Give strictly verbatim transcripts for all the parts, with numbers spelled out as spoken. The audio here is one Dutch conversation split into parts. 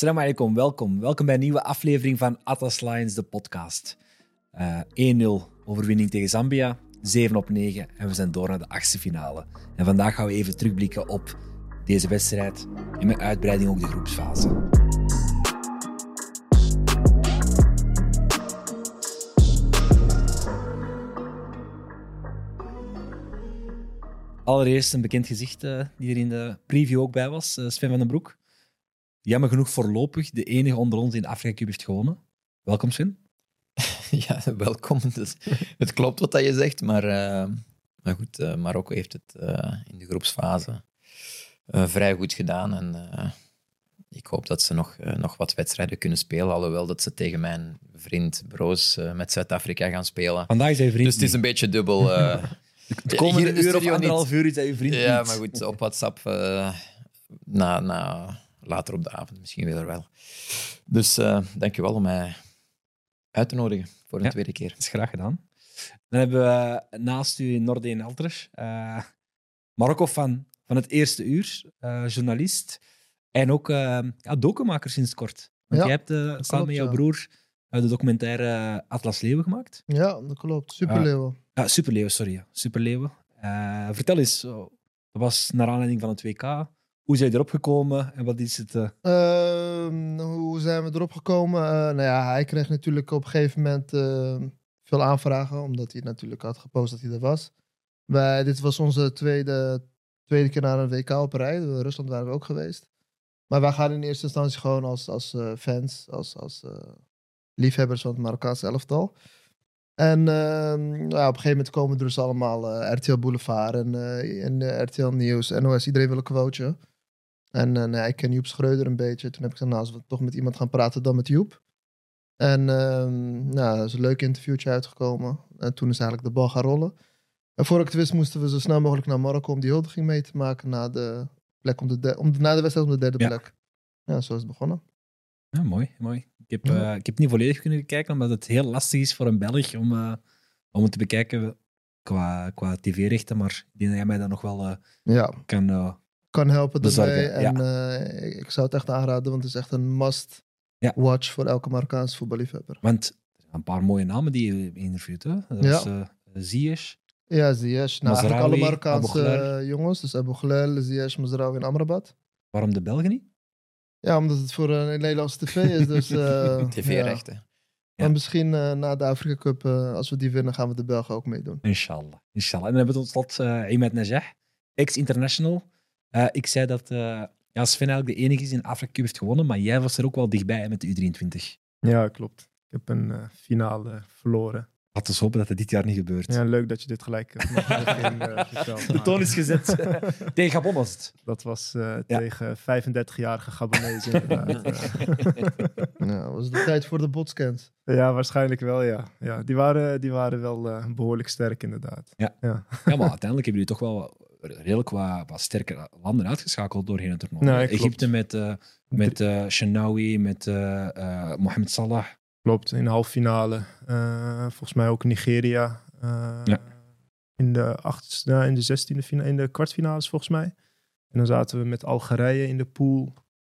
Assalamu alaikum, welkom. Welkom bij een nieuwe aflevering van Atlas Lions, de podcast. Uh, één nul overwinning tegen Zambia, zeven op negen en we zijn door naar de achtste finale. En vandaag gaan we even terugblikken op deze wedstrijd en met uitbreiding ook de groepsfase. Allereerst een bekend gezicht uh, die er in de preview ook bij was, uh, Sven van den Broek. Jammer genoeg voorlopig de enige onder ons die de Afrika Cup heeft gewonnen. Welkom, Sven. Ja, welkom. Dus, het klopt wat dat je zegt, maar, uh, maar goed, uh, Marokko heeft het uh, in de groepsfase uh, vrij goed gedaan. En uh, ik hoop dat ze nog, uh, nog wat wedstrijden kunnen spelen, alhoewel dat ze tegen mijn vriend Broos uh, met Zuid-Afrika gaan spelen. Vandaag is hij vriend. Dus het is een beetje dubbel. Uh, de komende uur of anderhalf uur is hij uw vriend. Ja, niet. maar goed, op WhatsApp uh, na... na later op de avond, misschien weer wel. Dus uh, dank je wel om mij uit te nodigen voor een ja, tweede keer. Dat is graag gedaan. Dan hebben we naast u Nordeen Elters, uh, Marokko van, van het eerste uur, uh, journalist en ook uh, ja, documaker sinds kort. Want ja, jij hebt uh, samen klopt, met jouw ja. broer uh, de documentaire Atlas Leeuwen gemaakt. Ja, dat klopt. Superleeuwen. Uh, ja, Superleeuwen, sorry. Ja. Superleeuwen. Uh, vertel eens, uh, dat was naar aanleiding van het W K. Hoe zijn je erop gekomen en wat is het? Uh... Uh, hoe zijn we erop gekomen? Uh, nou ja, hij kreeg natuurlijk op een gegeven moment uh, veel aanvragen, omdat hij natuurlijk had gepost dat hij er was. Wij, dit was onze tweede, tweede keer naar een W K op rij. In Rusland waren we ook geweest. Maar wij gaan in eerste instantie gewoon als, als uh, fans, als, als uh, liefhebbers van het Marokkaanse elftal. En uh, nou, op een gegeven moment komen er dus allemaal uh, R T L Boulevard en, uh, en uh, R T L Nieuws, N O S, iedereen wil een quoteje. En uh, nou, ik ken Joep Schreuder een beetje. Toen heb ik gezegd, nou, als we toch met iemand gaan praten, dan met Joep. En uh, nou, dat is een leuk interviewtje uitgekomen. En toen is eigenlijk de bal gaan rollen. En voor ik het wist, moesten we zo snel mogelijk naar Marokko om die huldiging mee te maken na de, plek om de, de om, na de wedstrijd om de derde ja. plek. Ja, zo is het begonnen. Ja, mooi, mooi. Ik heb, Ja. uh, ik heb niet volledig kunnen kijken, omdat het heel lastig is voor een Belg om, uh, om het te bekijken qua, qua tv-rechten. Maar ik denk dat jij mij daar nog wel uh, Ja. kan... Uh, kan helpen bezorgen, erbij. ja. En uh, ik, ik zou het echt aanraden, want het is echt een must-watch ja. voor elke Marokkaanse voetballiefhebber. Want er zijn een paar mooie namen die je interviewt. Hè? Dat was ja. uh, Ziyech. Ja, Ziyech. Nou, Mazraoui, eigenlijk alle Marokkaanse Abu uh, jongens. Dus Abu Ghlal, Ziyech, Mazraoui en Amrabat. Waarom de Belgen niet? Ja, omdat het voor een Nederlandse tv is. Dus, uh, tv-rechten. Ja. Ja. Maar misschien uh, na de Afrika Cup, uh, als we die winnen, gaan we de Belgen ook meedoen. Inshallah. Inshallah. En dan hebben we tot slot uh, Imad Najah, ex-international. Uh, ik zei dat uh, ja, Sven eigenlijk de enige is die een Afrika Cup heeft gewonnen, maar jij was er ook wel dichtbij met de U drieëntwintig. Ja, klopt. Ik heb een uh, finale verloren. Laten we hopen dat het dit jaar niet gebeurt. Ja, leuk dat je dit gelijk uh, uh, vertelt. De toon is gezet. Tegen Gabon was het. Dat was uh, ja. tegen vijfendertigjarige Gabonezen inderdaad. Ja, was de tijd voor de botscans? Ja, waarschijnlijk wel, ja. ja die, waren, die waren wel uh, behoorlijk sterk, inderdaad. Ja. Ja. ja, maar uiteindelijk hebben jullie toch wel redelijk wat, wat sterke landen uitgeschakeld doorheen het toernooi. Nee, Egypte met, uh, met uh, Shenawi, met uh, uh, Mohamed Salah. Klopt, in de halve finale. Uh, volgens mij ook Nigeria. Uh, ja. In de achtste, nou, in de zestiende finale, in de kwartfinales volgens mij. En dan zaten we met Algerije in de pool.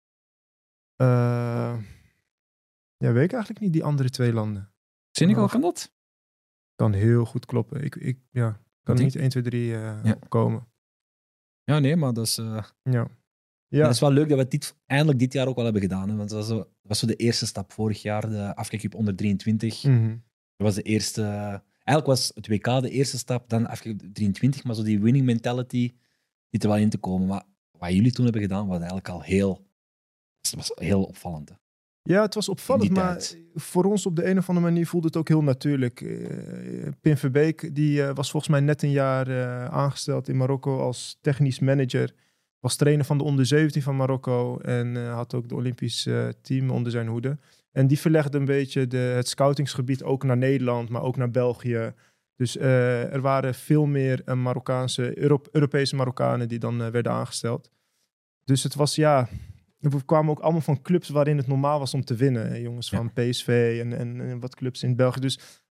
Uh, ja, weet ik eigenlijk niet, die andere twee landen. Senegal, kan dat? Kan heel goed kloppen. Ik, ik ja, kan er niet één, twee, drie uh, ja. komen. Ja, nee, maar dat is... Uh... Ja. Ja. Het is wel leuk dat we het dit, eindelijk dit jaar ook wel hebben gedaan. Hè? Want dat was, zo, dat was zo de eerste stap vorig jaar, de Afrika Cup onder drieëntwintig. Mm-hmm. Dat was de eerste... Eigenlijk was het W K de eerste stap, dan Afrika Cup drieëntwintig. Maar zo die winning mentality zit er wel in te komen. Maar wat jullie toen hebben gedaan, was eigenlijk al heel... Het was heel opvallend. Hè? Ja, het was opvallend, maar voor ons op de een of andere manier voelde het ook heel natuurlijk. Uh, Pim Verbeek, die uh, was volgens mij net een jaar uh, aangesteld in Marokko als technisch manager. Was trainer van de onder zeventien van Marokko en uh, had ook het Olympisch uh, team onder zijn hoede. En die verlegde een beetje de, het scoutingsgebied ook naar Nederland, maar ook naar België. Dus uh, er waren veel meer uh, Marokkaanse, Euro- Europese Marokkanen die dan uh, werden aangesteld. Dus het was, ja... We kwamen ook allemaal van clubs waarin het normaal was om te winnen. Hè, jongens van ja. P S V en, en, en wat clubs in België. Dus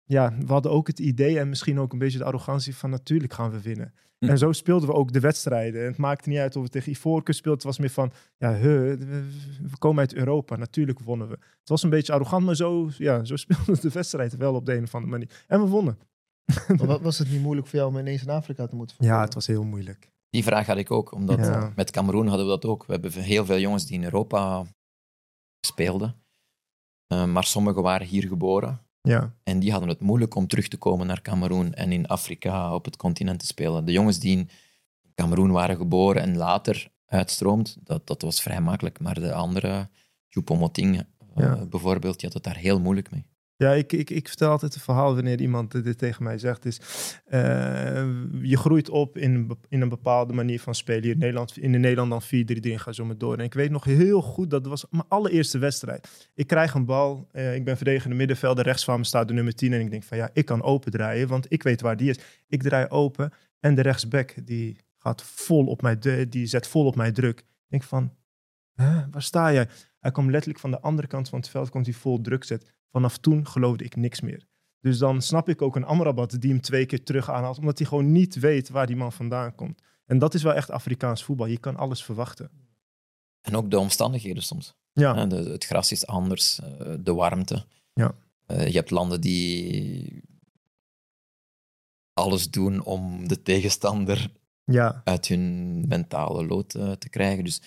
ja, we hadden ook het idee en misschien ook een beetje de arrogantie van natuurlijk gaan we winnen. Hm. En zo speelden we ook de wedstrijden. En het maakte niet uit of we tegen Ivoorkust speelden. Het was meer van, ja, he, we komen uit Europa. Natuurlijk wonnen we. Het was een beetje arrogant, maar zo, ja, zo speelden de wedstrijd wel op de een of andere manier. En we wonnen. Maar was het niet moeilijk voor jou om ineens in Afrika te moeten voetballen? Ja, het was heel moeilijk. Die vraag had ik ook, omdat Ja. met Cameroen hadden we dat ook. We hebben heel veel jongens die in Europa speelden. Uh, maar sommigen waren hier geboren. Ja. En die hadden het moeilijk om terug te komen naar Cameroen en in Afrika op het continent te spelen. De jongens die in Cameroen waren geboren en later uitstroomt, dat, dat was vrij makkelijk. Maar de andere, Choupo-Moting uh, Ja. bijvoorbeeld, die had het daar heel moeilijk mee. Ja, ik, ik, ik vertel altijd een verhaal wanneer iemand dit tegen mij zegt. Is, uh, je groeit op in, in een bepaalde manier van spelen. Hier in Nederland, in de Nederland dan vier drie drie en ga zo maar door. En ik weet nog heel goed, dat was mijn allereerste wedstrijd. Ik krijg een bal, uh, ik ben verdedigende middenvelder. Rechts van me staat de nummer tien. En ik denk van ja, ik kan open draaien, want ik weet waar die is. Ik draai open en de rechtsback die gaat vol op mij, die zet vol op mij druk. Ik denk van, huh, waar sta jij? Hij kwam letterlijk van de andere kant van het veld, komt hij vol druk zet. Vanaf toen geloofde ik niks meer. Dus dan snap ik ook een Amrabat die hem twee keer terug aanhaalt, omdat hij gewoon niet weet waar die man vandaan komt. En dat is wel echt Afrikaans voetbal. Je kan alles verwachten. En ook de omstandigheden soms. Ja. Ja, de, het gras is anders, uh, de warmte. Ja. Uh, je hebt landen die alles doen om de tegenstander Ja. uit hun mentale lood uh, te krijgen. Dus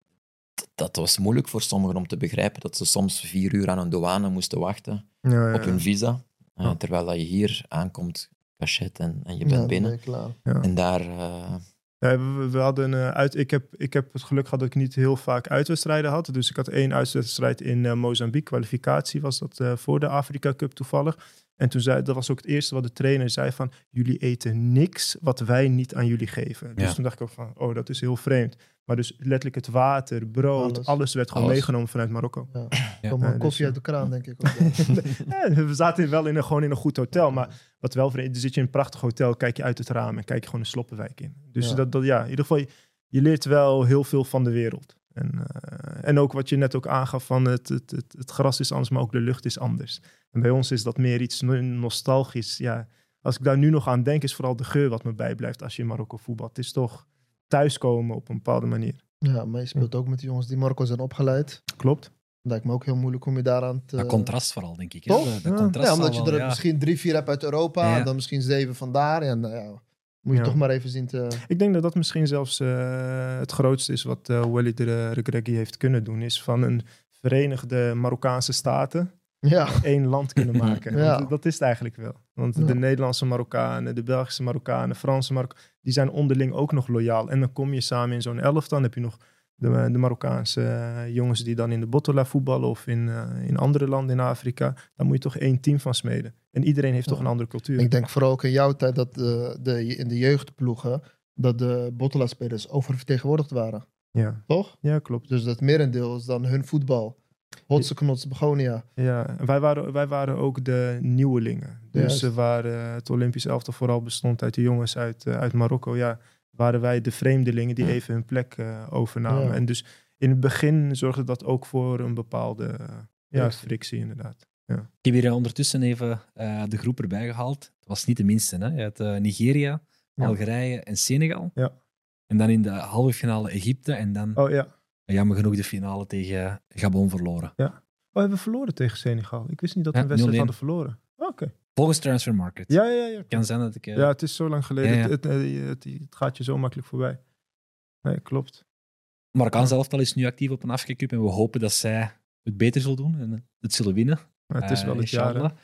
dat was moeilijk voor sommigen om te begrijpen, dat ze soms vier uur aan een douane moesten wachten Ja, ja. op hun visa. Uh, Ja. terwijl dat je hier aankomt, cachet en, en je bent Ja, binnen. ben je klaar. Ja. En daar... Uh, Ja, we, we hadden uh, uit, ik, heb, ik heb het geluk gehad dat ik niet heel vaak uitwedstrijden had. Dus ik had één uitwedstrijd in uh, Mozambique. Kwalificatie was dat uh, voor de Afrika Cup toevallig. En toen zei, dat was ook het eerste wat de trainer zei van... jullie eten niks wat wij niet aan jullie geven. Dus Ja. toen dacht ik ook van, oh, dat is heel vreemd. Maar dus letterlijk het water, brood, alles, Alles. werd gewoon Alles. meegenomen vanuit Marokko. Ja. Ja. Kom maar Ja, koffie dus, uit de kraan, denk ik. Ook. Ja, we zaten wel in een, gewoon in een goed hotel. Maar wat wel vreemd, dan zit je in een prachtig hotel, kijk je uit het raam en kijk je gewoon een sloppenwijk in. Dus Ja. dat, dat, ja, in ieder geval, je, je leert wel heel veel van de wereld. En, uh, en ook wat je net ook aangaf van het, het, het, het gras is anders, maar ook de lucht is anders. En bij ons is dat meer iets nostalgisch. Ja, als ik daar nu nog aan denk, is vooral de geur wat me bijblijft als je in Marokko voetbalt. Het is toch thuiskomen op een bepaalde manier. Ja, maar je speelt ook met die jongens die Marokko zijn opgeleid. Klopt. Lijkt me ook heel moeilijk om je daaraan te... Dat contrast vooral, denk ik. Hè? Toch? De, de Ja. contrast Ja, omdat je zal er wel, ja. misschien drie, vier hebt uit Europa. Ja. En dan misschien zeven vandaar. En nou ja, moet je Ja. toch maar even zien te... Ik denk dat dat misschien zelfs uh, het grootste is wat uh, Walid Regragui heeft kunnen doen. Is van een verenigde Marokkaanse staten Ja, één land kunnen maken. Ja. Want dat is het eigenlijk wel. Want Ja. de Nederlandse Marokkanen, de Belgische Marokkanen, Franse Marokkanen, die zijn onderling ook nog loyaal. En dan kom je samen in zo'n elftal. Dan heb je nog de, de Marokkaanse uh, jongens die dan in de Botola voetballen of in, uh, in andere landen in Afrika. Daar moet je toch één team van smeden. En iedereen heeft Ja. toch een andere cultuur. ik denk vooral ook in jouw tijd dat de, de, in de jeugdploegen... dat de Botola-spelers oververtegenwoordigd waren. Ja. Toch? ja, klopt. Dus dat merendeel is dan hun voetbal. Hotse knots Begonia. Ja, en wij waren, wij waren ook de nieuwelingen. Dus Juist. uh, waar uh, het Olympisch elftal vooral bestond uit de jongens uit, uh, uit Marokko, ja, waren wij de vreemdelingen die even hun plek uh, overnamen. Ja. En dus in het begin zorgde dat ook voor een bepaalde uh, ja, Frictie. frictie, inderdaad. Ja. Ik heb hier ondertussen even uh, de groep erbij gehaald. Het was niet de minste. Hè? Je had uh, Nigeria, Ja. Algerije en Senegal. Ja. En dan in de halve finale Egypte. En dan, Oh ja. jammer genoeg, de finale tegen Gabon verloren. Oh, hebben we verloren tegen Senegal? Ik wist niet dat we Ja, een wedstrijd nul-één. hadden verloren. Oh, oké. Volgens Transfer Market. Ja, ja, ja. Kan zijn dat ik... Uh, Ja, het is zo lang geleden. Ja, ja. Het, het, het, het gaat je zo makkelijk voorbij. Nee, klopt. Marokkaans elftal is nu actief op een Afrika Cup. En we hopen dat zij het beter zullen doen. En het zullen winnen. Maar het is Uh, wel het jaar. hè. inshallah.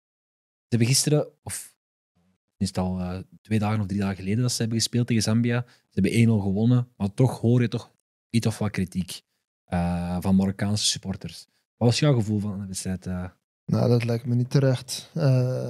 Ze hebben gisteren, of is het al uh, twee dagen of drie dagen geleden dat ze hebben gespeeld tegen Zambia. Ze hebben één nul gewonnen, maar toch hoor je toch iets of wat kritiek uh, van Marokkaanse supporters. Wat was jouw gevoel van de wedstrijd? Uh? Nou, dat lijkt me niet terecht. Uh,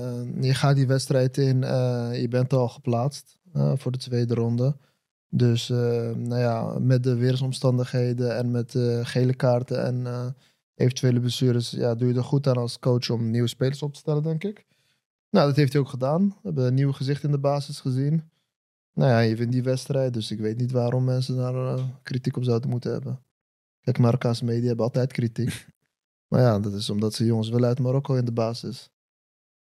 je gaat die wedstrijd in, uh, je bent al geplaatst uh, voor de tweede ronde. Dus uh, nou ja, met de weersomstandigheden en met uh, gele kaarten en uh, eventuele blessures, ja, doe je er goed aan als coach om nieuwe spelers op te stellen, denk ik. Nou, dat heeft hij ook gedaan. We hebben een nieuw gezicht in de basis gezien. Nou ja, je wint die wedstrijd, dus ik weet niet waarom mensen daar uh, kritiek op zouden moeten hebben. Kijk, Marokkaanse media hebben altijd kritiek. Maar ja, dat is omdat ze jongens willen uit Marokko in de basis.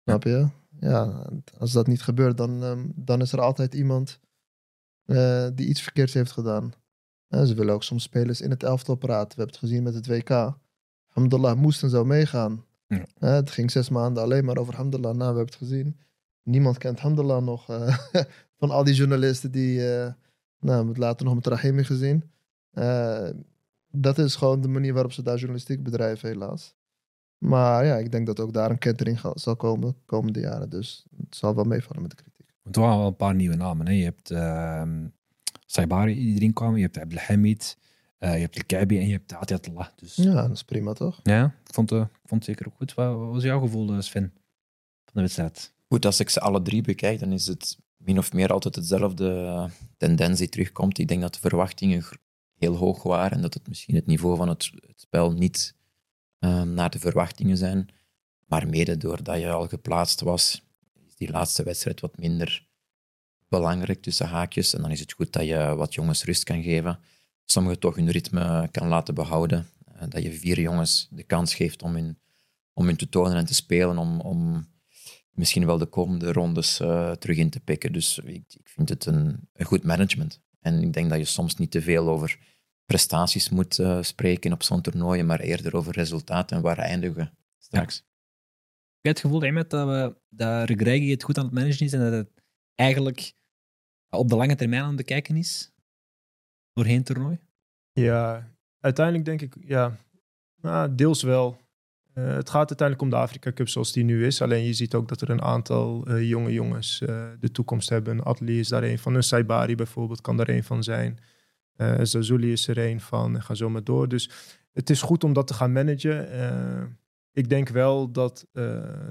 Snap je? Ja, als dat niet gebeurt, dan, um, dan is er altijd iemand uh, die iets verkeerds heeft gedaan. En ze willen ook soms spelers in het elftal praten. We hebben het gezien met het W K. Alhamdulillah moest en zou meegaan. Ja. Uh, het ging zes maanden alleen maar over Alhamdulillah. Nou, we hebben het gezien. Niemand kent Alhamdulillah nog. Uh, van al die journalisten die... Uh, nou, we hebben het later nog met Rahimi gezien. Uh, dat is gewoon de manier waarop ze daar journalistiek bedrijven, helaas. Maar ja, ik denk dat ook daar een kentering zal komen de komende jaren. Dus het zal wel meevallen met de kritiek. Want er waren wel een paar nieuwe namen. Hè. Je hebt uh, Saibari die erin kwam. Je hebt Abdelhamid. Uh, je hebt El Kaibi en je hebt Atiatullah. Dus... Ja, dat is prima toch? Ja, ik vond, uh, ik vond het zeker ook goed. Wat, wat was jouw gevoel, Sven, van de wedstrijd? Goed, als ik ze alle drie bekijk, dan is het min of meer altijd hetzelfde tendens die terugkomt. Ik denk dat de verwachtingen heel hoog waren en dat het misschien het niveau van het, het spel niet uh, naar de verwachtingen zijn. Maar mede doordat je al geplaatst was, is die laatste wedstrijd wat minder belangrijk tussen haakjes. En dan is het goed dat je wat jongens rust kan geven. Sommigen toch hun ritme kan laten behouden. Uh, dat je vier jongens de kans geeft om hun, om hun te tonen en te spelen, om, om misschien wel de komende rondes uh, terug in te pikken. Dus ik, ik vind het een, een goed management. En ik denk dat je soms niet te veel over prestaties moet uh, spreken op zo'n toernooi, maar eerder over resultaten en waar eindigen we straks. Ja. Heb je het gevoel, Ahmed, dat, we, dat Regragui het goed aan het managen is en dat het eigenlijk op de lange termijn aan het bekijken is? Doorheen het toernooi? Ja, uiteindelijk denk ik, ja, nou, deels wel. Uh, het gaat uiteindelijk om de Afrika Cup zoals die nu is. Alleen je ziet ook dat er een aantal uh, jonge jongens uh, de toekomst hebben. Atli is daar een van. Een Saibari bijvoorbeeld kan daar een van zijn. Uh, Zazuli is er een van. En ga zo maar door. Dus het is goed om dat te gaan managen. Uh, ik denk wel dat uh,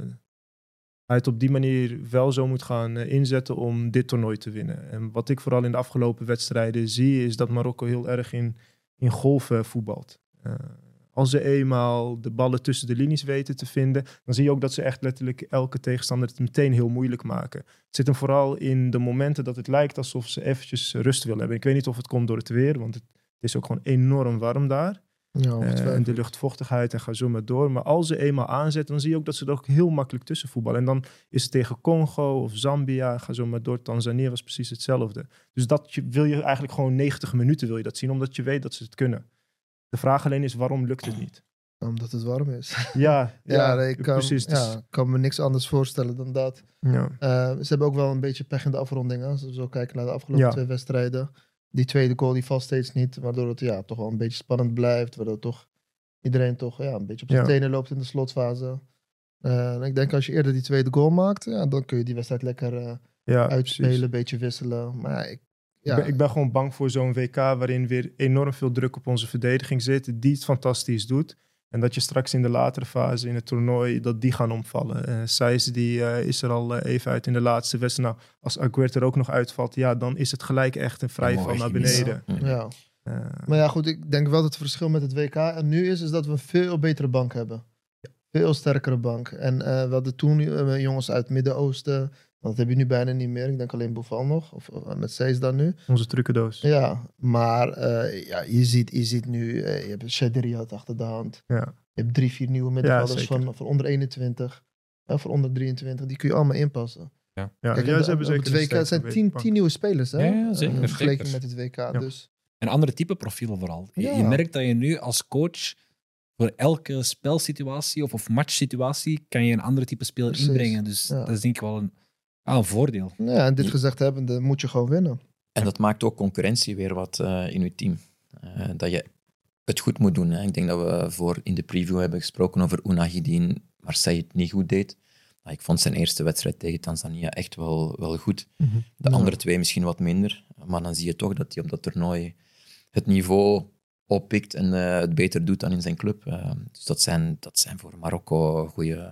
hij het op die manier wel zo moet gaan uh, inzetten om dit toernooi te winnen. En wat ik vooral in de afgelopen wedstrijden zie, is dat Marokko heel erg in, in golven voetbalt. Uh, Als ze eenmaal de ballen tussen de linies weten te vinden, dan zie je ook dat ze echt letterlijk elke tegenstander het meteen heel moeilijk maken. Het zit hem vooral in de momenten dat het lijkt alsof ze eventjes rust willen hebben. Ik weet niet of het komt door het weer, want het is ook gewoon enorm warm daar. Ja, uh, en de luchtvochtigheid en ga zo maar door. Maar als ze eenmaal aanzetten, dan zie je ook dat ze er ook heel makkelijk tussen voetballen. En dan is het tegen Congo of Zambia, ga zo maar door. Tanzania was precies hetzelfde. Dus dat je, wil je eigenlijk gewoon negentig minuten wil je dat zien, omdat je weet dat ze het kunnen. De vraag alleen is, waarom lukt het niet? Omdat het warm is. Ja, ja, ja, ik kan, precies. Dus... ja, kan me niks anders voorstellen dan dat. Ja. Uh, ze hebben ook wel een beetje pech in de afronding. Als we zo kijken naar de afgelopen ja. twee wedstrijden. Die tweede goal die valt steeds niet. Waardoor het ja, toch wel een beetje spannend blijft. Waardoor toch iedereen toch ja, een beetje op zijn ja. tenen loopt in de slotfase. Uh, en ik denk als je eerder die tweede goal maakt, ja, dan kun je die wedstrijd lekker uh, ja, uitspelen. Precies. Een beetje wisselen. Maar ja, ik Ja. Ik, ben, ik ben gewoon bang voor zo'n W K waarin weer enorm veel druk op onze verdediging zit, die het fantastisch doet. En dat je straks in de latere fase in het toernooi, dat die gaan omvallen. Uh, Saïs die uh, is er al uh, even uit in de laatste wedstrijd. Nou, als Aguert er ook nog uitvalt, ja, dan is het gelijk echt een vrijval naar beneden. Ja. Ja. Uh, maar ja, goed, ik denk wel dat het verschil met het W K en nu is, is dat we een veel betere bank hebben. Veel sterkere bank. En uh, we hadden toen uh, jongens uit het Midden-Oosten. Dat heb je nu bijna niet meer. Ik denk alleen Boufal nog. Of uh, met Seis dan nu. Onze trucendoos. Ja, maar uh, ja, je, ziet, je ziet nu... Uh, je hebt Shedriat achter de hand. Ja. Je hebt drie, vier nieuwe middenvelders ja, van, van onder eenentwintig. Uh, van onder drieëntwintig. Die kun je allemaal inpassen. Ja, ja, Kijk, ja de, ze hebben zeker het W K het zijn tien, tien nieuwe spelers. Hè? Ja, ja, zeker. In vergelijking zeker. met het W K. Ja. Dus. En andere type profielen vooral. Je, Ja. je merkt dat je nu als coach... Voor elke spelsituatie of, of matchsituatie kan je een andere type speler Precies. inbrengen. Dus Ja. dat is denk ik wel een, ah, een voordeel. Ja, en dit gezegd hebbende moet je gewoon winnen. En dat maakt ook concurrentie weer wat uh, in je team. Uh, dat je het goed moet doen. Hè. Ik denk dat we voor in de preview hebben gesproken over Unai die in Marseille het niet goed deed. Nou, ik vond zijn eerste wedstrijd tegen Tanzania echt wel, wel goed. Mm-hmm. De Ja. andere twee misschien wat minder. Maar dan zie je toch dat hij op dat toernooi het niveau oppikt en uh, het beter doet dan in zijn club. Uh, dus dat zijn, dat zijn voor Marokko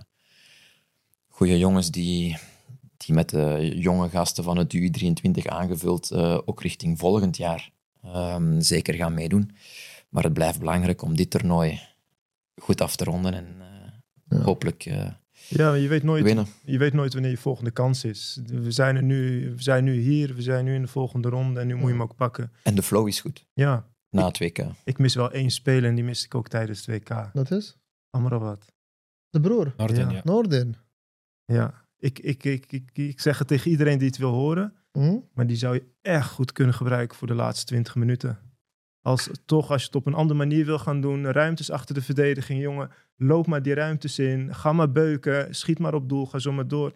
goede jongens die, die met de jonge gasten van het U drieëntwintig aangevuld uh, ook richting volgend jaar um, zeker gaan meedoen. Maar het blijft belangrijk om dit toernooi goed af te ronden en uh, ja. hopelijk uh, ja, maar je weet nooit, winnen. Je weet nooit wanneer je volgende kans is. We zijn, er nu, we zijn nu hier, we zijn nu in de volgende ronde en nu moet je hem ook pakken. En de flow is goed. Ja. Na het W K. Ik mis wel één speler en die miste ik ook tijdens het W K. Dat is? Amrabat. De broer. Noorden, Ja. ja. Noorden. Ja, ik, ik, ik, ik, ik zeg het tegen iedereen die het wil horen. Hm? Maar die zou je echt goed kunnen gebruiken voor de laatste twintig minuten. Als, toch, als je het op een andere manier wil gaan doen. Ruimtes achter de verdediging, jongen. Loop maar die ruimtes in. Ga maar beuken. Schiet maar op doel. Ga zo maar door.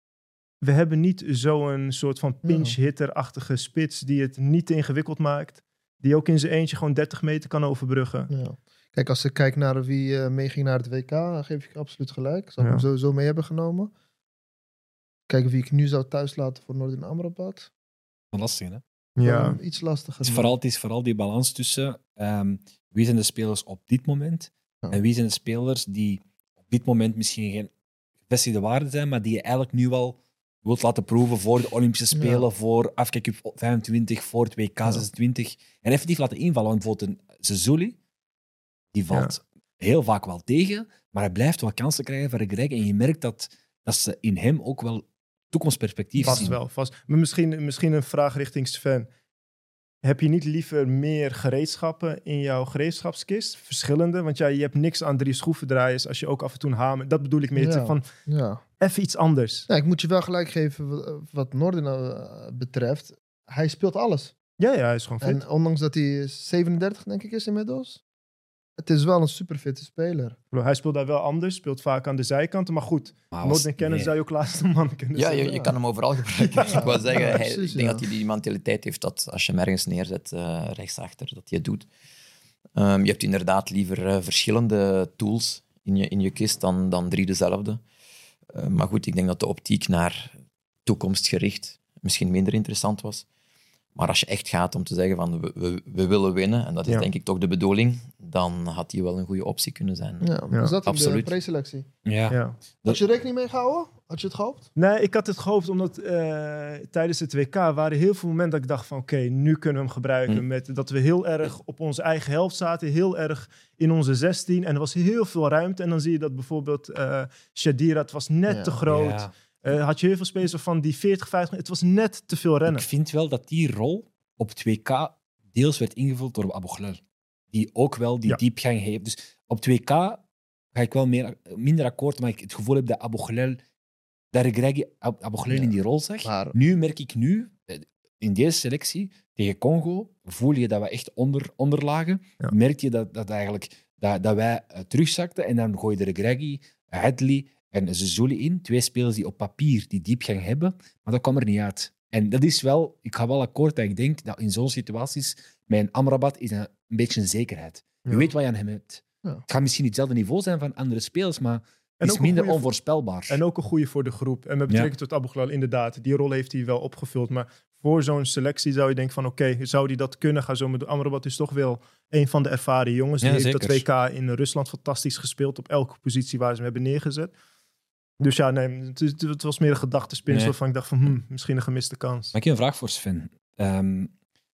We hebben niet zo'n soort van pinch-hitter-achtige spits die het niet te ingewikkeld maakt. Die ook in zijn eentje gewoon dertig meter kan overbruggen. Ja. Kijk, als ik kijk naar wie uh, meeging naar het W K, dan geef ik je absoluut gelijk. Zou ik Ja. hem sowieso mee hebben genomen. Kijk wie ik nu zou thuis laten voor Noordin Amrabat. Lastig, hè? Ja, Um, iets lastiger. Het is, vooral, het is vooral die balans tussen um, wie zijn de spelers op dit moment Ja. en wie zijn de spelers die op dit moment misschien geen gevestigde waarde zijn, maar die je eigenlijk nu al wilt laten proeven voor de Olympische Spelen, Ja. voor Afrika Cup vijfentwintig, voor het W K Ja. zesentwintig. En effectief laten invallen. Want bijvoorbeeld een Zezuli, die valt heel vaak wel tegen, maar hij blijft wel kansen krijgen voor Greg. En je merkt dat, dat ze in hem ook wel toekomstperspectief vast zien. wel. Vast. Maar misschien, misschien een vraag richting Sven. Heb je niet liever meer gereedschappen in jouw gereedschapskist? Verschillende? Want ja, je hebt niks aan drie schroevendraaiers als je ook af en toe een hamer... Dat bedoel ik meer. Ja. Van, Ja. even iets anders. Ja, ik moet je wel gelijk geven wat, wat Noordin uh, betreft. Hij speelt alles. Ja, ja, hij is gewoon fit. En ondanks dat hij zevenendertig denk ik is inmiddels. Het is wel een superfitte speler. Hij speelt daar wel anders. Speelt vaak aan de zijkanten. Maar goed, Maar Noordin kennen nee. zou je ook laatste man kunnen Ja, zijn. je, je kan hem overal gebruiken. Ik wou zeggen, Ja, hij, precies, ik denk ja. dat hij die mentaliteit heeft dat als je hem ergens neerzet, uh, rechtsachter, dat hij het doet. Um, je hebt inderdaad liever uh, verschillende tools in je, in je kist dan, dan drie dezelfde. Uh, maar goed, ik denk dat de optiek naar toekomstgericht misschien minder interessant was. Maar als je echt gaat om te zeggen van we, we, we willen winnen, en dat is Ja. denk ik toch de bedoeling, dan had hij wel een goede optie kunnen zijn. Ja, Ja, is dat in absoluut. de preselectie? Ja. Ja. Had je rekening mee gehouden? Had je het gehoopt? Nee, ik had het gehoopt omdat uh, tijdens het W K waren heel veel momenten dat ik dacht van oké, okay, nu kunnen we hem gebruiken. Hm. Met, dat we heel erg op onze eigen helft zaten, heel erg in onze zestien. En er was heel veel ruimte. En dan zie je dat bijvoorbeeld uh, Shadira, het was net Ja. te groot. Ja. Uh, had je heel veel spelers van die veertig, vijftig, het was net te veel rennen. Ik vind wel dat die rol op het W K deels werd ingevuld door Abu Ghlal. Die ook wel die Ja. diepgang heeft. Dus op het W K ga ik wel meer, minder akkoord, maar ik het gevoel heb dat Abu Ghlal, dat Regragui Abu Ghlal Ja. in die rol zag. Maar Nu merk ik nu, in deze selectie, tegen Congo, voel je dat we echt onder, onder lagen. Ja. Merk je dat, dat, eigenlijk, dat, dat wij uh, terugzakten en dan gooi je Regragui, Hadley en Zezuli in. Twee spelers die op papier die diepgang hebben, maar dat kwam er niet uit. En dat is wel, ik ga wel akkoord dat ik denk dat in zo'n situaties, mijn Amrabat is een, een beetje een zekerheid. Je Ja. weet wat je aan hem hebt. Ja. Het gaat misschien niet hetzelfde niveau zijn van andere spelers, maar En het is ook een minder goeie- onvoorspelbaar. En ook een goede voor de groep. En met betrekking tot Abu Ghlal, inderdaad, die rol heeft hij wel opgevuld. Maar voor zo'n selectie zou je denken van oké, okay, zou hij dat kunnen gaan zo met Amrabat is toch wel een van de ervaren jongens. Die Ja, heeft zeker. dat W K in Rusland fantastisch gespeeld op elke positie waar ze hem hebben neergezet. Dus ja, nee, het, is- het was meer een gedachtespinsel Nee. waarvan ik dacht van hmm, misschien een gemiste kans. Maar ik heb een vraag voor Sven. Um,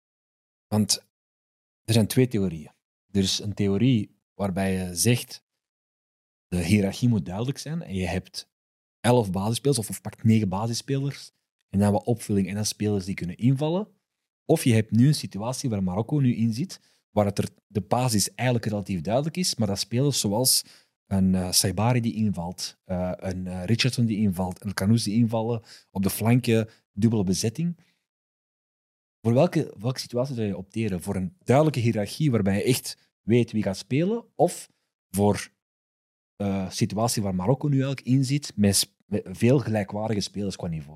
want er zijn twee theorieën. Er is een theorie waarbij je zegt de hiërarchie moet duidelijk zijn en je hebt elf basisspelers of, of pakt negen basisspelers en dan wat opvulling en dan spelers die kunnen invallen. Of je hebt nu een situatie waar Marokko nu in zit, waar het er, de basis eigenlijk relatief duidelijk is, maar dat spelers zoals een uh, Saibari die invalt, uh, een uh, Richardson die invalt, een Canoes die invallen, op de flanken dubbele bezetting. Voor welke, welke situatie zou je opteren? Voor een duidelijke hiërarchie waarbij je echt weet wie gaat spelen? Of voor een uh, situatie waar Marokko nu eigenlijk in zit met, sp- met veel gelijkwaardige spelers qua niveau?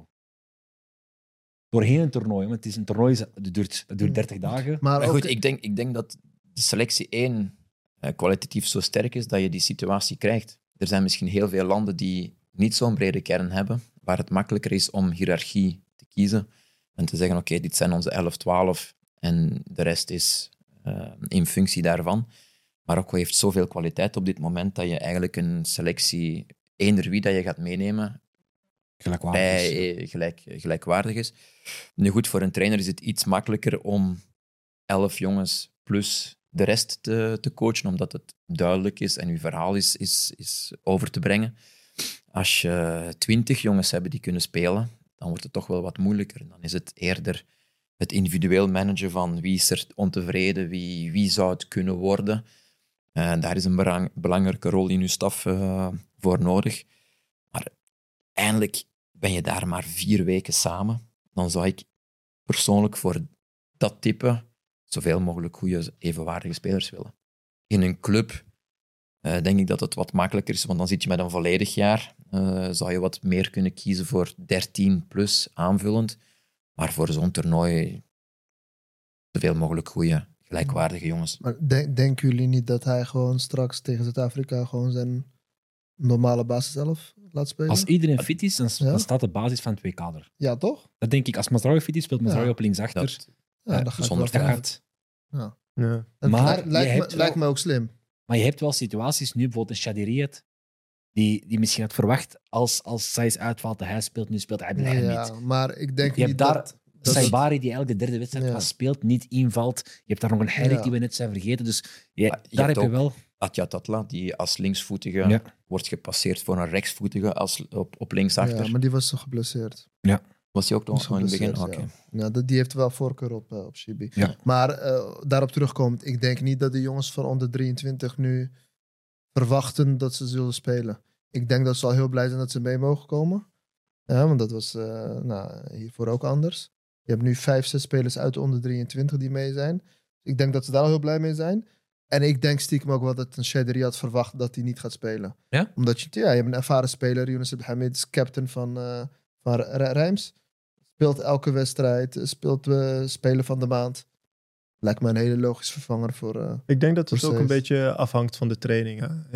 Doorheen een toernooi, want het is een toernooi dat duurt, dat duurt dertig dagen. Maar, Maar ook, goed, ik denk, ik denk dat de selectie één uh, kwalitatief zo sterk is dat je die situatie krijgt. Er zijn misschien heel veel landen die niet zo'n brede kern hebben, waar het makkelijker is om hiërarchie te kiezen en te zeggen, oké, okay, dit zijn onze elf, twaalf en de rest is uh, in functie daarvan. Marokko heeft zoveel kwaliteit op dit moment dat je eigenlijk een selectie, eender wie dat je gaat meenemen, Gelijkwaardig. bij gelijk, gelijkwaardig is. Nu goed, voor een trainer is het iets makkelijker om elf jongens plus de rest te, te coachen, omdat het duidelijk is en uw verhaal is, is, is over te brengen. Als je twintig jongens hebt die kunnen spelen, dan wordt het toch wel wat moeilijker. Dan is het eerder het individueel managen van wie is er ontevreden, wie, wie zou het kunnen worden. Uh, daar is een belang, belangrijke rol in uw staf uh, voor nodig. Maar eindelijk ben je daar maar vier weken samen. Dan zou ik persoonlijk voor dat type zoveel mogelijk goede, evenwaardige spelers willen. In een club uh, denk ik dat het wat makkelijker is, want dan zit je met een volledig jaar. Uh, zou je wat meer kunnen kiezen voor dertien plus aanvullend. Maar voor zo'n toernooi zoveel mogelijk goede, gelijkwaardige jongens. Maar denk, denken jullie niet dat hij gewoon straks tegen Zuid-Afrika gewoon zijn normale basiself laat spelen? Als iedereen fit is, dan, Ja? dan staat de basis van het W K er. Ja, toch? Dat denk ik. Als Mazraoui fit is, speelt Mazraoui Ja. op linksachter. Dat, Ja, Ja, dat gaat zonder wel Dat vanuit. gaat. Ja. Ja. Het Maar lijkt, je lijkt, hebt me, lijkt wel- me ook slim. Maar je hebt wel situaties, nu bijvoorbeeld een Shadiriet, die, die misschien had verwacht, als, als Saiz uitvalt, dat hij speelt, nu speelt hij hij Ja, niet. maar ik denk Je hebt niet daar dat... dat het- Saibari, die eigenlijk de derde wedstrijd Ja. pas speelt, niet invalt. Je hebt daar nog een Herrik Ja. die we net zijn vergeten. Dus je, Maar je daar hebt heb je ook- wel... Atja Tatla, die als linksvoetige Ja. wordt gepasseerd voor een rechtsvoetige als, op, op linksachter. Ja, maar die was toch geblesseerd? Was hij ook Die nog is in het begin? geblesseerd, Oké. ja. Ja, dat- die heeft wel voorkeur op, uh, op Shibi. Ja. Maar uh, daarop terugkomend, ik denk niet dat de jongens van onder drieëntwintig nu verwachten dat ze zullen spelen. Ik denk dat ze al heel blij zijn dat ze mee mogen komen. Ja, want dat was uh, nou, hiervoor ook anders. Je hebt nu vijf, zes spelers uit de onder drieëntwintig die mee zijn. Ik denk dat ze daar al heel blij mee zijn. En ik denk stiekem ook wel dat een Shadri had verwacht dat hij niet gaat spelen. Ja? Omdat je, ja, je hebt een ervaren speler. Younes Abdelhamid is captain van, uh, van Reims. Speelt elke wedstrijd. Speelt uh, speler van de maand. Lijkt me een hele logische vervanger voor... Uh, Ik denk dat het voor ook een Saiz. beetje afhangt van de trainingen.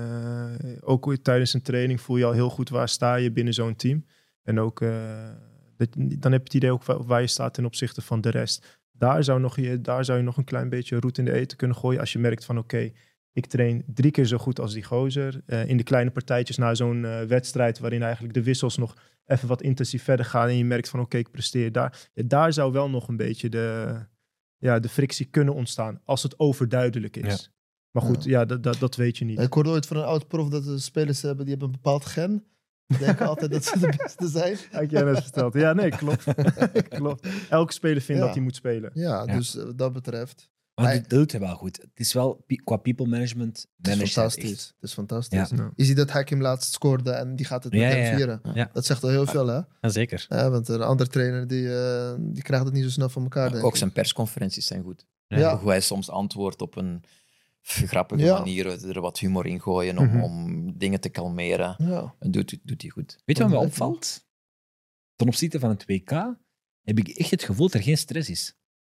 Uh, ook tijdens een training voel je al heel goed waar sta je binnen zo'n team. En ook, uh, dat, dan heb je het idee ook waar, waar je staat ten opzichte van de rest. Daar zou, nog, daar zou je nog een klein beetje roet in de eten kunnen gooien. Als je merkt van oké, okay, ik train drie keer zo goed als die gozer. Uh, in de kleine partijtjes na zo'n uh, wedstrijd waarin eigenlijk de wissels nog even wat intensief verder gaan. En je merkt van oké, okay, ik presteer daar. Ja, daar zou wel nog een beetje de, ja, de frictie kunnen ontstaan. Als het overduidelijk is. Ja. Maar goed, ja, ja dat, dat, dat weet je niet. Ik hoorde ooit van een oud prof dat er spelers hebben die hebben een bepaald gen. Die denken altijd dat ze de beste zijn. Had jij net verteld. Ja, nee, klopt. klopt. Elke speler vindt Ja. dat hij moet spelen. Ja, Ja. dus uh, dat betreft. Maar Hij- dat doet hij wel goed. Het is wel, pi- qua people management, Het is managt hij fantastisch. echt. Het is fantastisch. Ja. Ja. Je ziet dat Hakim laatst scoorde en die gaat het Ja, met ja, hem ja. vieren. Ja. Dat zegt al heel veel, hè? Ja, zeker. Ja, want een andere trainer die, uh, die krijgt het niet zo snel van elkaar, denk Ook ik. zijn persconferenties zijn goed. Ja. Hoe hij soms antwoordt op een grappige Ja. manier, er wat humor in gooien om, Mhm. om dingen te kalmeren. Ja. En doet, doet hij goed. Weet je wat me Ja, opvalt? Ten opzichte van het W K heb ik echt het gevoel dat er geen stress is.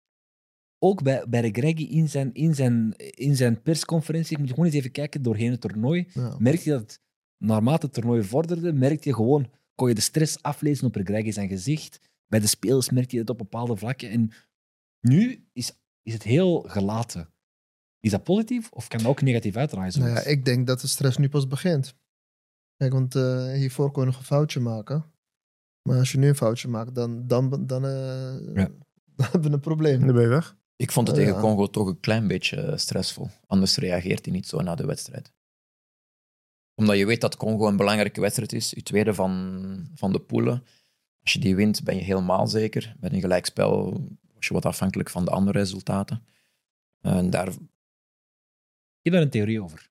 Ook bij, bij de Greggy in zijn, in, zijn, in zijn persconferentie, ik moet gewoon eens even kijken doorheen het toernooi, Ja. merkte je dat naarmate het toernooi vorderde, merkte je gewoon, kon je de stress aflezen op Greggy zijn gezicht. Bij de spelers merkte je het op bepaalde vlakken. En nu is, is het heel gelaten. Is dat positief of kan dat ook negatief uitdraaien? Nou ja, zoiets? ik denk dat de stress nu pas begint. Kijk, want uh, hiervoor kon je nog een foutje maken. Maar als je nu een foutje maakt, dan, dan, dan, uh, Ja. dan hebben we een probleem. Dan ben je weg. Ik vond het Oh, tegen ja. Congo toch een klein beetje stressvol. Anders reageert hij niet zo na de wedstrijd. Omdat je weet dat Congo een belangrijke wedstrijd is. Je tweede van, van de poelen. Als je die wint, ben je helemaal zeker. Met een gelijkspel was je wat afhankelijk van de andere resultaten. En daar... Oké. Ik heb daar een theorie over.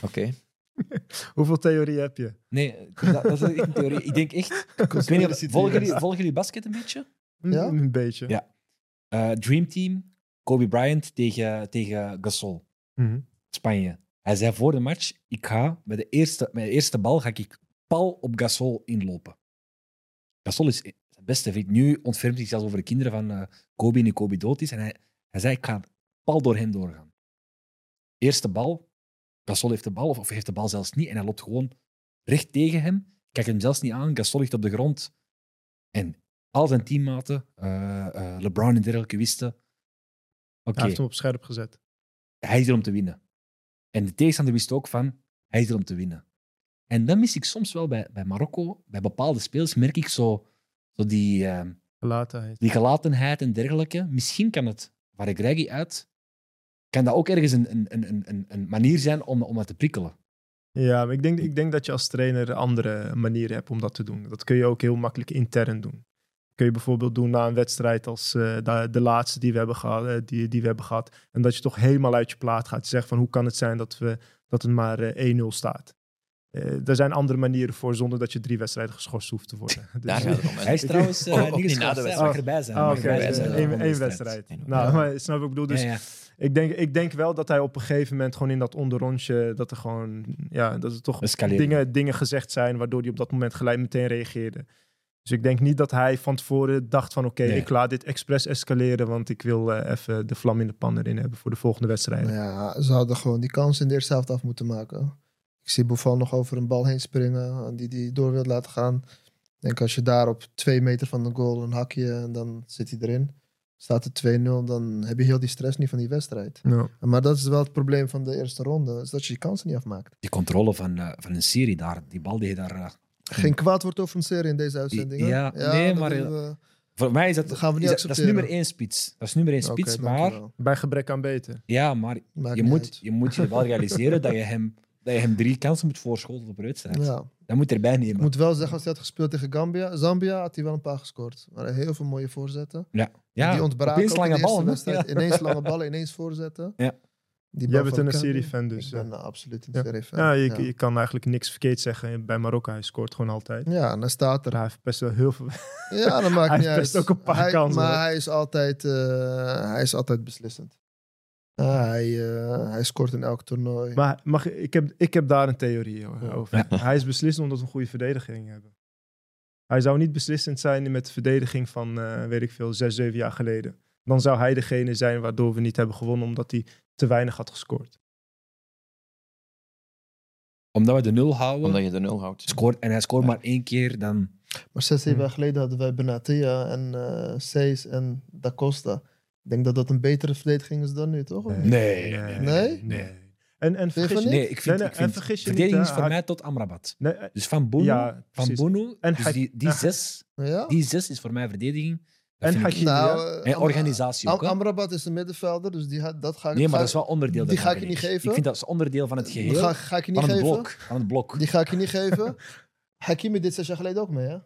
Hoeveel theorie heb je? Nee, dat, dat is echt een theorie. Ik denk echt... Ik weet niet, of- volgen, jullie, volgen jullie basket een beetje? Ja? Een beetje. Ja. Uh, Dream Team, Kobe Bryant tegen, tegen Gasol, Mhm. Spanje. Hij zei voor de match, ik ga bij de eerste, bij de eerste bal ga ik pal op Gasol inlopen. Gasol is zijn beste vriend. Nu ontfermt hij zich zelfs over de kinderen van uh, Kobe nu Kobe dood is. En hij, hij zei, ik ga pal door hem doorgaan. Eerste bal, Gasol heeft de bal, of, of heeft de bal zelfs niet. En hij loopt gewoon recht tegen hem. Kijkt hem zelfs niet aan. Gasol ligt op de grond. En al zijn teammaten, uh, uh, LeBron en dergelijke, wisten... Oké, Hij okay, heeft hem op scherp gezet. hij is er om te winnen. En de tegenstander wist ook van, hij is er om te winnen. En dan mis ik soms wel bij, bij Marokko, bij bepaalde spelers, merk ik zo, zo die, uh, Gelatenheid. die gelatenheid en dergelijke. Misschien kan het, waar ik Greggy uit, kan dat ook ergens een, een, een, een, een manier zijn om, om dat te prikkelen. Ja, maar ik denk, ik denk dat je als trainer andere manieren hebt om dat te doen. Dat kun je ook heel makkelijk intern doen. Kun je bijvoorbeeld doen na een wedstrijd als uh, de, de laatste die we, hebben gehad, uh, die, die we hebben gehad. En dat je toch helemaal uit je plaat gaat. Je zegt van hoe kan het zijn dat, we, dat het maar uh, één nul staat. Uh, er zijn andere manieren voor zonder dat je drie wedstrijden geschorst hoeft te worden. Dus, Daar gaat het om. Hij is trouwens uh, oh, oh, niet niet na de geschorst, wedstrijd. mag erbij zijn. Ah, Mag oké, erbij zijn. één Van de wedstrijd. wedstrijd. Nou, ja. maar snap wat ik bedoel? Dus Ja, ja. Ik, denk, ik denk wel dat hij op een gegeven moment gewoon in dat onderrondje, dat er gewoon, ja, dat er toch dingen, dingen gezegd zijn waardoor hij op dat moment gelijk meteen reageerde. Dus ik denk niet dat hij van tevoren dacht van oké, okay, nee. ik laat dit expres escaleren, want ik wil uh, even de vlam in de pan erin hebben voor de volgende wedstrijd. Ja, ze hadden gewoon die kans in de eerste helft af moeten maken. Ik zie Buffon nog over een bal heen springen, die die door wil laten gaan. Ik denk als je daar op twee meter van de goal een hakje en dan zit hij erin. Staat het twee nul, dan heb je heel die stress niet van die wedstrijd. Ja. Maar dat is wel het probleem van de eerste ronde, is dat je die kansen niet afmaakt. Die controle van, uh, van een serie daar, die bal die je daar... Uh, Geen kwaad wordt over een serie in deze uitzending. Die, ja, ja, nee, maar... We, voor mij is dat, dat, gaan we niet is dat, dat is nummer één spits. Dat is nummer één spits, okay, maar... Bij gebrek aan beter. Ja, maar je moet, je moet je wel realiseren dat je hem... dat je hem drie kansen moet voorschotelen op een wedstrijd. Ja. Dat moet erbij nemen. Ik moet wel zeggen, als hij had gespeeld tegen Gambia, Zambia, had hij wel een paar gescoord. Maar heel veel mooie voorzetten. Ja. Ja, die ontbraken opeens lange ballen. Ja. Ineens lange ballen, ineens voorzetten. Ja. Die Jij bent een serie-fan dus. Ik ben uh, absoluut een ja. serie-fan. Ja, je, ja. je kan eigenlijk niks verkeerd zeggen bij Marokko. Hij scoort gewoon altijd. Ja, en dan staat er. Hij heeft best wel heel veel... Ja, dat maakt hij niet heeft best uit. ook een paar hij, kansen. Maar hij is, altijd, uh, hij is altijd beslissend. Uh, hij, uh, hij scoort in elk toernooi. Maar mag, ik, heb, ik heb daar een theorie over. Ja. Hij is beslissend omdat we een goede verdediging hebben. Hij zou niet beslissend zijn met de verdediging van, uh, weet ik veel, zes, zeven jaar geleden. Dan zou hij degene zijn waardoor we niet hebben gewonnen omdat hij te weinig had gescoord. Omdat we de nul houden. Omdat je de nul houdt. Scoort, en hij scoort ja. maar één keer, dan... Maar zes, zeven jaar geleden hadden wij Benatia en uh, Seis en Da Costa. Ik denk dat dat een betere verdediging is dan nu, toch? Nee. Nee? Nee. nee. nee. En, en vergis je nee, ik vind, nee, nee, ik vind en vergis je verdediging niet, is voor hij... mij tot Amrabat. Nee, dus Van Bono, ja, van Bono en dus hij... die, die, zes, ja? die zes is voor mij verdediging. Dat en Hakimi, nou, en organisatie ook. Am Amrabat is een middenvelder, dus die, dat ga ik... Nee, maar dat is wel onderdeel. Die ga ik je niet geven. Ik vind dat is onderdeel van het geheel. Ga, ga ik je niet van, het geven. blok, van het blok. Die ga ik je niet geven. Hakimi dit zes jaar geleden ook mee, hè?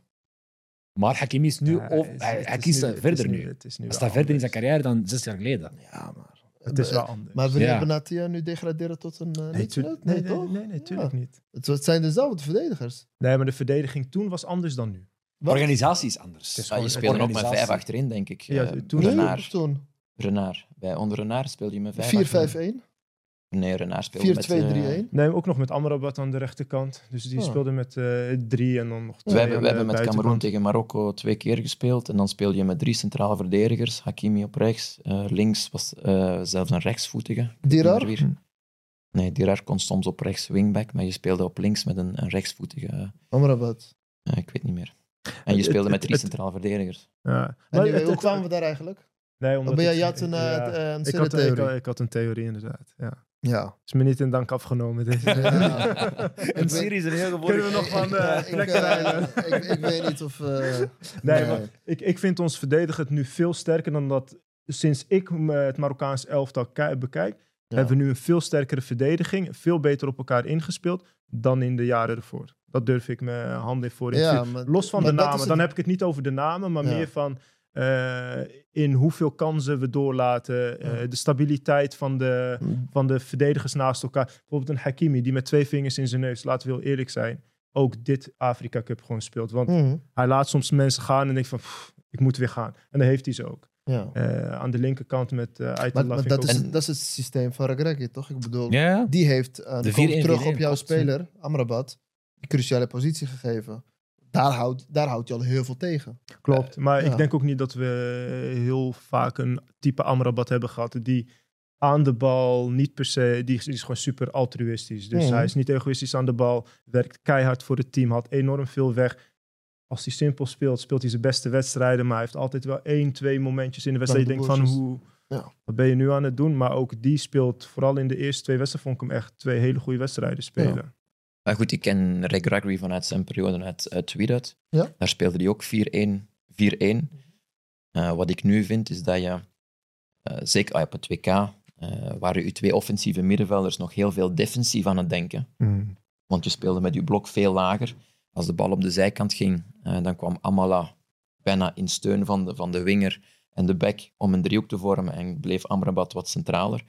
Maar Hakimi is nu... Ja, over, hij, hij kiest nu, verder nu. Hij staat verder in zijn carrière dan zes jaar geleden. Ja, maar... Het is wel anders. Maar wil je ja. Benatia nu degraderen tot een... Uh, nee, tu- nee, nee, nee, nee, nee, nee, tuurlijk ja. niet. Het, het zijn dezelfde verdedigers. Nee, maar de verdediging toen was anders dan nu. Wat? Organisatie is anders. Ja, je speelde ook met vijf achterin, denk ik. Ja, toen Renard. toen? Renard. Bij onder Renard speelde je met vijf vier vijf een? Nee, Renard speelde vier, met... twee, drie, één? Uh, nee, ook nog met Amrabat aan de rechterkant. Dus die oh. speelde met uh, drie en dan nog twee. We hebben, we hebben met Cameroen tegen Marokko twee keer gespeeld. En dan speelde je met drie centrale verdedigers. Hakimi op rechts. Uh, links was uh, zelfs een rechtsvoetige. Dirar? Hm. Nee, Dirar kon soms op rechts wingback. Maar je speelde op links met een, een rechtsvoetige... Uh, Amrabat? Uh, ik weet niet meer. En je speelde met drie centrale verdedigers. Ja. En nu, hoe kwamen we daar eigenlijk? Nee, omdat ben jij, ik, je had een, ja, een ik, had, ik, had, ik had een theorie, inderdaad. Ja. Ja. Is me niet in dank afgenomen. Deze. Ja. Een serie is een heel Kunnen we nog van de ik, uh, ik, ik weet niet of... Uh, nee, nee. Maar ik, ik vind ons verdedigend nu veel sterker dan dat... Sinds ik het Marokkaans elftal bekijk... Ja. hebben we nu een veel sterkere verdediging. Veel beter op elkaar ingespeeld dan in de jaren ervoor. Dat durf ik mijn handen voor in. Ja, maar, Los van de namen. Het... Dan heb ik het niet over de namen, maar ja. meer van... Uh, in hoeveel kansen we doorlaten. Uh, ja. De stabiliteit van de, van de verdedigers naast elkaar. Bijvoorbeeld een Hakimi die met twee vingers in zijn neus, laten we heel eerlijk zijn, ook dit Afrika Cup gewoon speelt. Want mm-hmm. hij laat soms mensen gaan en denkt van, pff, ik moet weer gaan. En dan heeft hij ze ook. Ja. Uh, aan de linkerkant met uh, Maar, maar dat, is, dat is het systeem van Regragui, toch? Ik bedoel, ja. die heeft uh, de vier, terug op jouw speler, Amrabat, die cruciale positie gegeven. Daar houdt, daar houdt je al heel veel tegen. Klopt, maar ja. ik denk ook niet dat we heel vaak een type Amrabat hebben gehad die aan de bal niet per se, die is, die is gewoon super altruïstisch. Dus mm. hij is niet egoïstisch aan de bal, werkt keihard voor het team, had enorm veel weg. Als hij simpel speelt, speelt hij zijn beste wedstrijden, maar hij heeft altijd wel één, twee momentjes in de wedstrijd. Je denkt van, hoe, ja. wat ben je nu aan het doen? Maar ook die speelt, vooral in de eerste twee wedstrijden, vond ik hem echt twee hele goede wedstrijden spelen. Ja. Maar goed, ik ken Regragui vanuit zijn periode uit, uit Wydad. Ja. Daar speelde hij ook vier één, vier één. Uh, wat ik nu vind, is dat je, uh, zeker op het W K, uh, waren je twee offensieve middenvelders nog heel veel defensief aan het denken. Mm. Want je speelde met je blok veel lager. Als de bal op de zijkant ging, uh, dan kwam Amala bijna in steun van de, van de winger en de back om een driehoek te vormen en bleef Amrabat wat centraler.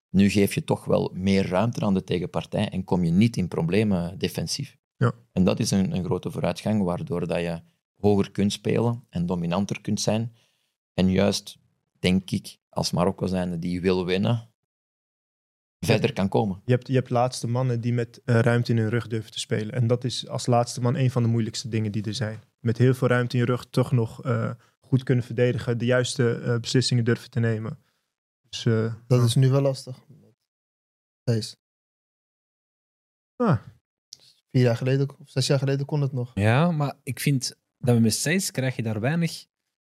Nu geef je toch wel meer ruimte aan de tegenpartij en kom je niet in problemen defensief. Ja. En dat is een, een grote vooruitgang, waardoor dat je hoger kunt spelen en dominanter kunt zijn. En juist, denk ik, als Marokko zijnde die wil winnen, verder kan komen. Je hebt, je hebt laatste mannen die met uh, ruimte in hun rug durven te spelen. En dat is als laatste man een van de moeilijkste dingen die er zijn. Met heel veel ruimte in je rug toch nog uh, goed kunnen verdedigen. De juiste uh, beslissingen durven te nemen. Dus, uh, dat is nu wel lastig. Face. Ah. Vier jaar geleden, of zes jaar geleden kon het nog. Ja, maar ik vind dat we met Seis krijg je daar weinig...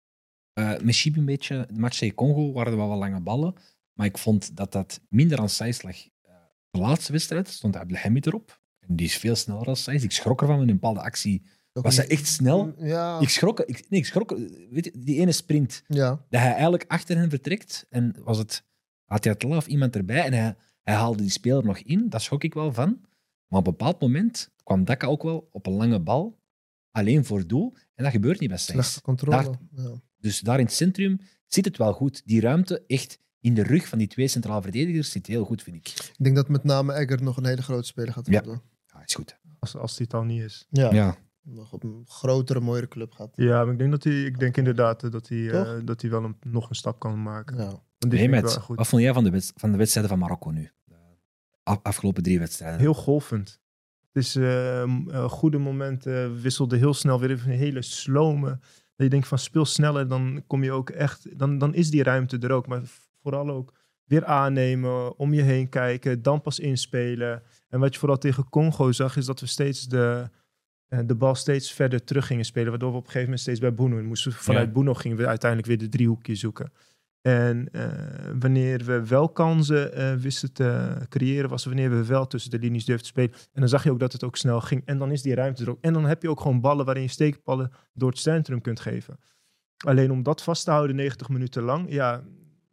Uh, met Chibi een beetje, de match tegen Congo waren er wel wat lange ballen. Maar ik vond dat dat minder aan Seis lag. De laatste wedstrijd stond Abdelhamid erop. En die is veel sneller dan Seis. Ik schrok ervan in een bepaalde actie. Ook was niet. hij echt snel? Ja. Ik schrok. Ik, nee, ik schrok. Weet je, die ene sprint. Ja. Dat hij eigenlijk achter hen vertrekt. En was het, had hij het of iemand erbij. En hij, hij haalde die speler nog in. Daar schrok ik wel van. Maar op een bepaald moment kwam Daka ook wel op een lange bal. Alleen voor doel. En dat gebeurt niet bij Seis. Slechte controle. Daar, ja. Dus daar in het centrum zit het wel goed. Die ruimte echt in de rug van die twee centrale verdedigers zit heel goed, vind ik. Ik denk dat met name Egger nog een hele grote speler gaat Ja. worden. Ja, is goed. Als, als die het al niet is. Ja. Ja. Nog op een grotere, mooiere club gaat. Ja, maar ik denk, dat hij, ik denk inderdaad uh, dat hij, uh, Toch? dat hij wel een, nog een stap kan maken. Ja. Want die Nee, vind ik met, wel goed. wat vond jij van de, wed- van de wedstrijden van Marokko nu? De af- afgelopen drie wedstrijden. Heel golvend. Het is uh, uh, goede momenten, wisselde heel snel weer even een hele slome. Dat je denkt van speel sneller, dan kom je ook echt, dan, dan is die ruimte er ook. Maar vooral ook weer aannemen, om je heen kijken, dan pas inspelen. En wat je vooral tegen Congo zag, is dat we steeds de, uh, de bal steeds verder terug gingen spelen. Waardoor we op een gegeven moment steeds bij Bounou moesten. Vanuit Ja. Bounou gingen we uiteindelijk weer de driehoekje zoeken. En uh, wanneer we wel kansen uh, wisten te creëren, was wanneer we wel tussen de linies durfden te spelen. En dan zag je ook dat het ook snel ging. En dan is die ruimte er ook. En dan heb je ook gewoon ballen waarin je steekballen door het centrum kunt geven. Alleen om dat vast te houden negentig minuten lang, ja,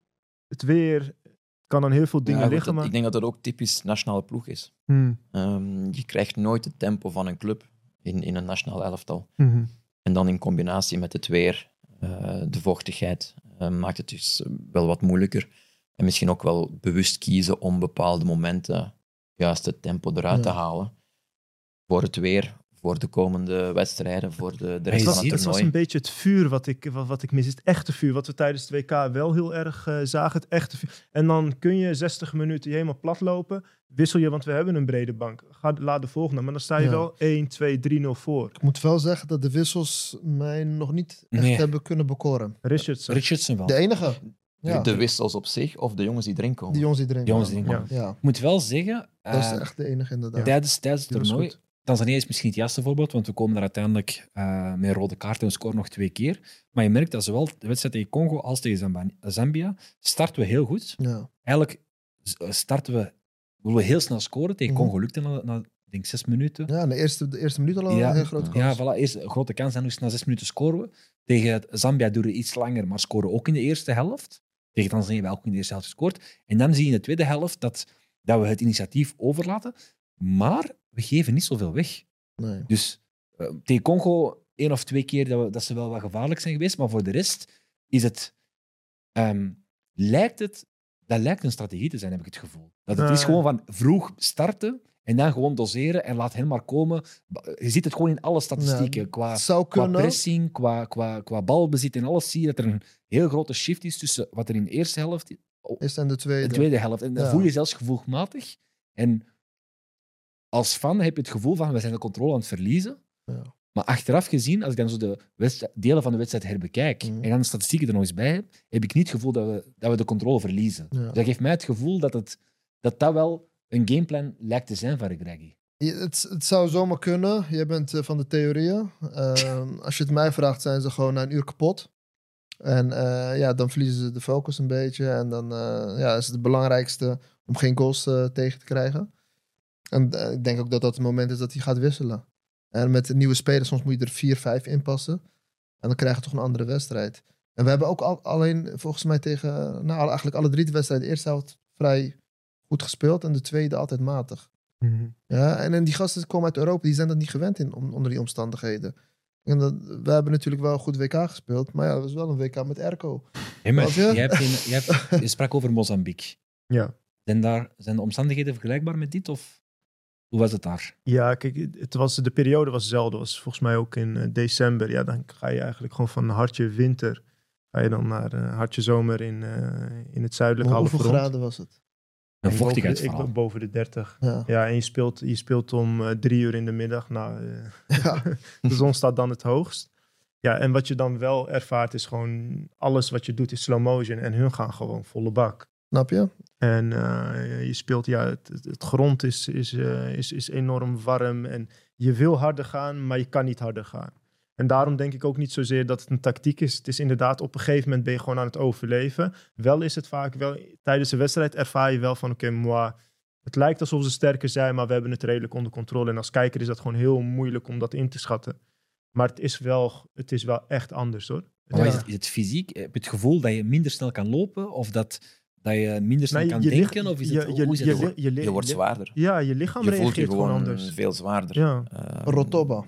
het weer kan aan heel veel dingen Ja, goed, liggen. dat- Maar... Ik denk dat dat ook typisch nationale ploeg is. Hmm. Um, je krijgt nooit het tempo van een club in, in een nationaal elftal. Mhm. En dan in combinatie met het weer, uh, de vochtigheid, uh, maakt het dus wel wat moeilijker. En misschien ook wel bewust kiezen om bepaalde momenten juist het tempo eruit Ja. te halen. Voor het weer, voor de komende wedstrijden, voor de, de je rest Het van was, het het was toernooi. een beetje het vuur wat ik, wat, wat ik mis. Het echte vuur, wat we tijdens het W K wel heel erg uh, zagen. Het echte vuur. En dan kun je zestig minuten je helemaal plat lopen. Wissel je, want we hebben een brede bank. Ga, laat de volgende. Maar dan sta je Ja. wel één, twee, drie nul voor. Ik moet wel zeggen dat de wissels mij nog niet echt Nee. hebben kunnen bekoren. Richardson. Richardson wel. De enige. Ja. De wissels op zich of de jongens die erin komen. Die jongens die erin Die jongens kwamen. die erin kwamen. Ja, Ik moet wel zeggen, dat is uh, echt de enige inderdaad. tijdens, tijdens het Die was toernooi, goed. Tanzania is misschien het juiste voorbeeld, want we komen daar uiteindelijk uh, met een rode kaart en we scoren nog twee keer. Maar je merkt dat zowel de wedstrijd tegen Congo als tegen Zamba- Zambia starten we heel goed. Ja. Eigenlijk starten we, willen we heel snel scoren. Tegen Mhm. Congo lukte na, na ik denk zes minuten. Ja, de eerste, de eerste minuut al een Ja, heel grote kans. Ja, voilà, eerst een grote kans en dus na zes minuten scoren we. Tegen Zambia duurde iets langer, maar scoren ook in de eerste helft. Tegen Tanzania hebben we ook in de eerste helft gescoord. En dan zie je in de tweede helft dat, dat we het initiatief overlaten, maar we geven niet zoveel weg. Nee. Dus uh, tegen Congo één of twee keer dat, we, dat ze wel wat gevaarlijk zijn geweest, maar voor de rest is het, um, lijkt het, dat lijkt een strategie te zijn, heb ik het gevoel. Dat het Uh. is gewoon van vroeg starten en dan gewoon doseren en laat hen maar komen. Je ziet het gewoon in alle statistieken. Ja, qua, het zou qua kunnen. pressing, qua, qua, qua balbezit en alles zie je dat er een heel grote shift is tussen wat er in de eerste helft Is en de tweede. de tweede helft. En dan Ja. voel je zelfs gevoelsmatig. En als fan heb je het gevoel van, we zijn de controle aan het verliezen. Ja. Maar achteraf gezien, als ik dan zo de wedstrijd- delen van de wedstrijd herbekijk Mhm. en dan de statistieken er nog eens bij heb, heb ik niet het gevoel dat we, dat we de controle verliezen. Ja. Dus dat geeft mij het gevoel dat, het, dat dat wel een gameplan lijkt te zijn van Regragui. Je- Het, het zou zomaar kunnen. Jij bent eh, van de theorieën. Ehm, als je het mij vraagt, zijn ze gewoon na een uur kapot. En eh, ja, dan verliezen ze de focus een beetje. En dan eh, ja, is het het belangrijkste om geen goals eh, tegen te krijgen. En eh, ik denk ook dat dat het moment is dat hij gaat wisselen. En met de nieuwe spelers, soms moet je er vier, vijf inpassen. En dan krijg je toch een andere wedstrijd. En we hebben ook al, alleen volgens mij tegen, nou eigenlijk alle drie de wedstrijden, de eerste helft vrij goed gespeeld. En de tweede altijd matig. Mhm. Ja, en, en die gasten komen uit Europa, die zijn dat niet gewend in, om, onder die omstandigheden. En dat, we hebben natuurlijk wel een goed W K gespeeld, maar ja, dat was wel een W K met Erco. Hey, maar Wat, ja? jij hebt een- jij hebt- je sprak over Mozambique. Ja. Zijn, daar, zijn de omstandigheden vergelijkbaar met dit? Of hoe was het daar? Ja, kijk, het was, de periode was hetzelfde. was volgens mij ook in uh, december. Ja, dan ga je eigenlijk gewoon van hartje winter... ga je dan naar uh, hartje zomer in, uh, in het zuidelijke halfrond. Hoeveel graden was het? Een vochtigheidsverhaal. Ik boven de dertig. Ja, ja en je speelt, je speelt om uh, drie uur in de middag. Nou, uh, ja. de zon staat dan het hoogst. Ja, en wat je dan wel ervaart is gewoon... alles wat je doet is slow motion. En hun gaan gewoon volle bak. Snap je? En uh, je speelt, ja, het, het grond is, is, uh, is, is enorm warm. En je wil harder gaan, maar je kan niet harder gaan. En daarom denk ik ook niet zozeer dat het een tactiek is. Het is inderdaad, op een gegeven moment ben je gewoon aan het overleven. Wel is het vaak wel, tijdens de wedstrijd ervaar je wel van, oké, okay, moi, het lijkt alsof ze sterker zijn, maar we hebben het redelijk onder controle. En als kijker is dat gewoon heel moeilijk om dat in te schatten. Maar het is wel, het is wel echt anders, hoor. Maar Ja. is, het, is het fysiek? Heb je het gevoel dat je minder snel kan lopen? Of dat, dat je minder snel Nee, kan je denken? ligt- Of is je- het, je- hoe is het? je- hoor? je- je- Je wordt je- zwaarder. Ja, je lichaam Je voelt je reageert gewoon gewoon anders. veel zwaarder. Ja. Uh, Rotoba.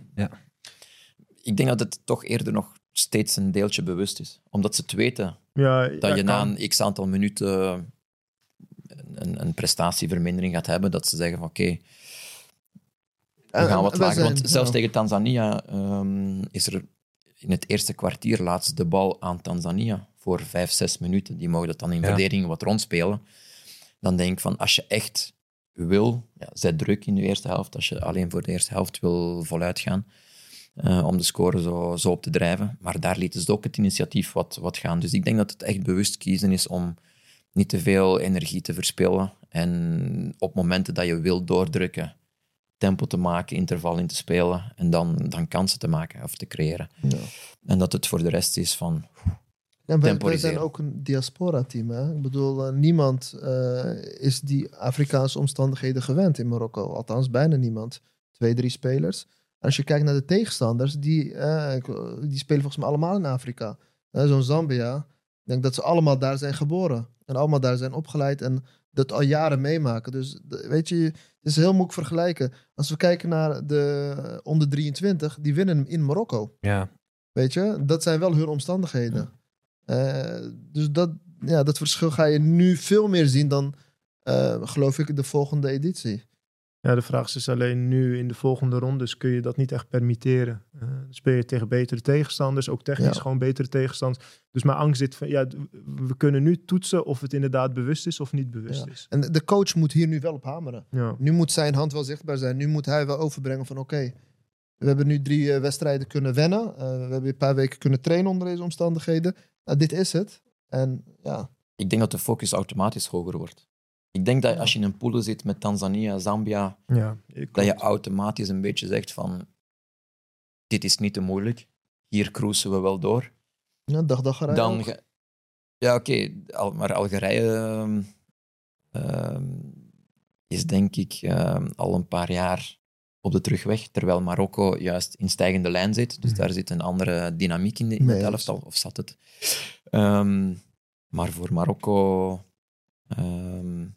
Ik denk dat het toch eerder nog steeds een deeltje bewust is. Omdat ze het weten Ja, dat ja, je na kan. een x-aantal minuten een, een prestatievermindering gaat hebben. Dat ze zeggen van oké, we En- gaan wat en wij lager. Want zijn- zelfs ja. tegen Tanzania um, is er in het eerste kwartier laatst de bal aan Tanzania voor vijf, zes minuten. Die mogen dat dan in Ja. verdediging wat rondspelen. Dan denk ik van, als je echt wil, ja, zet druk in de eerste helft. Als je alleen voor de eerste helft wil voluit gaan, uh, om de score zo, zo op te drijven. Maar daar lieten ze ook het initiatief wat, wat gaan. Dus ik denk dat het echt bewust kiezen is om niet te veel energie te verspillen. En op momenten dat je wil doordrukken, tempo te maken, interval in te spelen en dan, dan kansen te maken of te creëren. Ja. En dat het voor de rest is van... En wij, wij Temporiseren. zijn ook een diaspora-team. Hè? Ik bedoel, uh, niemand uh, is die Afrikaanse omstandigheden gewend in Marokko. Althans, bijna niemand. Twee, drie spelers. En als je kijkt naar de tegenstanders, die, uh, die spelen volgens mij allemaal in Afrika. Uh, Zo'n Zambia. Ik denk dat ze allemaal daar zijn geboren. En allemaal daar zijn opgeleid en dat al jaren meemaken. Dus de, weet je, het is heel moeilijk vergelijken. Als we kijken naar de onder drieëntwintig, die winnen in Marokko. Ja. Weet je, dat zijn wel hun omstandigheden. Uh, dus dat, ja, dat verschil ga je nu veel meer zien dan, uh, geloof ik, de volgende editie. Ja, de vraag is dus alleen nu in de volgende rondes kun je dat niet echt permitteren. Uh, dan speel je tegen betere tegenstanders, ook technisch Ja. gewoon betere tegenstanders. Dus mijn angst zit van, ja, d- we kunnen nu toetsen of het inderdaad bewust is of niet bewust Ja. is. En de coach moet hier nu wel op hameren. Ja. Nu moet zijn hand wel zichtbaar zijn. Nu moet hij wel overbrengen van oké, okay, we hebben nu drie uh, wedstrijden kunnen wennen. Uh, we hebben een paar weken kunnen trainen onder deze omstandigheden. Nou, dit is het. En ja, Ik denk dat de focus automatisch hoger wordt. Ik denk dat als je in een pool zit met Tanzania, Zambia, Ja, dat je automatisch een beetje zegt van dit is niet te moeilijk, hier cruisen we wel door. ja dag dag eruit. Dan ge- ja, oké, okay, al, maar Algerije uh, uh, is denk ik uh, al een paar jaar op de terugweg, terwijl Marokko juist in stijgende lijn zit. Dus Mhm. daar zit een andere dynamiek in, de, in Nee, het elftal, of zat het. Um, maar voor Marokko, um,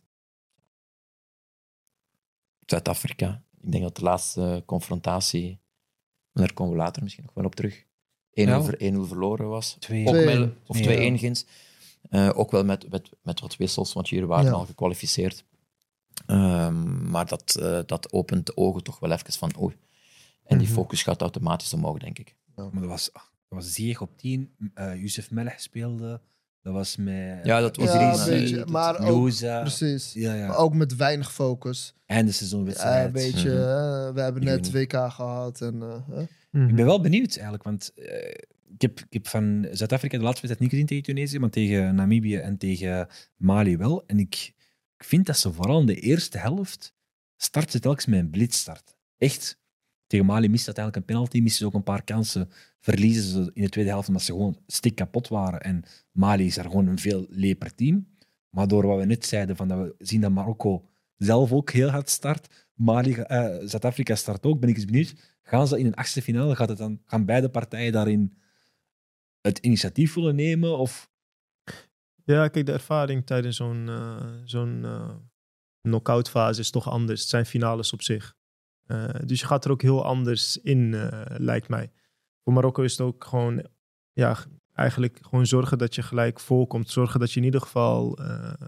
Zuid-Afrika, ik denk dat de laatste confrontatie, en daar komen we later misschien nog wel op terug, één nul, Ja. ver, één nul verloren was. Twee. Ook Twee-één. met, of Ja. twee-één ginds. Uh, ook wel met, met, met wat wissels, want jullie waren Ja. al gekwalificeerd. Um, maar dat, uh, dat opent de ogen toch wel even van oei. En die Mhm. focus gaat automatisch omhoog, denk ik. Maar dat was, dat was Ziyech op tien. Uh, Youssef Melech speelde. Dat was met... Ja, dat was Ja, Idrissi, een beetje, dat- maar ook, Louza. precies. Ja, ja. Maar ook met weinig focus. Einde Ja, seizoenwedstrijd. weet je, Mhm. uh, we hebben Ik net weet W K gehad. En, uh, huh? Mhm. Ik ben wel benieuwd eigenlijk, want uh, ik, heb, ik heb van Zuid-Afrika de laatste wedstrijd niet gezien tegen Tunesië, maar tegen Namibië en tegen Mali wel. En ik, ik vind dat ze vooral in de eerste helft start ze telkens met een blitzstart. Echt. Tegen Mali mist uiteindelijk een penalty, missen ze ook een paar kansen, verliezen ze in de tweede helft omdat ze gewoon stik kapot waren. En Mali is er gewoon een veel leper team. Maar door wat we net zeiden, van dat we zien dat Marokko zelf ook heel hard start, Mali, uh, Zuid-Afrika start ook, ben ik eens benieuwd. Gaan ze in een achtste finale, gaat het dan, gaan beide partijen daarin het initiatief willen nemen? Of... Ja, kijk, de ervaring tijdens zo'n uh, zo'n uh, knock-out fase is toch anders. Het zijn finales op zich. Uh, dus je gaat er ook heel anders in, uh, lijkt mij. Voor Marokko is het ook gewoon, ja, eigenlijk gewoon zorgen dat je gelijk voorkomt. Zorgen dat je in ieder geval uh,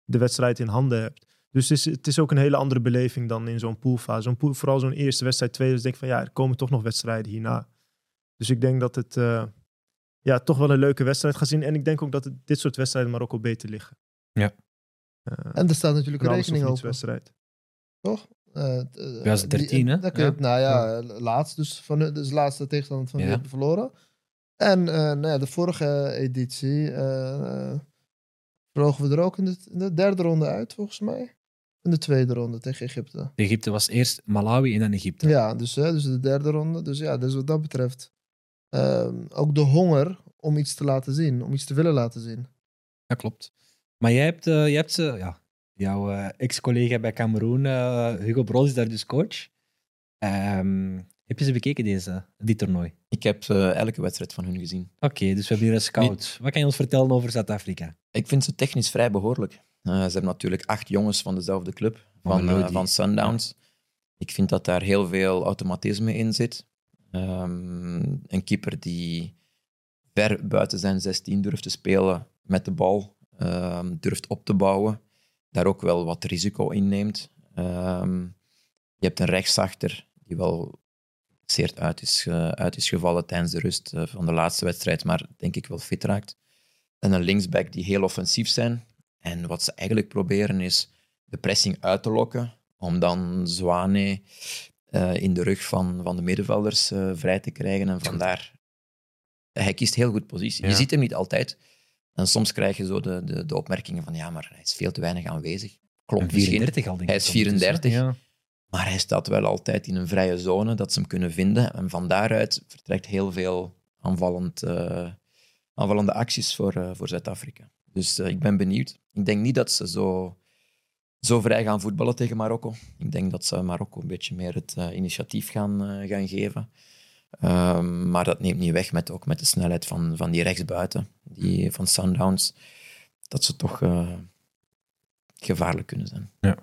de wedstrijd in handen hebt. Dus het is, het is ook een hele andere beleving dan in zo'n poolfase. Zo'n pool, vooral zo'n eerste wedstrijd, tweede, dus denk ik van ja, er komen toch nog wedstrijden hierna. Dus ik denk dat het uh, ja, toch wel een leuke wedstrijd gaat zien. En ik denk ook dat het, dit soort wedstrijden Marokko beter liggen. Ja. Uh, en er staat natuurlijk een rekening over. wedstrijd. Toch? Uh, twintig dertien, hè? Dan kun je, ja. Nou ja, ja. laatst dus. Van, dus de laatste tegenstander van ja. die hebben verloren. En uh, nou ja, de vorige editie uh, vlogen we er ook in de, in de derde ronde uit, volgens mij. In de tweede ronde tegen Egypte. Egypte was eerst Malawi en dan Egypte. Ja, dus, hè, dus de derde ronde. Dus ja, dus wat dat betreft uh, ook de honger om iets te laten zien. Om iets te willen laten zien. Ja, klopt. Maar jij hebt, uh, jij hebt uh, ja, jouw uh, ex-collega bij Cameroen, uh, Hugo Broos, is daar dus coach. Um, heb je ze bekeken, deze, dit toernooi? Ik heb uh, elke wedstrijd van hun gezien. Oké, okay, dus we hebben hier een scout. Nee. Wat kan je ons vertellen over Zuid-Afrika? Ik vind ze technisch vrij behoorlijk. Uh, ze hebben natuurlijk acht jongens van dezelfde club, van, uh, van Sundowns. Ja. Ik vind dat daar heel veel automatisme in zit. Um, een keeper die ver buiten zijn zestien durft te spelen met de bal, um, durft op te bouwen, daar ook wel wat risico in neemt. Um, je hebt een rechtsachter die wel zeer uit is, uh, uit is gevallen tijdens de rust uh, van de laatste wedstrijd, maar denk ik wel fit raakt. En een linksback die heel offensief zijn. En wat ze eigenlijk proberen is de pressing uit te lokken, om dan Zwane uh, in de rug van, van de middenvelders uh, vrij te krijgen. En vandaar, hij kiest heel goed positie. Ja. Je ziet hem niet altijd. En soms krijg je zo de, de, de opmerkingen van ja, maar hij is veel te weinig aanwezig. Klopt vierendertig al, denk ik. Hij is vierendertig. Ja. Maar hij staat wel altijd in een vrije zone, dat ze hem kunnen vinden. En van daaruit vertrekt heel veel aanvallend, uh, aanvallende acties voor, uh, voor Zuid-Afrika. Dus uh, ik ben benieuwd. Ik denk niet dat ze zo, zo vrij gaan voetballen tegen Marokko. Ik denk dat ze Marokko een beetje meer het uh, initiatief gaan, uh, gaan geven. Um, maar dat neemt niet weg met, ook met de snelheid van, van die rechtsbuiten, die, van Sundowns, dat ze toch uh, gevaarlijk kunnen zijn. Ja.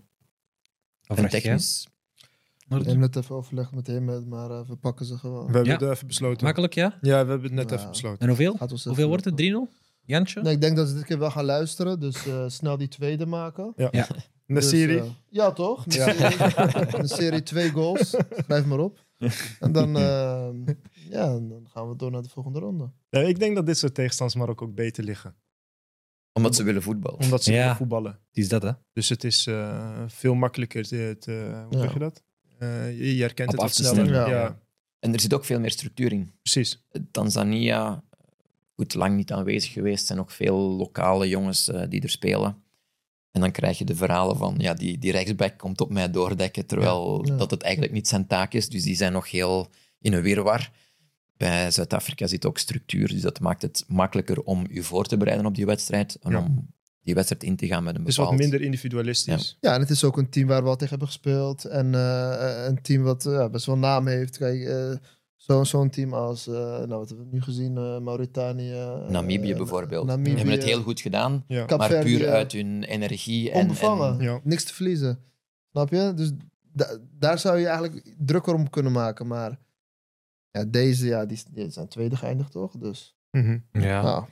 En technisch... We hebben net even overlegd met hem, maar uh, we pakken ze gewoon. We hebben ja. het even besloten. Makkelijk, ja? Ja, we hebben het net ja. even besloten. En hoeveel? Hoeveel wordt het? drie nul? Jantje? Nee, ik denk dat ze dit keer wel gaan luisteren, dus uh, snel die tweede maken. Ja. ja. Een dus, serie? Uh, ja, toch? Een serie, een serie twee goals. Schrijf maar op. En dan, uh, ja, dan gaan we door naar de volgende ronde. Ja, ik denk dat dit soort tegenstanders maar ook, ook beter liggen. Omdat ze willen voetballen. Omdat ze ja. willen voetballen. Het is dat, hè? Dus het is uh, veel makkelijker te, te hoe ja. zeg je dat? Uh, je, je herkent Op het wat sneller. Ja. Ja. En er zit ook veel meer structuur in. Precies. Tanzania, goed, lang niet aanwezig geweest, zijn ook veel lokale jongens uh, die er spelen. En dan krijg je de verhalen van, ja, die, die rechtsback komt op mij doordekken, terwijl ja. dat het eigenlijk niet zijn taak is. Dus die zijn nog heel in een wirwar. Bij Zuid-Afrika zit ook structuur, dus dat maakt het makkelijker om je voor te bereiden op die wedstrijd en ja. om die wedstrijd in te gaan met een bepaald... Het is wat minder individualistisch. Ja. ja, en het is ook een team waar we al tegen hebben gespeeld. En uh, een team wat uh, best wel naam heeft. Kijk, uh, zo, zo'n team als, uh, nou, wat hebben we nu gezien, uh, Mauritanië. Uh, Namibië bijvoorbeeld. Namibië. Die hebben het heel goed gedaan, ja. maar Verdi, puur uit hun energie. En, onbevangen, en... Ja. niks te verliezen. Snap je? Dus da- daar zou je eigenlijk drukker om kunnen maken. Maar ja, deze, ja, die, die zijn tweede geëindigd, toch? Dus, mm-hmm. ja. Nou.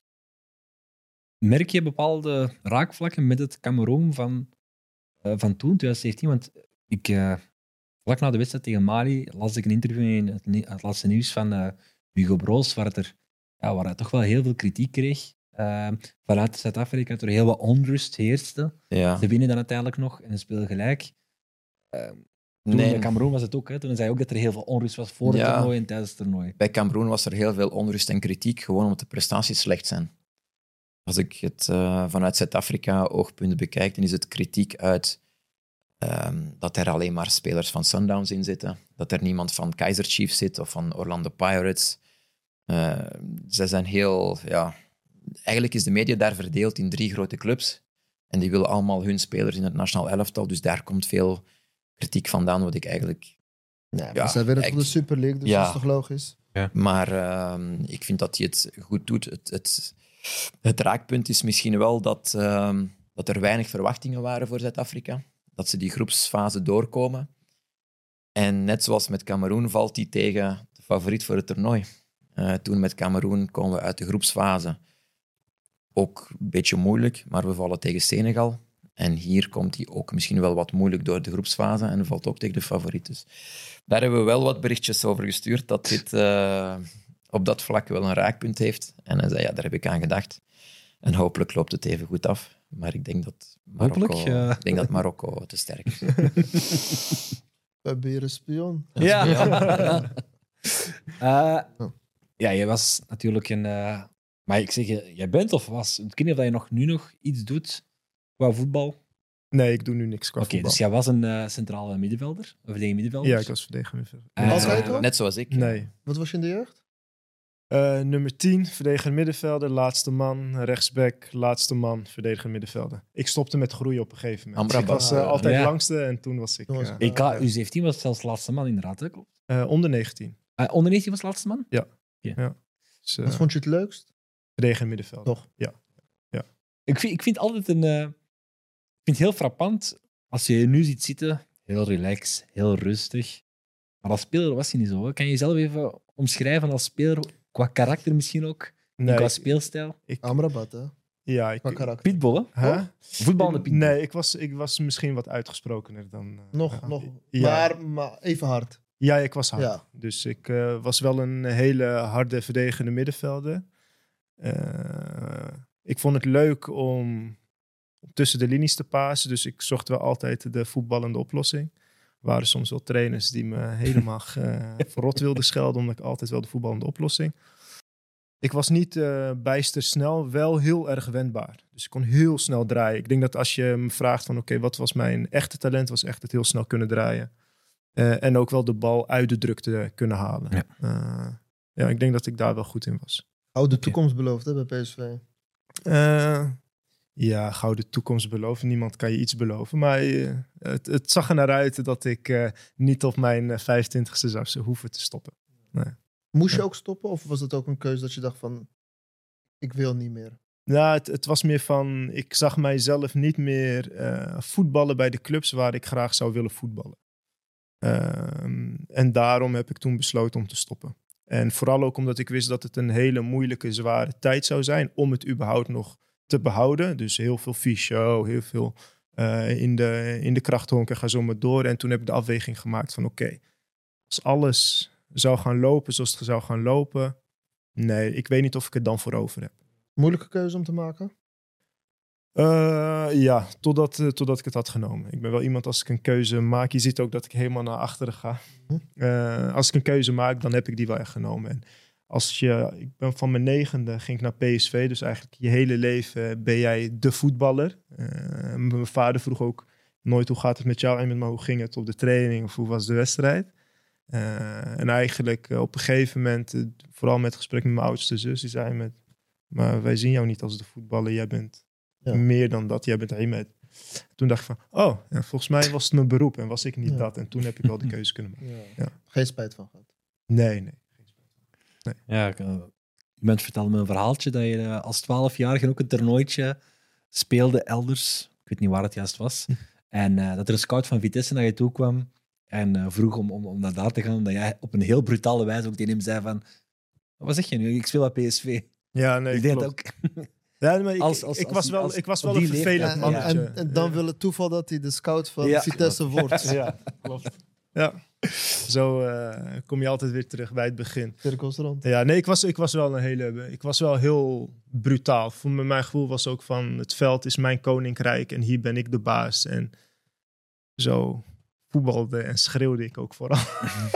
Merk je bepaalde raakvlakken met het Cameroen van, uh, van toen, twintig zeventien? Want ik, uh, vlak na de wedstrijd tegen Mali las ik een interview in het, nie- het laatste nieuws van uh, Hugo Broos, waar, het er, ja, waar hij toch wel heel veel kritiek kreeg. Uh, vanuit Zuid-Afrika, dat er heel wat onrust heerste. Ja. Ze winnen dan uiteindelijk nog en ze spelen gelijk. Uh, toen Nee. bij Cameroen was het ook. Hè. Toen zei hij ook dat er heel veel onrust was voor het Ja. toernooi en tijdens het toernooi. Bij Cameroen was er heel veel onrust en kritiek, gewoon omdat de prestaties slecht zijn. Als ik het uh, vanuit Zuid-Afrika-oogpunten bekijk, dan is het kritiek uit um, dat er alleen maar spelers van Sundowns in zitten, dat er niemand van Kaizer Chiefs zit of van Orlando Pirates. Uh, ze zijn heel... Ja, eigenlijk is de media daar verdeeld in drie grote clubs en die willen allemaal hun spelers in het nationaal elftal, dus daar komt veel kritiek vandaan, wat ik eigenlijk... Ja, maar ja, zij winnen toch de Super League, dus ja, dat is toch logisch? Ja. Maar uh, ik vind dat hij het goed doet. Het, het, het raakpunt is misschien wel dat, uh, dat er weinig verwachtingen waren voor Zuid-Afrika. Dat ze die groepsfase doorkomen. En net zoals met Cameroen valt hij tegen de favoriet voor het toernooi. Uh, toen met Cameroen komen we uit de groepsfase. ook een beetje moeilijk, maar we vallen tegen Senegal. En hier komt hij ook misschien wel wat moeilijk door de groepsfase en valt ook tegen de favoriet. Dus daar hebben we wel wat berichtjes over gestuurd, dat dit uh, op dat vlak wel een raakpunt heeft. En hij zei, ja, daar heb ik aan gedacht. En hopelijk loopt het even goed af. Maar ik denk dat Marokko, Hopelijk, ja. ik denk dat Marokko te sterk is. We hebben hier een spion. Ja. Ja. uh, ja, jij was natuurlijk een... Uh, maar ik zeg, jij bent of was... Ik weet niet of je nog, nu nog iets doet qua voetbal. Nee, ik doe nu niks qua Oké, okay, voetbal. dus jij was een uh, centrale middenvelder? Of verdedigende middenvelder? Ja, ik was verdedigende middenvelder. Uh, Altijd al? Net zoals ik. Nee. Wat was je in de jeugd? Uh, nummer tien, verdedigende middenvelder, laatste man, rechtsback, laatste man, verdedigende middenvelder. Ik stopte met groeien op een gegeven moment. Dus ik was uh, altijd ja. langste en toen was ik... Toen was Uh, E K U zeventien was zelfs laatste man, inderdaad. Hè? Klopt. uh, onder negentien. Uh, onder negentien was laatste man? Ja. Okay. ja. Dus, uh, Wat vond je het leukst? verdedigende middenvelder. Toch? Ja. ja. Ik vind, ik vind altijd een... Uh, ik vind het heel frappant als je je nu ziet zitten. Heel relaxed, heel rustig. Maar als speler was hij niet zo. Hè? Kan je jezelf even omschrijven als speler? Qua karakter misschien ook? Nee, qua speelstijl? Ik, Amrabat, hè? ja, ik... Qua karakter. Pitbull, hè? Huh? Oh? Voetballende pitbull. Nee, ik was, ik was misschien wat uitgesprokener dan... Uh, Nog, uh, nog. Ja. Maar, maar even hard. Ja, ik was hard. Ja. Dus ik uh, was wel een hele harde verdedigende middenvelder. Uh, ik vond het leuk om tussen de linies te pasen. Dus ik zocht wel altijd de voetballende oplossing. Er waren soms wel trainers die me helemaal uh, verrot wilden schelden, omdat ik altijd wel de voetballende oplossing. Ik was niet uh, bijster snel, wel heel erg wendbaar. Dus ik kon heel snel draaien. Ik denk dat als je me vraagt van oké, okay, wat was mijn echte talent, was echt het heel snel kunnen draaien. Uh, en ook wel de bal uit de drukte kunnen halen. Ja. Uh, ja, ik denk dat ik daar wel goed in was. Oude toekomst beloofd, hè, bij P S V. Uh, ja, gouden toekomst beloven. Niemand kan je iets beloven. Maar uh, het, het zag er naar uit dat ik uh, niet op mijn vijfentwintigste zou hoeven te stoppen. Nee. Moest je ook stoppen? Of was het ook een keuze dat je dacht van... Ik wil niet meer? Nou, het, het was meer van... Ik zag mijzelf niet meer uh, voetballen bij de clubs waar ik graag zou willen voetballen. Uh, en daarom heb ik toen besloten om te stoppen. En vooral ook omdat ik wist dat het een hele moeilijke, zware tijd zou zijn om het überhaupt nog te behouden. Dus heel veel fysio, heel veel uh, in de, in de krachthonk, ga zo maar door. En toen heb ik de afweging gemaakt van oké, okay, als alles zou gaan lopen zoals het zou gaan lopen, nee, ik weet niet of ik het dan voor over heb. Moeilijke keuze om te maken? Uh, ja, totdat, uh, totdat ik het had genomen. Ik ben wel iemand, als ik een keuze maak, je ziet ook dat ik helemaal naar achteren ga. Uh, als ik een keuze maak, dan heb ik die wel echt genomen. En als je, ik ben van mijn negende, ging ik naar P S V, dus eigenlijk je hele leven ben jij de voetballer. Uh, mijn vader vroeg ook nooit hoe gaat het met jou en maar hoe ging het op de training of hoe was de wedstrijd. Uh, en eigenlijk uh, op een gegeven moment, uh, vooral met gesprek met mijn oudste zus, die zei met, maar wij zien jou niet als de voetballer, jij bent ja. meer dan dat, jij bent Ahmed. Toen dacht ik van, oh, ja, volgens mij was het mijn beroep en was ik niet ja. dat. En toen heb ik wel de keuze kunnen maken. Ja. Ja. Geen spijt van gehad? Nee, nee. Geen spijt van. nee. Ja, ik, uh, iemand vertelde me een verhaaltje dat je uh, als twaalfjarige ook een toernooitje speelde elders. Ik weet niet waar het juist was. Hm. En uh, dat er een scout van Vitesse naar je toe kwam en uh, vroeg om, om, om naar daar te gaan. Dat jij op een heel brutale wijze ook tegen hem zei van, wat zeg je nu? Ik speel bij P S V. Ja, nee, ik denk dat ook... Ja, maar ik, als, als, ik als, was wel, als, ik was wel een vervelend mannetje. En, en dan ja. wil het toeval dat hij de scout van ja. Vitesse wordt. Ja, klopt. Ja. Zo uh, kom je altijd weer terug bij het begin. Cirkels rond. Ja, nee, ik was, ik was wel een hele... Ik was wel heel brutaal. Voor me, mijn gevoel was ook van, het veld is mijn koninkrijk en hier ben ik de baas. En zo voetbalde en schreeuwde ik ook vooral.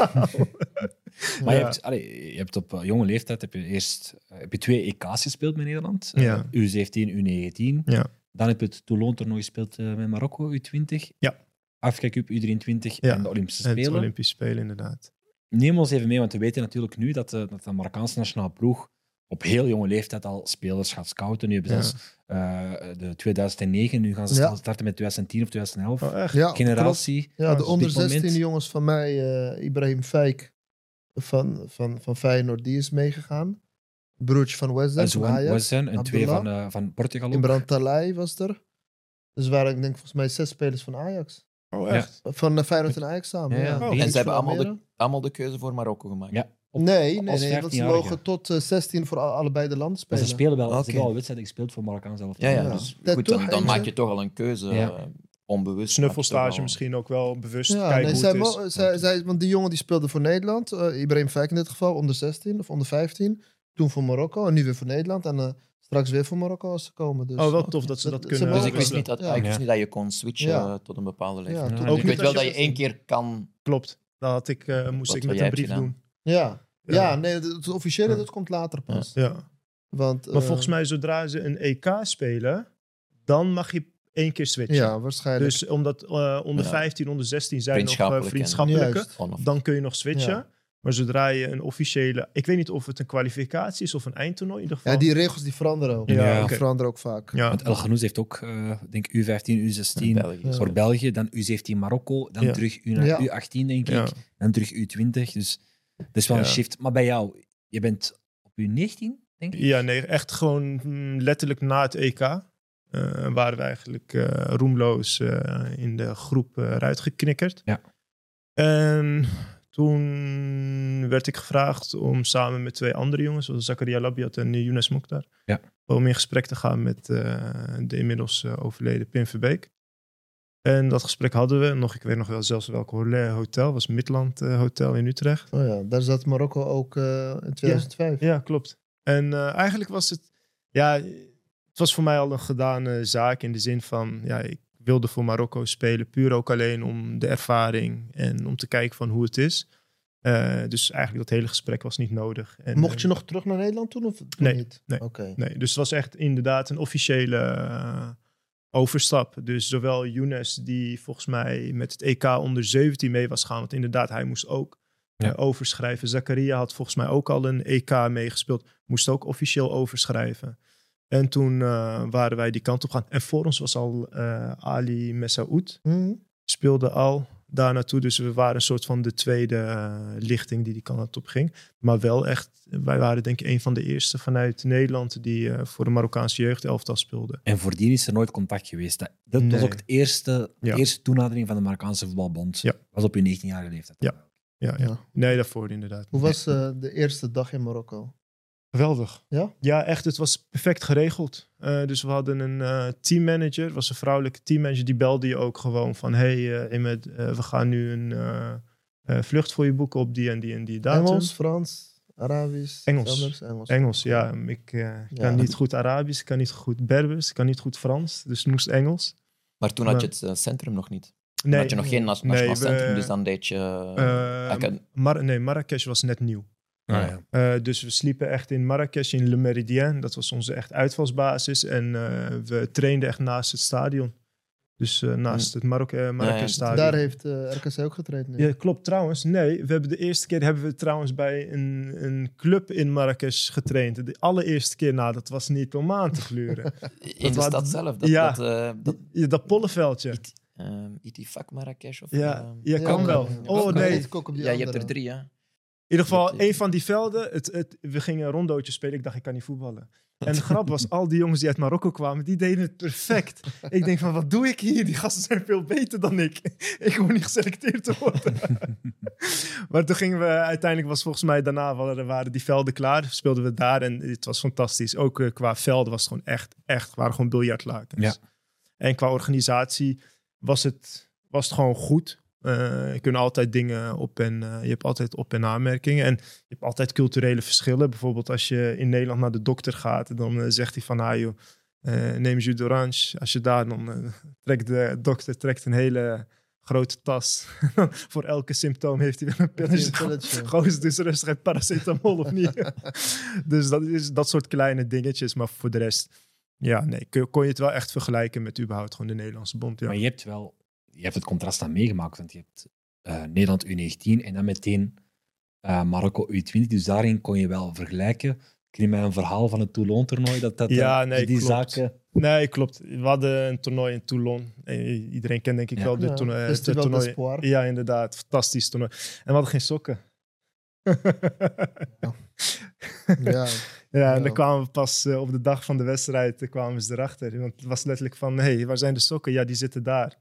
Maar ja. je, hebt, allee, je hebt op uh, jonge leeftijd heb je eerst uh, heb je twee E K's gespeeld met Nederland. Uh, ja. U zeventien, U negentien. Ja. Dan heb je het Toulon-toernooi gespeeld uh, met Marokko, U twintig. Ja. Afrika Cup, U drieëntwintig ja. en de Olympische en Spelen. De Olympische Spelen, inderdaad. Neem ons even mee, want we weten natuurlijk nu dat de, dat de Marokkaanse nationale ploeg op heel jonge leeftijd al spelers gaat scouten. Nu hebben ze ja. zelfs uh, de tweeduizend negen, nu gaan ze ja. starten met twintig tien of twintig elf. Oh, echt? Ja, generatie. Ja, de onder zestien jongens van mij, uh, Ibrahim Fijk van, van, van Feyenoord, die is meegegaan. Broertje van Wesden, van Ajax. Wesden en twee van, uh, van Portugal ook. Imran Talay was er. Dus waren, ik denk volgens mij zes spelers van Ajax. Oh, echt? Van uh, Feyenoord en Ajax samen. Ja, Ja, ja. ja. Oh. En Iets ze hebben van allemaal de, Almere. allemaal de keuze voor Marokko gemaakt. Ja. Op, Nee, nee, als nee, want ze vijftienjarige. mogen tot uh, zestien voor a- allebei de landen Maar spelen. ze spelen wel, ze Oké. hebben al wedstrijden gespeeld voor Marokkaan zelf. Ja, ja, Ja. dus Dat goed, toch dan, dan eentje? maak je toch al een keuze, Ja. uh, onbewust. Snuffelstage maak je toch al- misschien ook wel bewust. Ja, kijken nee, hoe zij, het is. mo- zij, zij, want die jongen die speelde voor Nederland, uh, Ibrahim Fijk in dit geval, onder zestien of onder vijftien. Toen voor Marokko en nu weer voor Nederland. En uh, straks weer voor Marokko als ze komen. Dus, Oh, wel tof dat ze dat ze kunnen. Dus mogen ik wist, wel. niet dat, Ja. ik wist Ja. niet dat je kon switchen Ja. uh, tot een bepaalde leeftijd. Ja, Ja. tot- Ook ik niet weet wel als dat je- je één keer kan... Klopt. Dat had ik, uh, moest Wat ik jij met een hebt brief gedaan. doen. Ja, ja. Ja. nee, het, het officiële Ja. dat komt later pas. Ja. Want, Maar uh, volgens mij, zodra ze een E K spelen, dan mag je één keer switchen. Ja, waarschijnlijk. Dus omdat uh, onder Ja. vijftien, onder zestien zijn nog uh, Vriendschappelijk en- vriendschappelijke, Juist. On of- dan kun je nog switchen. Ja. Maar zodra je een officiële... Ik weet niet of het een kwalificatie is of een eindtoernooi in ieder geval. Ja, die regels die veranderen ook. Ja, die oké. veranderen ook vaak. Ja. Want El Ghanouz heeft ook, uh, denk U vijftien, U zestien België. Ja. voor België, dan U zeventien Marokko, dan Ja. terug U, Ja. U achttien, denk ik, Ja. dan terug U twintig. Dus dat is wel Ja. een shift. Maar bij jou, je bent op U negentien, denk ik? Ja, nee, echt gewoon mm, letterlijk na het E K uh, waren we eigenlijk uh, roemloos uh, in de groep uh, eruit geknikkerd. Ja. En toen werd ik gevraagd om samen met twee andere jongens, zoals Zakaria Labiat en Younes Mokhtar, Ja. om in gesprek te gaan met uh, de inmiddels uh, overleden Pim Verbeek. En dat gesprek hadden we nog, ik weet nog wel zelfs welk hotel, was Midland uh, Hotel in Utrecht. Oh ja, daar zat Marokko ook uh, in tweeduizend vijf. Ja, klopt. En uh, eigenlijk was het, ja, het was voor mij al een gedane zaak in de zin van, ja, ik wilde voor Marokko spelen, puur ook alleen om de ervaring en om te kijken van hoe het is. Uh, dus eigenlijk dat hele gesprek was niet nodig. En, Mocht je nog terug naar Nederland toen of toen Nee, niet? nee. Okay. Nee, dus het was echt inderdaad een officiële uh, overstap. Dus zowel Younes, die volgens mij met het E K onder zeventien mee was gaan, want inderdaad, hij moest ook ja. uh, overschrijven. Zakaria had volgens mij ook al een E K meegespeeld, moest ook officieel overschrijven. En toen uh, waren wij die kant op gaan. En voor ons was al uh, Ali Messaoud, Mm-hmm. speelde al daar naartoe. Dus we waren een soort van de tweede uh, lichting die die kant op ging. Maar wel echt, wij waren denk ik een van de eerste vanuit Nederland die uh, voor de Marokkaanse jeugdelftal speelde. En voordien is er nooit contact geweest. Dat, dat Nee. was ook de eerste, Ja. de eerste toenadering van de Marokkaanse voetbalbond. Ja. Was op je negentienjarige leeftijd. Ja. Ja, ja. Ja. Nee, daarvoor inderdaad. Hoe was uh, de eerste dag in Marokko? Geweldig. Ja? Ja, echt. Het was perfect geregeld. Uh, dus we hadden een uh, teammanager. Het was een vrouwelijke teammanager. Die belde je ook gewoon van... Hey, uh, Imad, uh, we gaan nu een uh, uh, vlucht voor je boeken op die en die en die datum. Engels, Frans, Arabisch? Engels. Anders? Engels. Engels, ja. Ik uh, Ja. kan niet goed Arabisch, ik kan niet goed Berbers, ik kan niet goed Frans. Dus het moest Engels. Maar toen had je het uh, centrum nog niet. Toen Nee, had je nog geen nas- nationaal Nee, we- centrum, dus dan deed je... uh, acad- Mar- nee, Marrakesh was net nieuw. Ah, ja. Uh, dus we sliepen echt in Marrakesh, in Le Méridien. Dat was onze echt uitvalsbasis. En uh, we trainden echt naast het stadion. Dus uh, naast het Marok- uh, Marrakesh-stadion. Daar heeft uh, R K C ook getraind nu. Ja, klopt trouwens. Nee, we hebben de eerste keer hebben we trouwens bij een, een club in Marrakesh getraind. De allereerste keer, nou, dat was niet om aan te gluren. in de was- stad zelf. Dat, ja. dat, uh, dat, Ja, dat pollenveldje. It- um, Itifak Marrakesh? Of, Ja, uh, ja, kan Ja, wel. ja. Oh Ook nee. op- ook op die ja, je hebt andere. er drie, hè? In ieder geval, Dat, uh, een van die velden, het, het, we gingen een rondootje spelen. Ik dacht, ik kan niet voetballen. En de grap was, al die jongens die uit Marokko kwamen, die deden het perfect. Ik denk van, wat doe ik hier? Die gasten zijn veel beter dan ik. Ik hoef niet geselecteerd te worden. Maar toen gingen we, uiteindelijk was volgens mij daarna, waren, waren die velden klaar. Speelden we daar en het was fantastisch. Ook uh, qua velden was het gewoon echt, echt, waren gewoon biljartlakens. Ja. En qua organisatie was het, was het gewoon goed. Uh, je kunt altijd dingen op en uh, je hebt altijd op- en aanmerkingen. En je hebt altijd culturele verschillen. Bijvoorbeeld als je in Nederland naar de dokter gaat, dan uh, zegt hij van, ah joh, uh, neem jus d'orange. Als je daar dan uh, trekt de dokter trekt een hele grote tas. Voor elke symptoom heeft hij wel een pilletje. Een pilletje. Goos, dus rustig uit paracetamol of niet. Dus dat is dat soort kleine dingetjes. Maar voor de rest, ja, nee, kun- kon je het wel echt vergelijken met überhaupt gewoon de Nederlandse bond. Ja. Maar je hebt wel je hebt het contrast dan meegemaakt. Want je hebt uh, Nederland U negentien en dan meteen uh, Marokko U twintig. Dus daarin kon je wel vergelijken. Ik neem mij een verhaal van het Toulon-toernooi. Dat, dat, Ja, uh, nee, die klopt. zaken... Nee, klopt. We hadden een toernooi in Toulon. Eh, Iedereen kent denk ik Ja. wel de Ja, toernooi. het Festival toernooi. d'Espoir. Ja, inderdaad. Fantastisch toernooi. En we hadden geen sokken. Ja. Ja, en Ja. dan kwamen we pas uh, op de dag van de wedstrijd uh, kwamen ze erachter. Want het was letterlijk van, hé, hey, waar zijn de sokken? Ja, die zitten daar.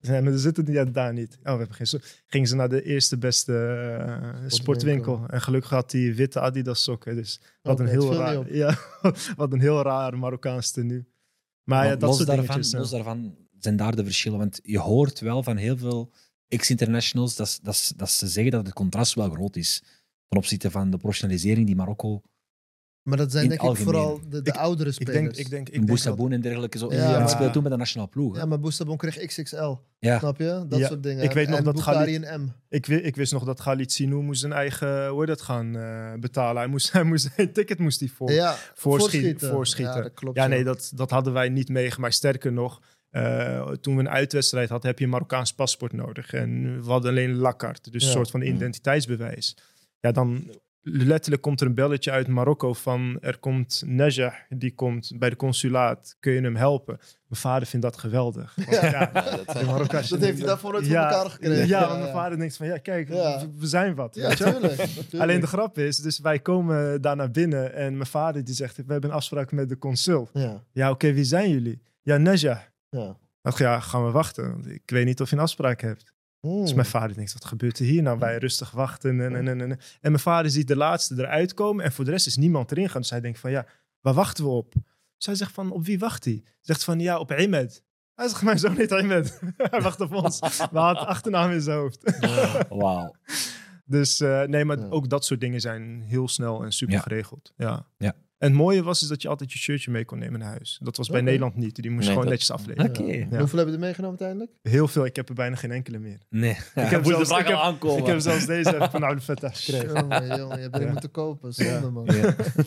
Nee, maar ze zitten ja, daar niet. Oh, we hebben geen so- Gingen ze naar de eerste beste uh, sportwinkel. En gelukkig had die witte Adidas sokken. Dus wat, Okay, een heel raar, ja, wat een heel raar Marokkaans tenue. Maar Maar ja, dat los, soort daarvan, dingetjes. los daarvan zijn daar de verschillen. Want je hoort wel van heel veel ex-internationals dat, dat, dat ze zeggen dat het contrast wel groot is ten opzichte van de professionalisering die Marokko... Maar dat zijn In denk ik algemeen. vooral de, de Ik- oudere Ik spelers. denk, ik denk, ik In denk dat, Boussaboun en dergelijke. Zo. Ja, Ja, maar- speelde toen met de nationale ploeg. Hè? Ja, maar Boustabon kreeg X X L. Ja. Snap je? Dat Ja, soort dingen. ik weet nog en dat Boukari Khalid- een M. ik, wi- ik wist nog dat Khalid Sinou moest zijn eigen, hoe heet dat gaan uh, betalen. Hij moest, hij moest een ticket moest hij voor. Ja, voorschieten. voorschieten. Ja, dat klopt. Ja, zo. nee, dat, dat hadden wij niet meegemaakt. Sterker nog, uh, toen we een uitwedstrijd hadden, heb je een Marokkaans paspoort nodig. En we hadden alleen lakkaart, dus Ja. een soort van identiteitsbewijs. Ja, dan letterlijk komt er een belletje uit Marokko van er komt Najah, die komt bij de consulaat, kun je hem helpen? Mijn vader vindt dat geweldig. Want, Ja. ja, dat, de Marokkaanse- Dat heeft hij daarvoor nooit Ja, voor elkaar gekregen. Ja, want mijn vader denkt van ja, kijk, Ja. we, we zijn wat. Ja, weet je? natuurlijk. natuurlijk. Alleen de grap is, dus wij komen daar naar binnen en mijn vader die zegt, we hebben een afspraak met de consul. Ja, Ja, oké, wie zijn jullie? Ja, Najah. ja. dacht, ja, gaan we wachten. Want ik weet niet of je een afspraak hebt. Mm. Dus mijn vader denkt, wat gebeurt er hier nou? Wij rustig wachten. En, en, en, en. en mijn vader ziet de laatste eruit komen. En voor de rest is niemand erin gaan. Dus hij denkt van, ja, waar wachten we op? Dus hij zegt van, op wie wacht hij? Hij zegt van, ja, op Ahmed. Hij zegt, mijn zoon heet Ahmed. Hij wacht op ons. Maar hij had achternaam in zijn hoofd. Wauw. Dus uh, nee, maar Ja. ook dat soort dingen zijn heel snel en super Ja. geregeld. Ja. Ja. En het mooie was is dat je altijd je shirtje mee kon nemen naar huis. Dat was bij Oké. Nederland niet. Die moest Nee, gewoon dat- netjes afleveren. Oké. Ja. Hoeveel heb je er meegenomen uiteindelijk? Heel veel. Ik heb er bijna geen enkele meer. Nee. Ik heb, Moet de zelfs, vraag ik, heb, al aankomen. ik heb zelfs deze even van Abdel Fattah gekregen. Jongen, jongen, je hebt er Ja. moeten kopen. Zonde, Ja. man. Ja.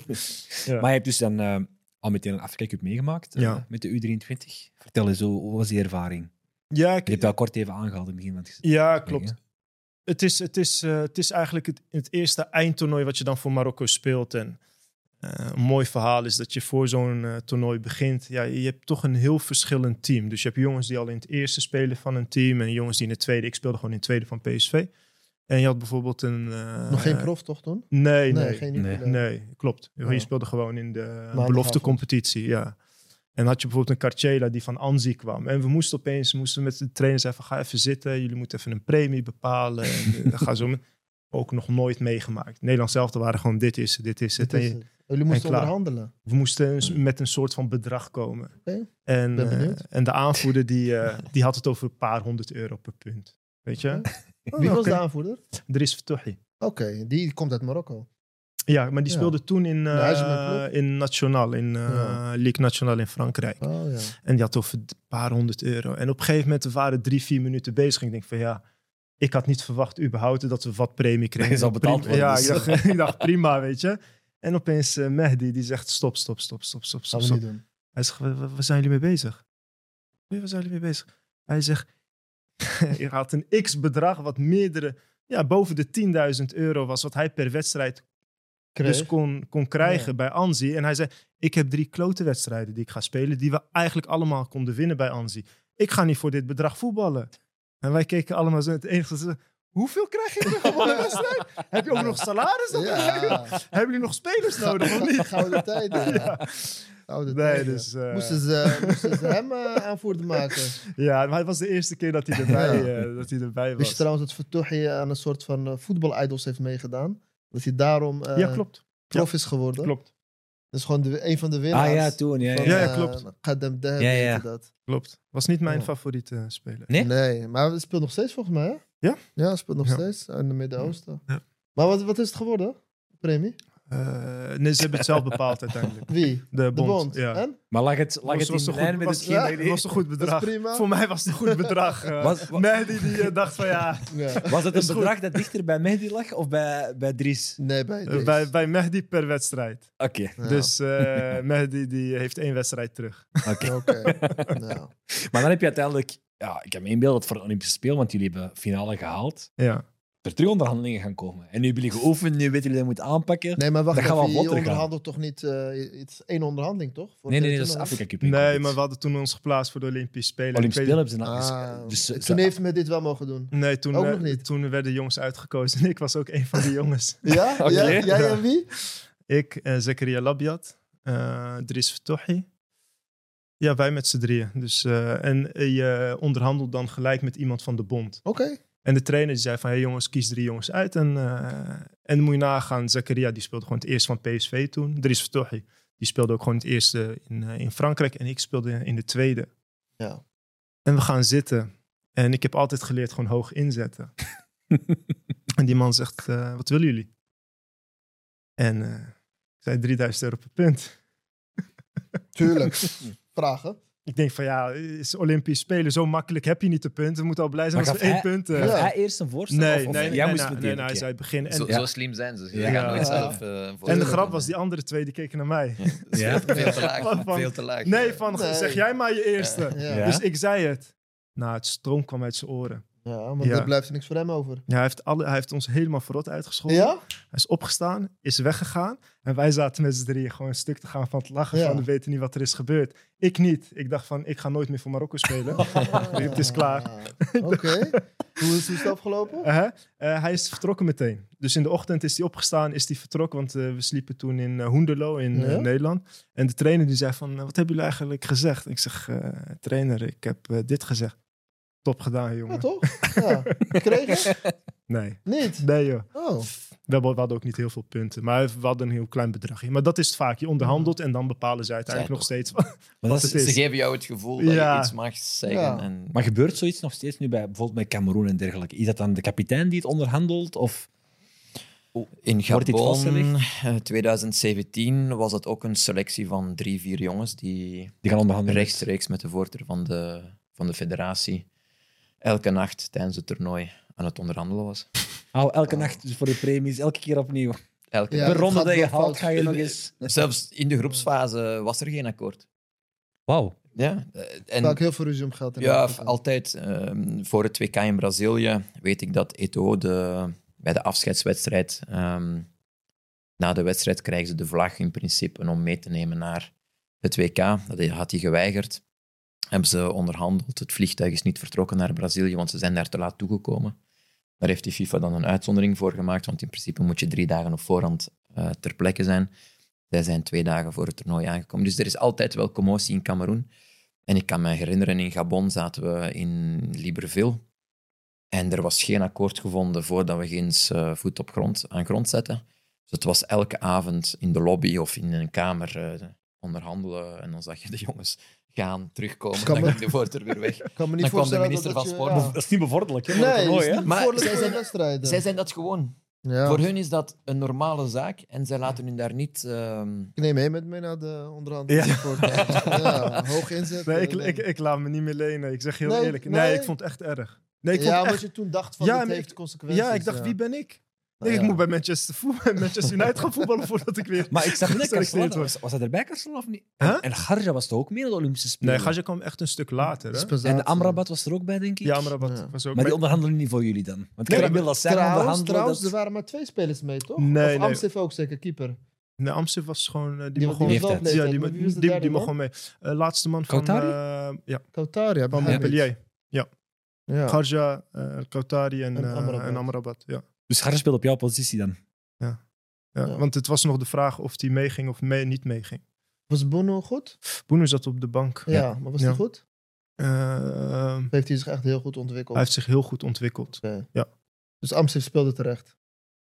Ja. Maar je hebt dus dan eh, al meteen een Afrika Cup meegemaakt eh, Ja. met de U drieëntwintig. Vertel eens, hoe, hoe was die ervaring? Ja, Je ik, hebt wel kort even aangehaald in het begin van het ja, gesprek, klopt. hè? Het is, het, is, uh, het is eigenlijk het, het eerste eindtoernooi wat je dan voor Marokko speelt. En uh, een mooi verhaal is dat je voor zo'n uh, toernooi begint. Ja, je hebt toch een heel verschillend team. Dus je hebt jongens die al in het eerste spelen van een team. En jongens die in het tweede. Ik speelde gewoon in het tweede van P S V. En je had bijvoorbeeld een... Uh, Nog geen prof, toch, toen? Nee, nee. Nee, geen nee. idee. Nee, klopt. Ja. Je speelde gewoon in de Maandagavond. beloftecompetitie, ja. En had je bijvoorbeeld een Carcela die van Anzi kwam. En we moesten opeens moesten met de trainers even, ga even zitten. Jullie moeten even een premie bepalen. En uh, ga zo met, ook nog nooit meegemaakt. Nederland zelf waren gewoon dit is het, dit is het. Dit is En het. Jullie moesten klaar. onderhandelen. we moesten een- met een soort van bedrag komen. Oké, En, ben uh, benieuwd. en de aanvoerder die, uh, die had het over een paar honderd euro per punt. Weet je? Oh, Wie was oké. de aanvoerder? Dries Vertohi. Oké, die komt uit Marokko. Ja, maar die Ja. speelde toen in, uh, hij is in mijn ploeg. in National, in uh, Ja. Ligue Nationale in Frankrijk. Oh ja. En die had over een paar honderd euro. En op een gegeven moment waren we drie, vier minuten bezig. Ik denk van ja, ik had niet verwacht überhaupt dat we wat premie kregen. Dat is al betaald Prima- worden, Ja, dus. ik dacht, ik dacht prima, weet je. En opeens uh, Mehdi, die zegt stop, stop, stop, stop, stop, Gaan stop. we stop. niet doen. Hij zegt, waar, waar zijn jullie mee bezig? Nee, waar zijn jullie mee bezig? Hij zegt, je had een x-bedrag wat meerdere, ja, boven de tienduizend euro was wat hij per wedstrijd Kreeg. dus kon, kon krijgen Ja. bij Anzi. En hij zei, ik heb drie klote wedstrijden die ik ga spelen, die we eigenlijk allemaal konden winnen bij Anzi. Ik ga niet voor dit bedrag voetballen. En wij keken allemaal zo, het enige ze, hoeveel krijg je per gewonnen wedstrijd? Heb je ook nog salaris? Ja. Hebben jullie nog spelers nodig of niet? Gouden tijden. Ja. Gouden Nee, tijden. dus... eh, Moesten ze, moesten ze hem uh, aanvoerder maken? Ja, maar het was de eerste keer dat hij erbij, Ja. uh, dat hij erbij Wist je was. trouwens dat Vertohi aan een soort van uh, voetbal-idols heeft meegedaan? Dat hij daarom uh, Ja, klopt. prof is geworden? Klopt. Dat is gewoon de, een van de winnaars. Ah ja, toen. Ja, van, ja. Ja, ja, uh, klopt. Qadam Dahab Ja, ja. heette dat. Klopt. Was niet mijn Ja. favoriete uh, speler. Nee? Nee, maar hij speelt nog steeds volgens mij, hè? Ja? Ja, hij speelt nog Ja. steeds in het Midden-Oosten. Ja. Maar wat, wat is het geworden? Premie? Uh, nee, ze hebben het zelf bepaald uiteindelijk. Wie? De De bond. bond. Ja. En? Maar lag het, lag Was- het was in een lijn goed- met was- hetgeen ja, dat Het jullie- was een goed Dat bedrag. is prima. Voor mij was het een goed bedrag. Uh, Was- wa- Mehdi die uh, dacht van ja, Ja. Was het Is een goed. bedrag dat dichter bij Mehdi lag of bij, bij Dries? Nee, bij uh, deze. bij, bij Mehdi per wedstrijd. Oké. Ja. Dus uh, Mehdi die heeft één wedstrijd terug. oké. Oké. Nou. Maar dan heb je uiteindelijk... Ja, ik heb me inbeeld dat voor de Olympische Spelen, want jullie hebben finale gehaald, Ja. er terug onderhandelingen gaan komen. En nu hebben jullie geoefend, nu weten jullie dat je moet aanpakken. Nee, maar wacht Dat gaan we even. wel Je vlotter gaan. onderhandelt toch niet... Uh, het is één onderhandeling, toch? Voor Nee, nee, het nee, dat is toernooi? Afrika Cup. Nee, incorporated. maar we hadden toen ons geplaatst voor de Olympische Spelen. Olympische Ik Spelen weet- hebben ze... Ah, nog eens- dus, toen ze- heeft me dit wel mogen doen. Nee, toen, Ook we- nog niet. toen werden jongens uitgekozen. En ik was ook een van die jongens. Ja? Oké. Jij, jij Ja. en wie? Ik, uh, Zakaria Labiat, uh, Dries Vertohi Ja, wij met z'n drieën. Dus, uh, en uh, je onderhandelt dan gelijk met iemand van de bond. Oké. Okay. En de trainer die zei van, hey jongens, kies drie jongens uit. En, uh, en dan moet je nagaan, Zakaria die speelde gewoon het eerste van P S V toen. Dries Vertochi, die speelde ook gewoon het eerste in, uh, in Frankrijk. En ik speelde in de tweede. Ja. En we gaan zitten. En ik heb altijd geleerd gewoon hoog inzetten. En die man zegt, uh, wat willen jullie? En uh, ik zei drieduizend euro per punt. Tuurlijk. Vragen? Ik denk van ja, is Olympisch Spelen zo makkelijk heb je niet de punt. We moeten al blij zijn als we één hij, punt... Uh, gaf hij eerst een voorstel? Nee, of, of nee, nee, jij nee, moest nee, meteen nee, nee, hij zei het begin. En, zo, ja. zo slim zijn ze. Ze ja. gaan nooit Ja. zelf... Uh, en de grap was, die andere twee die keken naar mij. Ja. Ja. Veel te laag. Van, van, veel te laag. Nee, van Nee. zeg jij maar je eerste. Ja. Ja. Dus ik zei het. Nou, het stroom kwam uit zijn oren. Ja, want Ja. er blijft niks voor hem over. Ja, hij, heeft alle, hij heeft ons helemaal verrot uitgescholden. Ja? Hij is opgestaan, is weggegaan. En wij zaten met z'n drieën gewoon een stuk te gaan van het lachen. Ja. Van we weten niet wat er is gebeurd. Ik niet. Ik dacht van, ik ga nooit meer voor Marokko spelen. Het is klaar. Ah, Oké. Okay. Hoe is hoe is het afgelopen? Uh, uh, hij is vertrokken meteen. Dus in de ochtend is hij opgestaan, is hij vertrokken. Want uh, we sliepen toen in uh, Hoenderloo in uh, Ja? Nederland. En de trainer die zei van, uh, wat hebben jullie eigenlijk gezegd? Ik zeg, uh, trainer, ik heb uh, dit gezegd. Top gedaan, jongen. Ja, toch? Ja. Kregen? Nee. Niet? Nee, joh. Oh. We hadden ook niet heel veel punten. Maar we hadden een heel klein bedragje. Maar dat is het vaak. Je onderhandelt en dan bepalen ze uiteindelijk nog steeds wat Maar dat het is, is. Ze geven jou het gevoel dat Ja. je iets mag zeggen. Ja. En... maar gebeurt zoiets nog steeds nu bij bijvoorbeeld bij Cameroen en dergelijke? Is dat dan de kapitein die het onderhandelt? Of In Wordt dit Gabon vastgelegd? uh, twintig zeventien was het ook een selectie van drie, vier jongens die die gaan onderhandelen? rechtstreeks met de voorzitter van de, van de federatie elke nacht tijdens het toernooi aan het onderhandelen was. Oh, elke nacht dus voor de premies, elke keer opnieuw. Elke Ja, de het ronde gaat dat je wel haalt, fout. ga je nog eens... Zelfs in de groepsfase was er geen akkoord. Wauw. Ja, uh, en Vaak heel veel ruzie om geld in ja, Afrika. altijd. Um, voor het W K in Brazilië weet ik dat Eto'o de, bij de afscheidswedstrijd, um, na de wedstrijd krijgen ze de vlag in principe om mee te nemen naar het W K. Dat had hij geweigerd. Hebben ze onderhandeld. Het vliegtuig is niet vertrokken naar Brazilië, want ze zijn daar te laat toegekomen. Daar heeft die FIFA dan een uitzondering voor gemaakt, want in principe moet je drie dagen op voorhand uh, ter plekke zijn. Zij zijn twee dagen voor het toernooi aangekomen. Dus er is altijd wel commotie in Cameroen. En ik kan me herinneren, in Gabon zaten we in Libreville. En er was geen akkoord gevonden voordat we geen uh, voet op grond, aan grond zetten. Dus het was elke avond in de lobby of in een kamer uh, onderhandelen. En dan zag je de jongens gaan, terugkomen. Kan Dan me- ging de voorzitter weer weg. Ik kan me niet Dan kwam de voorstellen minister dat van je- Sport. ja. Dat is niet bevorderlijk, hè? voor het Nee, toernooi, is hè? niet Maar voor zij de zijn- wedstrijden. Zij zijn dat gewoon. Ja. Voor hun is dat een normale zaak. En zij laten hun daar niet... Um... Ik neem mee met me naar de onderhandeling. Ja. Voor ja, hoog inzet. Nee, ik, eh, ik, ik laat me niet meer lenen. Ik zeg heel Nee, eerlijk. Nee, nee. ik vond het echt erg. Nee, ik vond ja, het omdat echt... je toen dacht van Ja, dit maar heeft ik- consequenties. Ja, ik dacht, ja. wie ben ik? Nou Nee, ja. ik moet bij Manchester, voetbal, Manchester United gaan voetballen voordat ik weer... Maar ik zag net, geselecteerd Carcelona, word. was, was hij erbij, Carcelona, of niet? Huh? En, en Garja was toch ook mee naar de Olympische Spelen? Nee, Gaja kwam echt een stuk later. Hè? Dispensatie. En de Amrabat was er ook bij, denk ik? Ja, Amrabat Ja. was ook... Maar die onderhandelen niet voor jullie dan? Want ik Nee, kan me dat zij Trouwens, onderhandelen... trouwens dat... er waren maar twee spelers mee, toch? Nee, of nee. Amstef ook zeker, keeper. Nee, Amsterdam was gewoon... uh, die Die, mocht die gewoon... was wel op leeftijd. Ja, leeftijd, die, maar wie was de die, derde die mocht man? gewoon mee. Uh, laatste man van... Koutari? uh, ja, Koutari, van Mohamed. Montpellier. Ja. Garja, uh, Koutari en, En uh, Amrabat. en Amrabat. Ja. Dus Garja speelt op jouw positie dan? Ja. Ja. Want het was nog de vraag of hij meeging of mee, niet meeging. Was Bono goed? Boeno zat op de bank. Ja, maar was Ja. hij goed? Uh, Of heeft hij zich echt heel goed ontwikkeld? hij heeft zich heel goed ontwikkeld. Oké. Ja. Dus Amstef speelde terecht.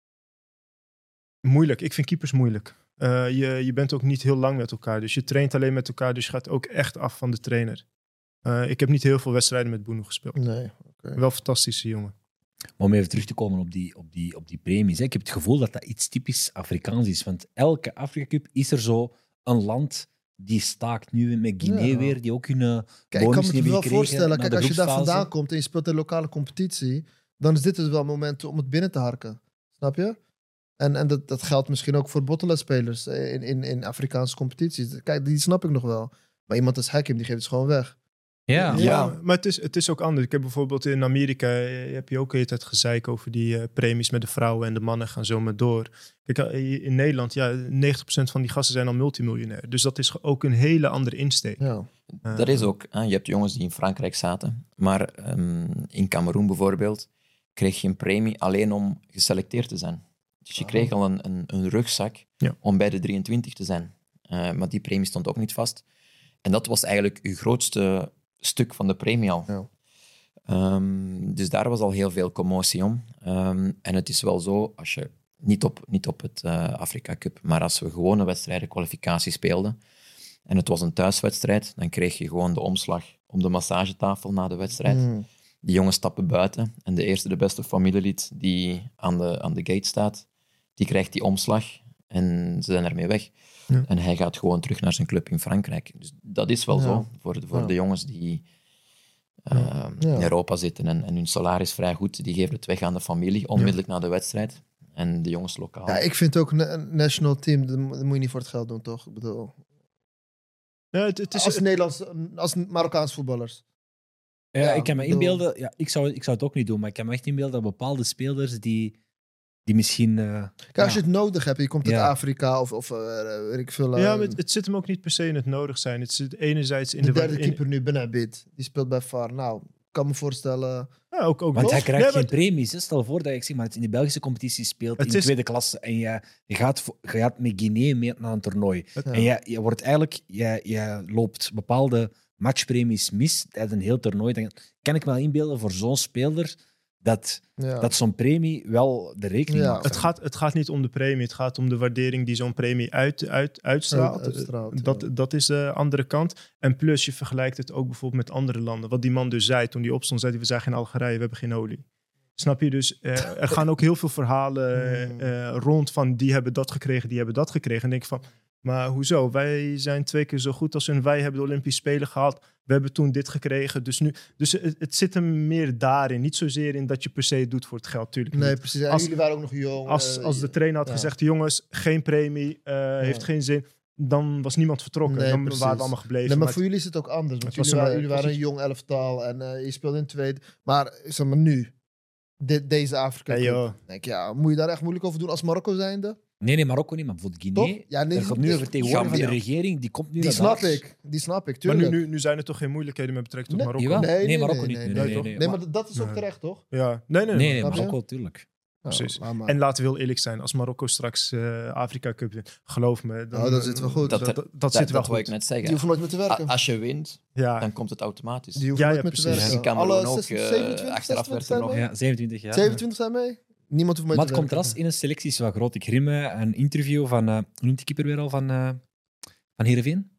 Moeilijk. Ik vind keepers moeilijk. Uh, je, je bent ook niet heel lang met elkaar. Dus je traint alleen met elkaar. Dus je gaat ook echt af van de trainer. Uh, ik heb niet heel veel wedstrijden met Boeno gespeeld. Nee, oké. Wel een fantastische jongen. Maar om even terug te komen op die, op die, op die premies. Hè. Ik heb het gevoel dat dat iets typisch Afrikaans is. Want elke Afrika Cup is er zo een land die staakt nu met Guinea Ja. weer, die ook hun uh, Kijk, ik kan bonus me het hebben wel gekregen voorstellen. na Kijk, de als je daar groepsfase. vandaan komt en je speelt een lokale competitie, dan is dit het wel het moment om het binnen te harken. Snap je? En, en dat, dat geldt misschien ook voor Bottela-spelers in, in, in Afrikaanse competities. Kijk, die snap ik nog wel. Maar iemand als Hakim, die geeft het gewoon weg. Ja. Ja. Ja, maar het is, het is ook anders. Ik heb bijvoorbeeld in Amerika, eh, heb je ook de hele tijd gezeik over die uh, premies met de vrouwen en de mannen gaan zo maar door. Kijk, uh, in Nederland, ja, negentig procent van die gasten zijn al multimiljonair. Dus dat is ook een hele andere insteek. Ja. Uh, Dat is ook. Hè. Je hebt jongens die in Frankrijk zaten. Maar um, in Cameroen bijvoorbeeld kreeg je een premie alleen om geselecteerd te zijn. Dus je Ah. kreeg al een, een, een rugzak Ja. om bij de drieëntwintig te zijn. Uh, maar die premie stond ook niet vast. En dat was eigenlijk uw grootste stuk van de premie al. Ja. Um, dus daar was al heel veel commotie om. Um, en het is wel zo, als je niet op, niet op het uh, Afrika Cup, maar als we gewone wedstrijden kwalificatie speelden, en het was een thuiswedstrijd, dan kreeg je gewoon de omslag op de massagetafel na de wedstrijd. Mm. Die jongens stappen buiten en de eerste, de beste familielid die aan de, aan de gate staat, die krijgt die omslag en ze zijn ermee weg. Ja. En hij gaat gewoon terug naar zijn club in Frankrijk. Dus dat is wel Ja. zo voor, de, voor Ja. de jongens die uh, Ja. in Europa zitten en, en hun salaris vrij goed. Die geven het weg aan de familie, onmiddellijk na de wedstrijd. En de jongens lokaal. Ja, ik vind ook een een national team, dat mo- dat moet je niet voor het geld doen, toch? Ik bedoel, Ja, het, het is, als Nederlands, als Marokkaans voetballers. Ja, Ja, ik kan me bedoel- inbeelden... Ja, ik, zou, ik zou het ook niet doen, maar ik kan me echt inbeelden dat bepaalde spelers die, die misschien... eh, Kijk, als ja. je het nodig hebt, je komt uit Ja. Afrika of, of uh, weet ik veel. eh, ja, maar het, het zit hem ook niet per se in het nodig zijn. Het zit enerzijds in de de... derde in- keeper nu, Benabid, die speelt bij V A R. Nou, ik kan me voorstellen... ja, ook, ook Want wel. hij krijgt Nee, geen maar- premies. Hè. Stel voor dat je, ik zeg maar, het in de Belgische competitie speelt, Het in de is- tweede klasse, en je, je, gaat, vo- je gaat met Guinea mee naar een toernooi. Ja. En je, je wordt eigenlijk... Je, je loopt bepaalde matchpremies mis tijdens een heel toernooi. Dan kan ik me wel inbeelden voor zo'n speler dat, Ja. dat zo'n premie wel de rekening Ja. maakt. Het gaat, het gaat niet om de premie, het gaat om de waardering die zo'n premie uit, uit, uitstraalt. Uit- uitstraalt, dat, ja. dat is de andere kant. En plus, je vergelijkt het ook bijvoorbeeld met andere landen. Wat die man dus zei toen hij opstond, zei hij, we zijn geen Algerije, we hebben geen olie. Snap je? Dus eh, er gaan ook heel veel verhalen Hmm. eh, rond van die hebben dat gekregen, die hebben dat gekregen. En denk ik van, maar hoezo? Wij zijn twee keer zo goed als hun. Wij hebben de Olympische Spelen gehad. We hebben toen dit gekregen. Dus, nu, dus het, het zit hem meer daarin. Niet zozeer in dat je per se het doet voor het geld. Tuurlijk Nee, niet. precies. En Als- jullie waren ook nog jong. Als, eh, als de trainer had ja. gezegd, jongens, geen premie, eh, heeft geen zin. Dan was niemand vertrokken. Nee, dan precies. waren we allemaal gebleven. Nee, maar Maar voor jullie is het ook anders. Want Het jullie, was een- waren, jullie het was waren een jong elftal en eh, je speelde in tweede. Maar zeg maar nu, dit, deze Afrika Nee, Cup, joh. denk ik, ja, moet je daar echt moeilijk over doen als Marokko zijnde? Nee, nee, Marokko niet, maar bijvoorbeeld Guinea. Toch? Ja, nee, Er die- komt nu een vertegenwoordiger van de Gambia. regering, die komt nu Die naar snap daar. ik. Die snap ik, Maar nu, tuurlijk. nu, nu zijn er toch geen moeilijkheden met betrekking tot Nee, Marokko? Jawel. Nee, Nee, nee, Marokko nee, niet. nee, Nee, nee, nee, toch? nee. Nee, maar dat- dat is ook Nee. terecht, toch? Ja, nee, nee. Nee, nee, Snap je? Marokko, tuurlijk. Precies. Oh, laat maar. En laten we heel eerlijk zijn, als Marokko straks eh Afrika Cup wint, geloof me. Dan, Oh, dat zit wel goed. Dat, Dat- dat, dat, dat zit wel dat wou ik goed. net Die zeggen. hoeven nooit meer te A- werken. Als je wint, Ja, dan komt het automatisch. Die hoeven Ja, nooit ja, meer te precies. werken. En Cameroen Alle ook, zes- eh, zevenentwintig, achteraf zesentwintig werd er zijn nog- mee? Ja, zevenentwintig jaar. zevenentwintig zijn mee? Niemand hoeft mee Matt te werken. Contrast in een selectie is wel groot. Ik herinner me een interview van, eh hoe noemt die keeper weer al, van, eh van Heerenveen?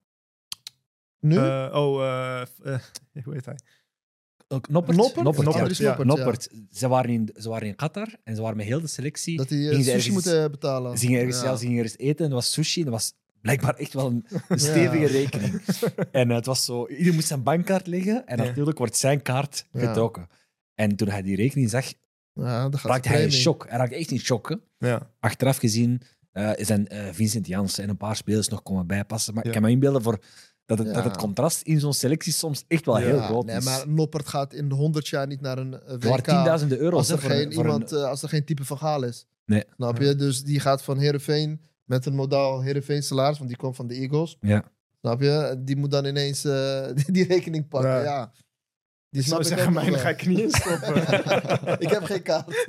Nu? Eh, oh, eh, eh, hoe heet hij? Ook Noppert? Noppert? Noppert, ja. Andries ja. Noppert, ja. Noppert. Ze, waren in, ze waren in Qatar en ze waren met heel de selectie. Dat die eh, gingen ze sushi ergens- moeten betalen. Ze gingen ergens, Ja. ja, ze gingen ergens eten en dat was sushi. En dat was blijkbaar echt wel een, een stevige Ja. rekening. En eh, het was zo, iedereen moest zijn bankkaart leggen en Ja. natuurlijk wordt zijn kaart Ja. getrokken. En toen hij die rekening zag, Ja, dan gaat raakte de hij in premie. shock. Hij raakte echt in shock. Hè. Ja. Achteraf gezien eh zijn eh, Vincent Janssen en een paar spelers nog komen bijpassen. Maar Ja. ik kan me inbeelden voor dat, het, Ja. dat het contrast in zo'n selectie soms echt wel Ja, heel groot nee, is. maar Noppert gaat in de honderd jaar niet naar een eh, W K. Er waren tienduizenden euro's als hè, er, voor, geen, een- voor iemand, een... eh, als er geen type van Gaal is. Nee. Snap je? Dus die gaat van Heerenveen met een modaal Heerenveen salaris, want die komt van de Eagles. Ja. Snap je? Die moet dan ineens eh, die, die rekening pakken. Ja. Ja. Die Ik snap zou ik zeggen, ook mij nog ga wel. ik niet instoppen. Ik heb geen kaart.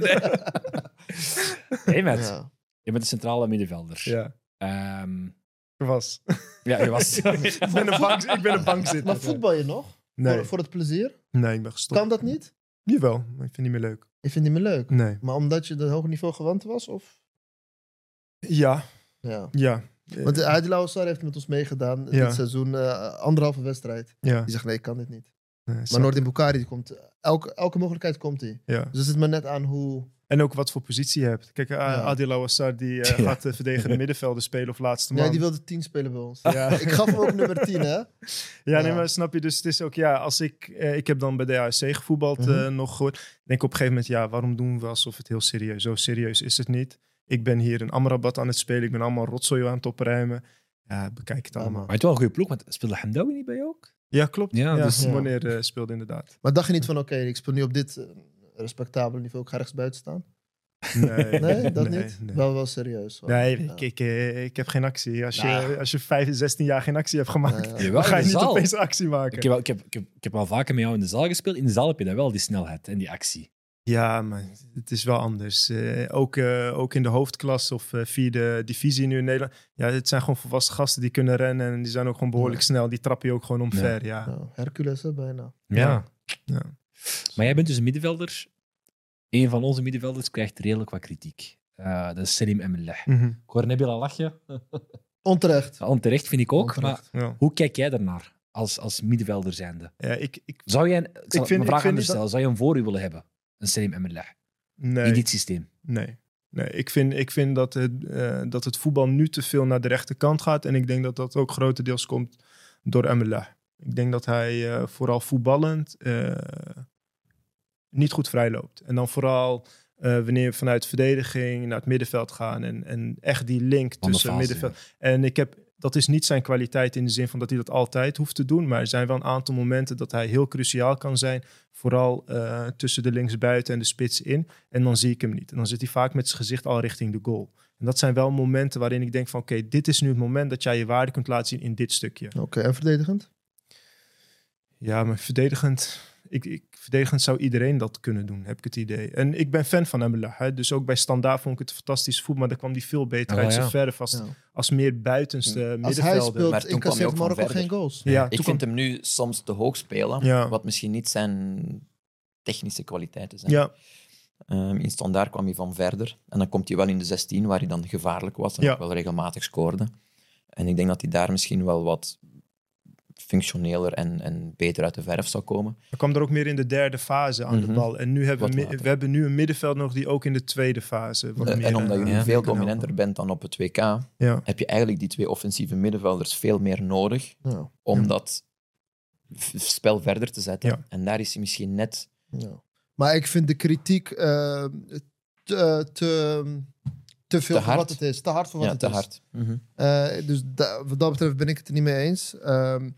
Hey, Matt, Ja. je bent een centrale middenvelder. ja, Ehm, was. ja, je was... ik, ben een bank, ik ben een bankzitter. Maar voetbal je nog? Nee, Voor, voor het plezier? nee, ik ben gestopt. Kan dat niet? Jawel, maar ik vind het niet meer leuk. Ik vind het niet meer leuk. Nee. Maar omdat je dat hoge niveau gewend was? Of? Ja, Ja. ja. Want uh, Hadi Lauwsar heeft met ons meegedaan Ja. dit seizoen. eh, anderhalve wedstrijd. ja. Die zegt nee, ik kan dit niet. Nee, Maar snap Noordin Bukhari, die komt, elke, elke mogelijkheid komt hij. ik. Ja. Dus het zit maar net aan hoe... En ook wat voor positie je hebt. Kijk, uh, Ja. Adil Awassar die uh, Ja. gaat uh, verdedigende middenvelder spelen of laatste man. Nee, die wilde tien spelen bij ons. Ja. Ik gaf hem ook nummer tien, hè? Ja, nee, Ja. maar snap je, dus het is ook, ja, als ik, eh, ik heb dan bij de A S C gevoetbald Mhm. eh, nog gehoord. Denk op een gegeven moment, ja, waarom doen we alsof het heel serieus, zo serieus is het niet. Ik ben hier in Amrabat aan het spelen, ik ben allemaal rotzooi aan het opruimen. Ja, bekijk het allemaal. Maar het is wel een goede ploeg, want speelde Hamdawi niet bij jou ook? Ja, klopt. Ja, Ja, dus- Ja. wanneer uh, speelde inderdaad. Maar dacht je niet van, oké, ik speel nu op dit eh, respectabele niveau. Ik ga rechts buiten staan? Nee, Nee, dat nee, niet? Nee, Wel, wel serieus. wel. nee Ja. ik, ik, eh, ik heb geen actie. Als je, Nou. als je vijf, zestien jaar geen actie hebt gemaakt, Ja, ja. Jawel, dan ga je in de niet zaal. opeens actie maken. Ik heb, wel- ik, heb, ik, heb, ik heb wel vaker met jou in de zaal gespeeld. In de zaal heb je dat wel, die snelheid en die actie. Ja, maar het is wel anders. Uh, ook, uh, ook in de hoofdklasse of uh, vierde divisie nu in Nederland. Ja, het zijn gewoon volwassen gasten die kunnen rennen en die zijn ook gewoon behoorlijk ja. snel. Die trappen je ook gewoon omver, ja. ja. ja Hercules, hè, bijna. Ja. Ja. ja. Maar jij bent dus een middenvelder. Een van onze middenvelders krijgt redelijk wat kritiek. Uh, dat is Selim Emelech. Mm-hmm. Ik hoor Nabil al lachen. Onterecht. Ja, onterecht vind ik ook. Onterecht. Maar ja. hoe kijk jij daarnaar als, als middenvelder zijnde? Ja, ik, ik, zou jij, ik zal ik vind, mijn vraag anders dat... stellen. Zou je een voor u willen hebben? Een Selim Emelech? Nee. In dit systeem? Nee. nee ik vind, ik vind dat, het, uh, dat het voetbal nu te veel naar de rechterkant gaat. En ik denk dat dat ook grotendeels komt door Emelech. Ik denk dat hij uh, vooral voetballend uh, niet goed vrijloopt. En dan vooral... Uh, wanneer we vanuit verdediging naar het middenveld gaan en, en echt die link tussen fase, middenveld. Ja. En ik heb, dat is niet zijn kwaliteit in de zin van dat hij dat altijd hoeft te doen, maar er zijn wel een aantal momenten dat hij heel cruciaal kan zijn, vooral uh, tussen de linksbuiten en de spits in. En dan zie ik hem niet. En dan zit hij vaak met zijn gezicht al richting de goal. En dat zijn wel momenten waarin ik denk van oké, okay, dit is nu het moment dat jij je waarde kunt laten zien in dit stukje. Oké, okay, en verdedigend? Ja, maar verdedigend... Ik, ik, verdedigend zou iedereen dat kunnen doen, heb ik het idee. En ik ben fan van Emelech. Dus ook bij Standaard vond ik het fantastisch voetbal. Maar daar kwam hij veel beter oh, uit ja. zijn verf als, ja. als meer buitenste ja. middenvelder. Als hij speelt, maar toen kwam hij ook Marokko geen goals. Ja, ja, ik vind kwam... hem nu soms te hoog spelen. Ja. Wat misschien niet zijn technische kwaliteiten zijn. Ja. Um, in Standaard kwam hij van verder. En dan komt hij wel in de zestien, waar hij dan gevaarlijk was. En ja. ook wel regelmatig scoorde. En ik denk dat hij daar misschien wel wat... functioneler en, en beter uit de verf zou komen. Hij kwam er ook meer in de derde fase aan mm-hmm. de bal. En nu hebben we, we hebben nu een middenveld nog die ook in de tweede fase... Wat uh, meer, en omdat je nu uh, veel dominanter helpen. bent dan op het W K, ja. heb je eigenlijk die twee offensieve middenvelders veel meer nodig ja. om ja. dat spel verder te zetten. Ja. En daar is hij misschien net... Ja. Maar ik vind de kritiek uh, te... te Te veel te voor wat het is. Te hard voor wat ja, het te is. Hard. Mm-hmm. Uh, dus da- wat dat betreft ben ik het er niet mee eens. Um,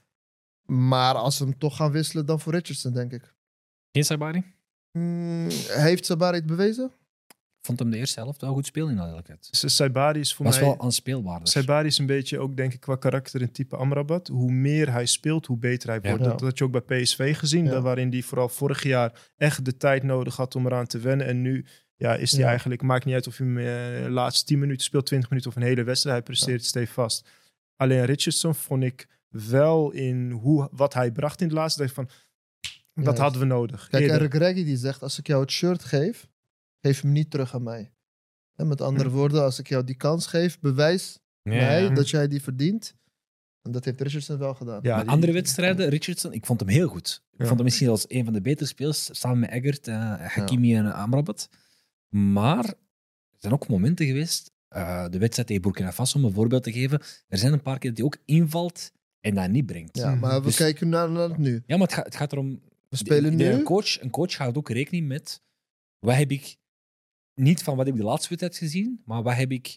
maar als we hem toch gaan wisselen, dan voor Richardson, denk ik. Geen Sabari? Mm, heeft Sabari het bewezen? Ik vond hem de eerste helft wel goed spelen in de eerlijkheid. Sabari is voor Was mij... wel aanspeelbaarder. Sabari is een beetje ook, denk ik, qua karakter en type Amrabat. Hoe meer hij speelt, hoe beter hij wordt. Ja. Dat, dat had je ook bij P S V gezien. Ja. Daar, waarin hij vooral vorig jaar echt de tijd nodig had om eraan te wennen. En nu... Ja, is hij ja. eigenlijk, maakt niet uit of je hem de uh, laatste tien minuten speelt, twintig minuten of een hele wedstrijd. Hij presteert ja. stevast. Alleen Richardson vond ik wel in hoe, wat hij bracht in de laatste dag van, dat yes. hadden we nodig. Kijk, Eric Reggie die zegt, als ik jou het shirt geef, geef hem niet terug aan mij. En met andere hm. woorden, als ik jou die kans geef, bewijs ja. mij dat jij die verdient. En dat heeft Richardson wel gedaan. Ja, die, andere wedstrijden, Richardson, ik vond hem heel goed. Ik ja. vond hem misschien als een van de betere spelers, samen met Eggert, uh, Hakimi ja. en Amrabat. Maar er zijn ook momenten geweest, uh, de wedstrijd tegen Burkina Faso om een voorbeeld te geven, er zijn een paar keer dat hij ook invalt en dat niet brengt. Ja, maar we dus, kijken naar, naar het nu. Ja, maar het gaat, het gaat erom... We spelen de, de, nu. Een coach, een coach gaat ook rekening met, wat heb ik, niet van wat heb ik de laatste wedstrijd gezien, maar wat heb ik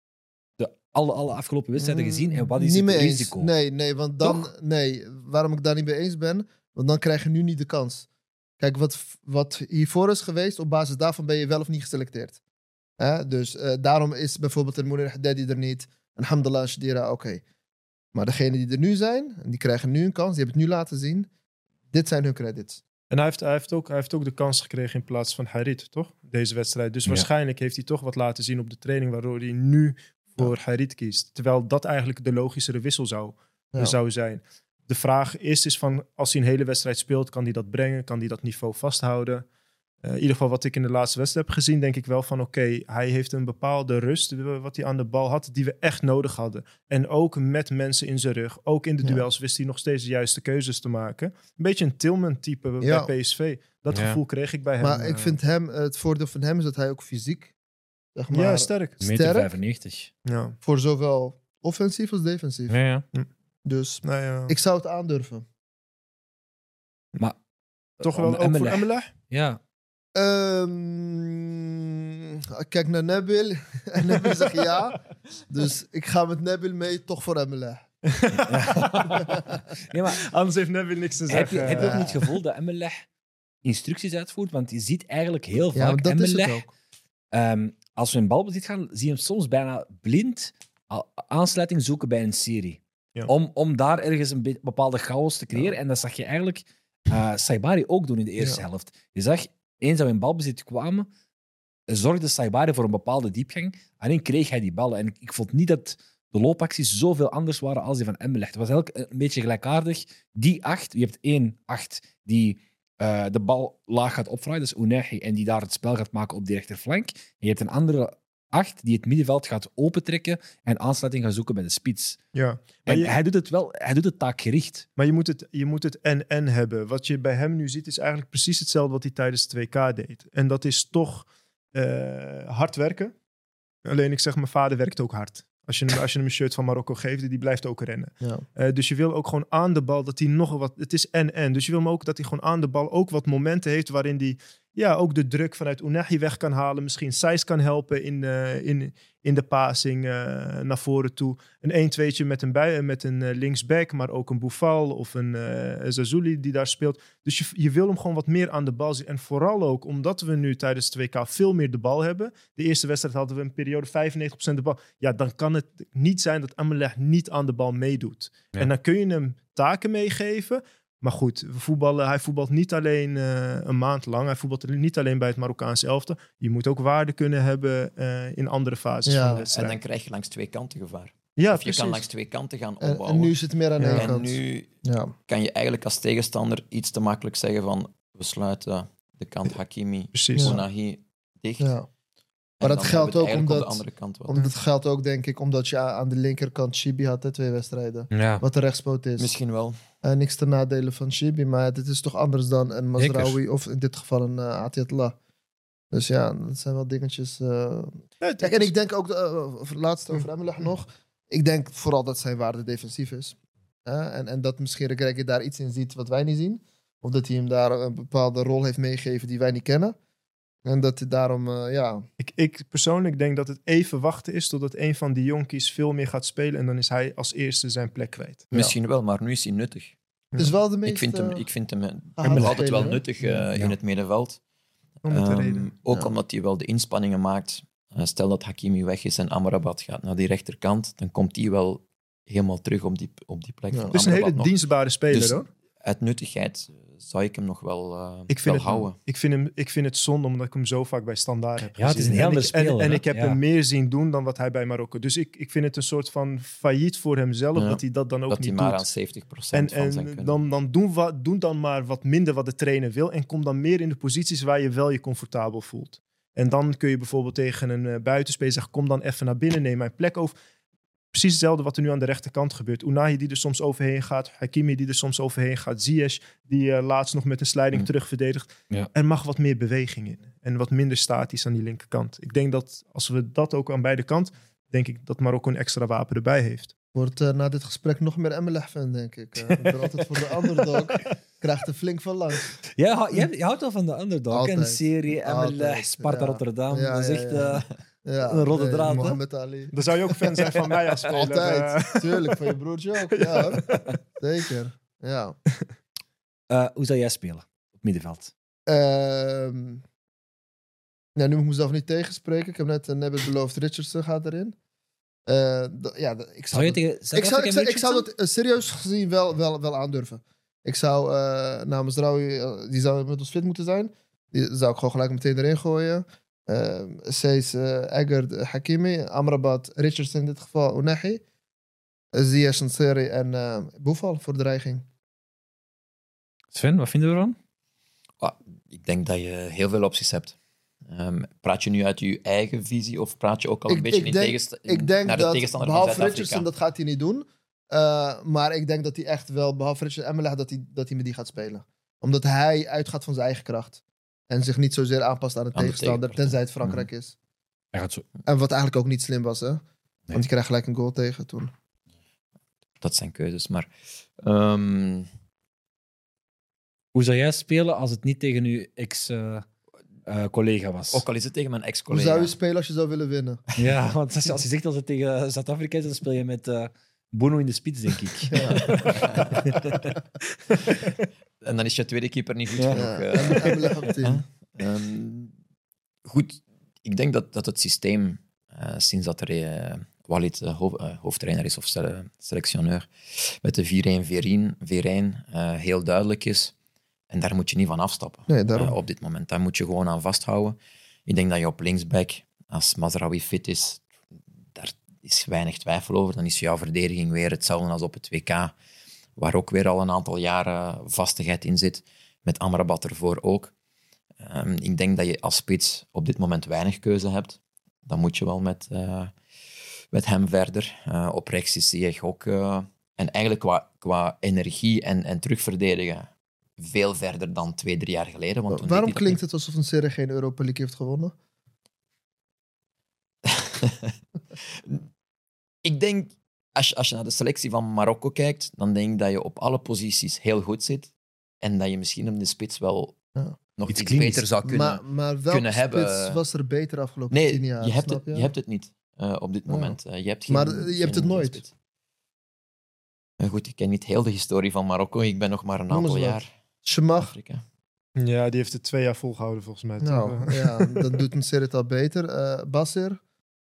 de alle, alle afgelopen wedstrijden gezien en wat is niet het mee risico? Eens. Nee, nee, want dan... Toch? Nee, waarom ik daar niet mee eens ben, want dan krijg je nu niet de kans. Kijk, wat, wat hiervoor is geweest, op basis daarvan ben je wel of niet geselecteerd. Hè? Dus uh, daarom is bijvoorbeeld een Mounir Haddadi er niet. En Hamdallah Shadira, oké. Okay. Maar degenen die er nu zijn, en die krijgen nu een kans, die hebben het nu laten zien. Dit zijn hun credits. En hij heeft, hij heeft, ook, hij heeft ook de kans gekregen in plaats van Harit, toch? Deze wedstrijd. Dus ja. waarschijnlijk heeft hij toch wat laten zien op de training, waardoor hij nu voor ja. Harit kiest. Terwijl dat eigenlijk de logischere wissel zou, ja. zou zijn. De vraag is, is van, als hij een hele wedstrijd speelt, kan hij dat brengen? Kan hij dat niveau vasthouden? Uh, in ieder geval wat ik in de laatste wedstrijd heb gezien, denk ik wel van oké, okay, hij heeft een bepaalde rust wat hij aan de bal had, die we echt nodig hadden. En ook met mensen in zijn rug. Ook in de ja. duels wist hij nog steeds de juiste keuzes te maken. Een beetje een Tillman-type ja. bij P S V. Dat ja. gevoel kreeg ik bij hem. Maar ik vind hem, het voordeel van hem is dat hij ook fysiek, zeg maar, ja, sterk. een meter vijfennegentig. Ja. Voor zowel offensief als defensief. Ja, ja. Hm. Dus nou ja. ik zou het aandurven. Maar toch wel ook voor Emelech? Ja. Um, kijk naar Nabil. En Nabil zegt ja. Dus ik ga met Nabil mee, toch voor Emelech. nee, maar anders heeft Nabil niks te zeggen. Heb je, heb je ook niet het gevoel dat Emelech instructies uitvoert? Want je ziet eigenlijk heel vaak ja, Emelech... Um, als we in balbezit gaan, zie je hem soms bijna blind aansluiting zoeken bij een serie. Ja. Om, om daar ergens een bepaalde chaos te creëren. Ja. En dat zag je eigenlijk uh, Saibari ook doen in de eerste ja. helft. Je zag eens dat we in balbezit kwamen, zorgde Saibari voor een bepaalde diepgang. Alleen kreeg hij die ballen. En ik, ik vond niet dat de loopacties zoveel anders waren als die van Anderlecht. Het was eigenlijk een beetje gelijkaardig. Die acht, je hebt één acht die uh, de bal laag gaat opvragen, dat is Unehi, en die daar het spel gaat maken op die rechterflank. En je hebt een andere acht die het middenveld gaat opentrekken en aansluiting gaat zoeken bij de spits. Ja. En je, hij doet het wel, hij doet het taakgericht. Maar je moet het, je moet het en-en hebben. Wat je bij hem nu ziet is eigenlijk precies hetzelfde wat hij tijdens het twee K deed. En dat is toch uh, hard werken. Alleen ik zeg, mijn vader werkt ook hard. Als je, hem, als je hem een shirt van Marokko geeft, die blijft ook rennen. Ja. Uh, dus je wil ook gewoon aan de bal dat hij nog wat... Het is en-en. Dus je wil hem ook dat hij gewoon aan de bal ook wat momenten heeft waarin hij ja, ook de druk vanuit Unehi weg kan halen. Misschien Sijs kan helpen in, uh, in, in de passing uh, naar voren toe. Een één-tweetje met een, bij, met een uh, linksback, maar ook een Boufal of een uh, Zazuli die daar speelt. Dus je, je wil hem gewoon wat meer aan de bal zien. En vooral ook omdat we nu tijdens het twee K veel meer de bal hebben. De eerste wedstrijd hadden we een periode vijfennegentig procent de bal. Ja, dan kan het niet zijn dat Anderlecht niet aan de bal meedoet. Ja. En dan kun je hem taken meegeven. Maar goed, we voetballen, hij voetbalt niet alleen uh, een maand lang. Hij voetbalt niet alleen bij het Marokkaanse elftal. Je moet ook waarde kunnen hebben uh, in andere fases ja. van de wedstrijd. En dan krijg je langs twee kanten gevaar. Ja, of je precies. kan langs twee kanten gaan En, opbouwen. en nu is het meer aan de Ja. ene En kant. nu Ja. kan je eigenlijk als tegenstander iets te makkelijk zeggen van we sluiten de kant Hakimi, Precies. Ja. Unahi dicht. Ja. En dat dan geldt hebben we het ook eigenlijk omdat- op de andere kant wat. Omdat het geldt ook, denk ik, omdat je aan de linkerkant Chibi had, hè, twee wedstrijden. Ja. Wat de rechtspoot is. Misschien wel. Uh, niks ten nadele van Chibi, maar dit is toch anders dan een Mazraoui of in dit geval een uh, Atiatla. Dus ja, dat zijn wel dingetjes. Uh... Ja, het Kijk, is- en ik denk ook, uh, over- laatst over Anderlecht nog, ik denk vooral dat zijn waarde defensief is. Uh, en, en dat misschien Regragui daar iets in ziet wat wij niet zien. Of dat hij hem daar een bepaalde rol heeft meegegeven die wij niet kennen. En dat hij daarom, uh, ja... Ik, ik persoonlijk denk dat het even wachten is totdat een van die jonkies veel meer gaat spelen. En dan is hij als eerste zijn plek kwijt. Misschien wel, maar nu is hij nuttig. Het is wel de meest... Ik vind hem, uh, ik vind hem, gehaald nog altijd speler, wel hè? nuttig uh, Ja. in het middenveld. Om met de Ehm, reden. Ook Ja. omdat hij wel de inspanningen maakt. Uh, stel dat Hakimi weg is en Amrabat gaat naar die rechterkant, dan komt hij wel helemaal terug op die, op die plek Ja. van Het is een Amrabat hele nog. dienstbare speler, Dus hoor. Uit nuttigheid uh, zou ik hem nog wel, uh, Ik vind, wel het, houden. ik, vind hem, ik vind het zonde omdat ik hem zo vaak bij Standaard heb Ja, het is gezien. een heel en, ander ik, en, speler, en hè? ik heb Ja. hem meer zien doen dan wat hij bij Marokko. Dus ik, ik vind het een soort van failliet voor hemzelf Ja. dat hij dat dan ook Dat hij niet maar doet. aan zeventig En, procent van zijn en kunnen. dan, dan doen, wat, doen dan maar wat minder wat de trainer wil. En kom dan meer in de posities waar je wel je comfortabel voelt. En dan kun je bijvoorbeeld tegen een uh, buitenspeler zeggen: kom dan even naar binnen, neem mijn plek over. Precies hetzelfde wat er nu aan de rechterkant gebeurt. Unahi die er soms overheen gaat. Hakimi die er soms overheen gaat. Ziyech die uh, laatst nog met een sliding Mm. terug verdedigt. Ja. Er mag wat meer beweging in. En wat minder statisch aan die linkerkant. Ik denk dat als we dat ook aan beide kanten, denk ik dat Marokko een extra wapen erbij heeft. Wordt uh, na dit gesprek nog meer Anderlecht-fan, denk ik. Uh, ik ben altijd voor de underdog. Krijgt er flink van langs. Ja, hou- je, je houdt wel van de underdog. Altijd. En de serie, Altijd, Anderlecht, Sparta ja. Rotterdam. Ja, dat is ja, echt... ja. uh, Ja, Een rode draad, hè? Mohammed Ali. Dan zou je ook fan zijn van mij als speler. Altijd. Uh, Tuurlijk, van je broertje ook. Ja, hoor. Zeker. Ja. uh, hoe zou jij spelen op middenveld? Ehm nou, nu moet ik mezelf niet tegenspreken. Ik heb net uh, Nebet beloofd, Richardson gaat erin. Uh, d- ja, d- ik Zou je zou, dat- tegen ik zou, ik Zuid-Afrika zou, met ik zou Richardson? dat uh, serieus gezien wel, wel, wel aandurven. Ik zou uh, namens Raoui, uh, die zou met ons fit moeten zijn. Die zou ik gewoon gelijk meteen erin gooien. Uh, Seys, uh, Eggert, uh, Hakimi, Amrabat, Richardson in dit geval, Unahi. Uh, Ziyech, Nseri en uh, Boufal voor de dreiging. Sven, wat vinden we ervan? Ah, ik denk dat je heel veel opties hebt. Um, praat je nu uit je eigen visie of praat je ook al een Ik- beetje ik in denk- tegensta- Ik denk naar de dat, tegenstander van behalve Zuid-Afrika? Richardson, dat gaat hij niet doen. Uh, maar ik denk dat hij echt wel, behalve Richardson en Emelech, dat hij, dat hij met die gaat spelen. Omdat hij uitgaat van zijn eigen kracht. En zich niet zozeer aanpast aan de Aan de tegenstander, tegenpartij. tenzij het Frankrijk is. Hij gaat zo... En wat eigenlijk ook niet slim was, hè. Want je krijgt gelijk een goal tegen toen. Dat zijn keuzes, maar... Um, Hoe zou jij spelen als het niet tegen uw ex-collega uh, uh, was? ook al is het tegen mijn Hoe ex-collega. zou je spelen als je zou willen winnen? Ja, want als je, als je zegt dat het tegen Zuid-Afrika is, dan speel je met uh, Bono in de spits, denk ik. Ja. En dan is je tweede keeper niet goed Ja. genoeg. Ja, uh, en Emelech op tien. Um, goed, ik denk dat, dat het systeem, uh, sinds dat er uh, Walid uh, hoofd, uh, hoofdtrainer is of sele- selectioneur, met de vier een vier een uh, heel duidelijk is. En daar moet je niet van afstappen Nee, daarom. uh, op dit moment. Daar moet je gewoon aan vasthouden. Ik denk dat je op linksback, als Mazraoui fit is, daar is weinig twijfel over. Dan is jouw verdediging weer hetzelfde als op het W K, waar ook weer al een aantal jaren vastigheid in zit. Met Amrabat ervoor ook. Um, ik denk dat je als spits op dit moment weinig keuze hebt. Dan moet je wel met, uh, met hem verder. Uh, op rechts is Ziyech ook... Uh, en eigenlijk qua, qua energie en, en terugverdedigen veel verder dan twee, drie jaar geleden. Want toen Waarom klinkt het alsof een Serie geen Europa League heeft gewonnen? Ik denk, als je, als je naar de selectie van Marokko kijkt, dan denk ik dat je op alle posities heel goed zit. En dat je misschien op de spits wel Ja. nog Iets iets, klinisch. beter zou kunnen, maar maar welke kunnen spits hebben. was er beter afgelopen Nee, tien jaar? je hebt, snap het, je hebt het niet uh, op dit Ja. moment. Uh, je hebt geen, Maar je hebt geen- het geen nooit. spits. Uh, goed, ik ken niet heel de historie van Marokko. Ik ben nog maar een Noem aantal eens wat. jaar Ze in mag. Afrika. Ja, die heeft het twee jaar volgehouden volgens mij. toch? Nou, ja, dan doet een Serie het al beter. Uh, Basir,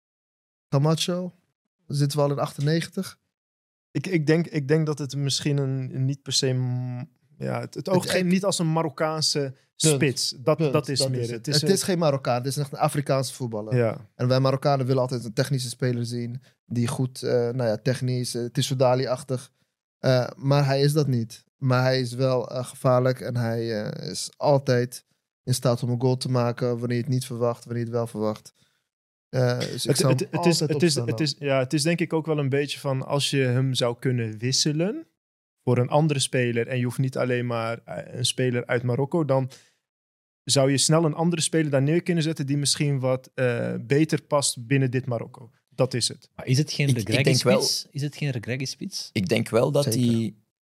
Camacho, zitten we al in achtennegentig. Ik, ik, denk, ik denk dat het misschien een, een niet per se... m- Ja, het, het oogt Het- geen, niet als een Marokkaanse spits. Dat, Punt, dat is meer. het. Het Het is, is, geen Marokkaan, het is echt een Afrikaanse voetballer. ja. En wij Marokkanen willen altijd een technische speler zien. Die goed, uh, nou ja, technisch, uh, Tissoudali-achtig. Uh, maar hij is dat niet. Maar hij is wel uh, gevaarlijk en hij uh, is altijd in staat om een goal te maken wanneer je het niet verwacht, wanneer je het wel verwacht. Uh, dus ik Het, zou het, hem het, is, altijd het, is, opstellen. het, is, ja, het is denk ik ook wel een beetje van als je hem zou kunnen wisselen voor een andere speler en je hoeft niet alleen maar een speler uit Marokko, dan zou je snel een andere speler daar neer kunnen zetten die misschien wat uh, beter past binnen dit Marokko. Dat is het. Maar is het geen Ik- ik denk Regraggy-spits? Is het geen Regraggy-spits? Ik denk wel dat Zeker. hij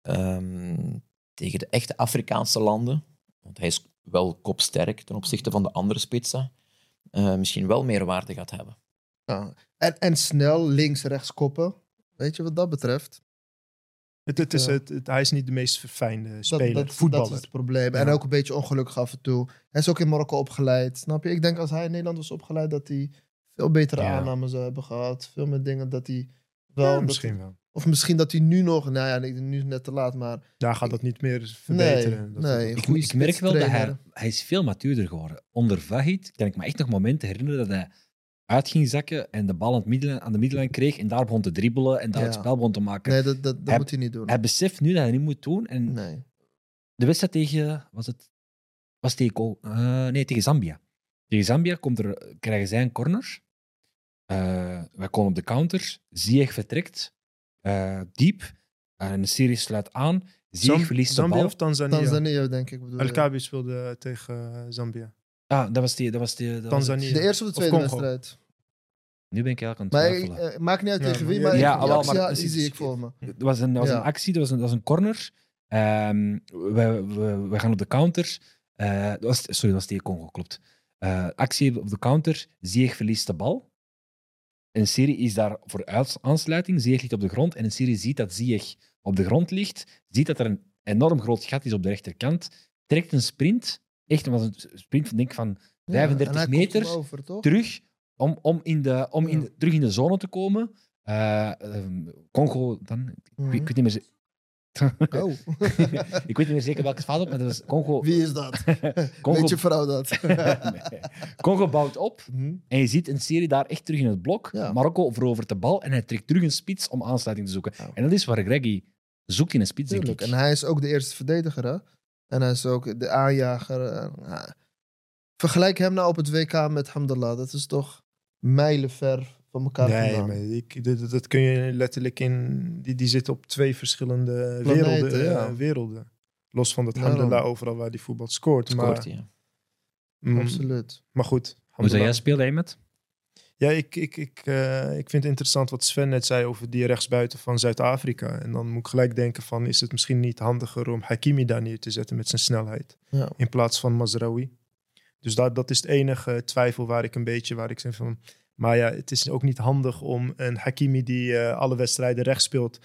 um, tegen de echte Afrikaanse landen, want hij is wel kopsterk ten opzichte van de andere spitsen, uh, misschien wel meer waarde gaat hebben. Ja. En, en snel links-rechts koppen. Weet je wat dat betreft? Het, het is, Ja. het, het, hij is niet de meest verfijnde Dat, speler, dat, voetballer. dat is het probleem. Ja. En ook een beetje ongelukkig af en toe. Hij is ook in Marokko opgeleid. Snap je? Ik denk als hij in Nederland was opgeleid, dat hij veel betere Ja. aannames zou hebben gehad. Veel meer dingen dat hij wel... Ja, dat- misschien wel. of misschien dat hij nu nog... Nou ja, nee, nu is het net te laat, maar... Daar gaat dat niet meer Nee, verbeteren. Dat- nee. Ik, Goeie ik merk wel dat hij, spitstrainer. hij is veel matuurder geworden. Onder Vahid kan ik me echt nog momenten herinneren dat hij uit ging zakken en de bal aan, het middenlijn, aan de middenlijn kreeg en daar begon te dribbelen en daar Ja. het spel begon te maken. Nee, dat, dat, dat Hij- moet hij niet doen. Hij beseft nu dat hij niet moet doen. En Nee. de wedstrijd tegen... Was het... Was tegen... Ko- eh, nee, tegen Zambia. Tegen Zambia komt er, krijgen zij een corner. Uh, wij komen op de counter. Ziyech vertrekt. Uh, diep. En de serie sluit aan. Ziyech Zam- verliest de Zambia bal. of Tanzania? Tanzania, denk ik. Bedoel El je. Kabi speelde tegen uh, Zambia. Ah, dat was die... Dat was die dat was Tanzania. het. De eerste of de tweede Congo. wedstrijd. Nu ben ik eigenlijk aan Maar het ik, twijfelen. eh, maakt niet uit Ja, tegen wie, maar- maar Ja, ik- die wel, actie, maar ja, dat die is- zie ik voor me. Dat was een, dat was Ja. een actie, dat was een, dat was een corner. Ehm, we, we, we gaan op de counter. Eh, dat was, sorry, dat was tegen Congo, klopt. Eh, actie op de counter. Ziyech verliest de bal. En Siri is daar voor uits- aansluiting. Ziyech ligt op de grond. En Siri ziet dat Ziyech op de grond ligt. Ziet dat er een enorm groot gat is op de rechterkant. Trekt een sprint. Echt was een sprint van, denk ik, van vijfendertig Ja, en hij meter. komt hem over, toch? Terug om, om, in de, om in Ja. de, terug in de zone te komen. Eh, ehm, Congo dan. Ik, weet- ik weet niet meer. ze- Oh. ik weet niet meer zeker welke fout op, maar dat was Congo. Wie is dat? Congo, Weet je vrouw dat? Nee. Congo bouwt op Hm? en je ziet een serie daar echt terug in het blok. Ja. Marokko verovert de bal en hij trekt terug een spits om aansluiting te zoeken. Ja. En dat is waar Greggy zoekt in een spits, denk Tuurlijk. ik. En hij is ook de eerste verdediger, hè? En hij is ook de aanjager. eh, ja. Vergelijk hem nou op het W K met Hamdallah. Dat is toch mijlenver van elkaar Nee, vandaan. maar ik, dat, dat kun je letterlijk in... Die, die zitten op twee verschillende Planeten, werelden, ja. eh, werelden. Los van dat Daarom. Hamdallah overal waar die voetbal scoort. Scoort, maar, ja. mm, Absoluut. maar goed. Hoe zou Hamdallah- jij spelen, Aymet? Ja, ik, ik, ik, eh, ik vind het interessant wat Sven net zei over die rechtsbuiten van Zuid-Afrika. En dan moet ik gelijk denken van, is het misschien niet handiger om Hakimi daar neer te zetten met zijn snelheid, Ja. in plaats van Mazraoui. Dus dat, dat is het enige twijfel waar ik een beetje, waar ik zeg van... Maar ja, het is ook niet handig om een Hakimi die eh, alle wedstrijden rechts speelt,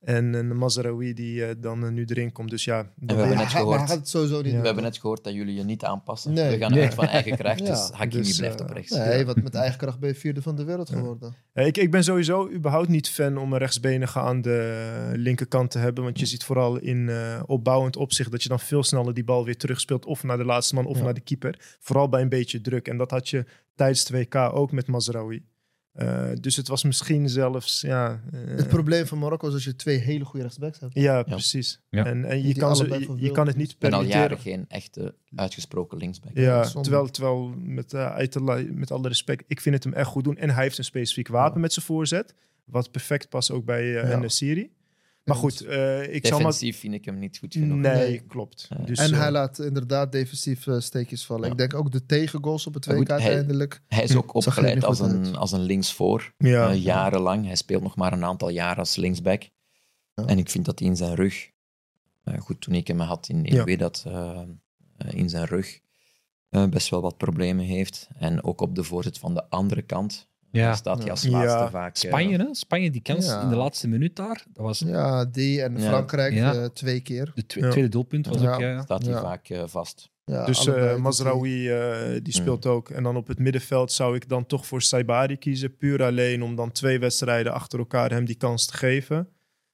En een Mazraoui die uh, dan uh, nu erin komt. Dus ja, en we hebben net hij, gehoord, hij gaat het sowieso niet we doen. hebben net gehoord dat jullie je niet aanpassen. Nee. We gaan Nee. uit van eigen kracht, Ja. dus Hakimi Dus, blijft uh, op rechts. Nee, Ja. want met eigen kracht ben je vierde van de wereld geworden. Ja, ik, ik ben sowieso überhaupt niet fan om een rechtsbenige aan de linkerkant te hebben. Want je ziet vooral in uh, opbouwend opzicht dat je dan veel sneller die bal weer terugspeelt. Of naar de laatste man of Ja. naar de keeper. Vooral bij een beetje druk. En dat had je tijdens twee K ook met Mazraoui. Uh, dus het was misschien zelfs... Ja, uh, Het probleem van Marokko is dat je twee hele goede rechtsbacks hebt. ja, precies. Ja. En, en je, Die kan ze, allebei je, voor je veel- kan het niet En al permitteren. jaren geen echte uitgesproken linksback. Ja, zonde. terwijl, terwijl met, uh, Ayatollah, met alle respect, ik vind het hem echt goed doen. En hij heeft een specifiek wapen Ja. met zijn voorzet. Wat perfect past ook bij uh, Ja. En-Nesyri. Maar goed, uh, ik zal maar... Defensief vind ik hem niet goed genoeg. Nee, Nee. klopt. Ja. Dus, En uh, hij laat inderdaad defensief uh, steekjes vallen. Ja. Ik denk ook de tegengoals op het Maar W K goed, hij- uiteindelijk. Hij is ook Zag er opgeleid niet als goed een, uit. als een linksvoor, ja, uh, jarenlang. Hij speelt nog maar een aantal jaar als linksback. Ja. En ik vind dat hij in zijn rug... Uh, goed, toen ik hem had in, in Ja. Wydad, uh, uh, in zijn rug uh, best wel wat problemen heeft. En ook op de voorzet van de andere kant Ja. uh, staat hij als Ja. laatste vaak... uh, Spanje, hè? Spanje, die kans Ja. in de laatste minuut daar, dat was Ja, die en Ja. Frankrijk Ja. uh, twee keer. de twe- Ja. tweede doelpunt. Was Ja. ook, ja. staat hij Ja. vaak uh, vast. Ja, dus allebei uh, die Mazraoui uh, die speelt ook. En dan op het middenveld zou ik dan toch voor Saibari kiezen. Puur alleen om dan twee wedstrijden achter elkaar hem die kans te geven.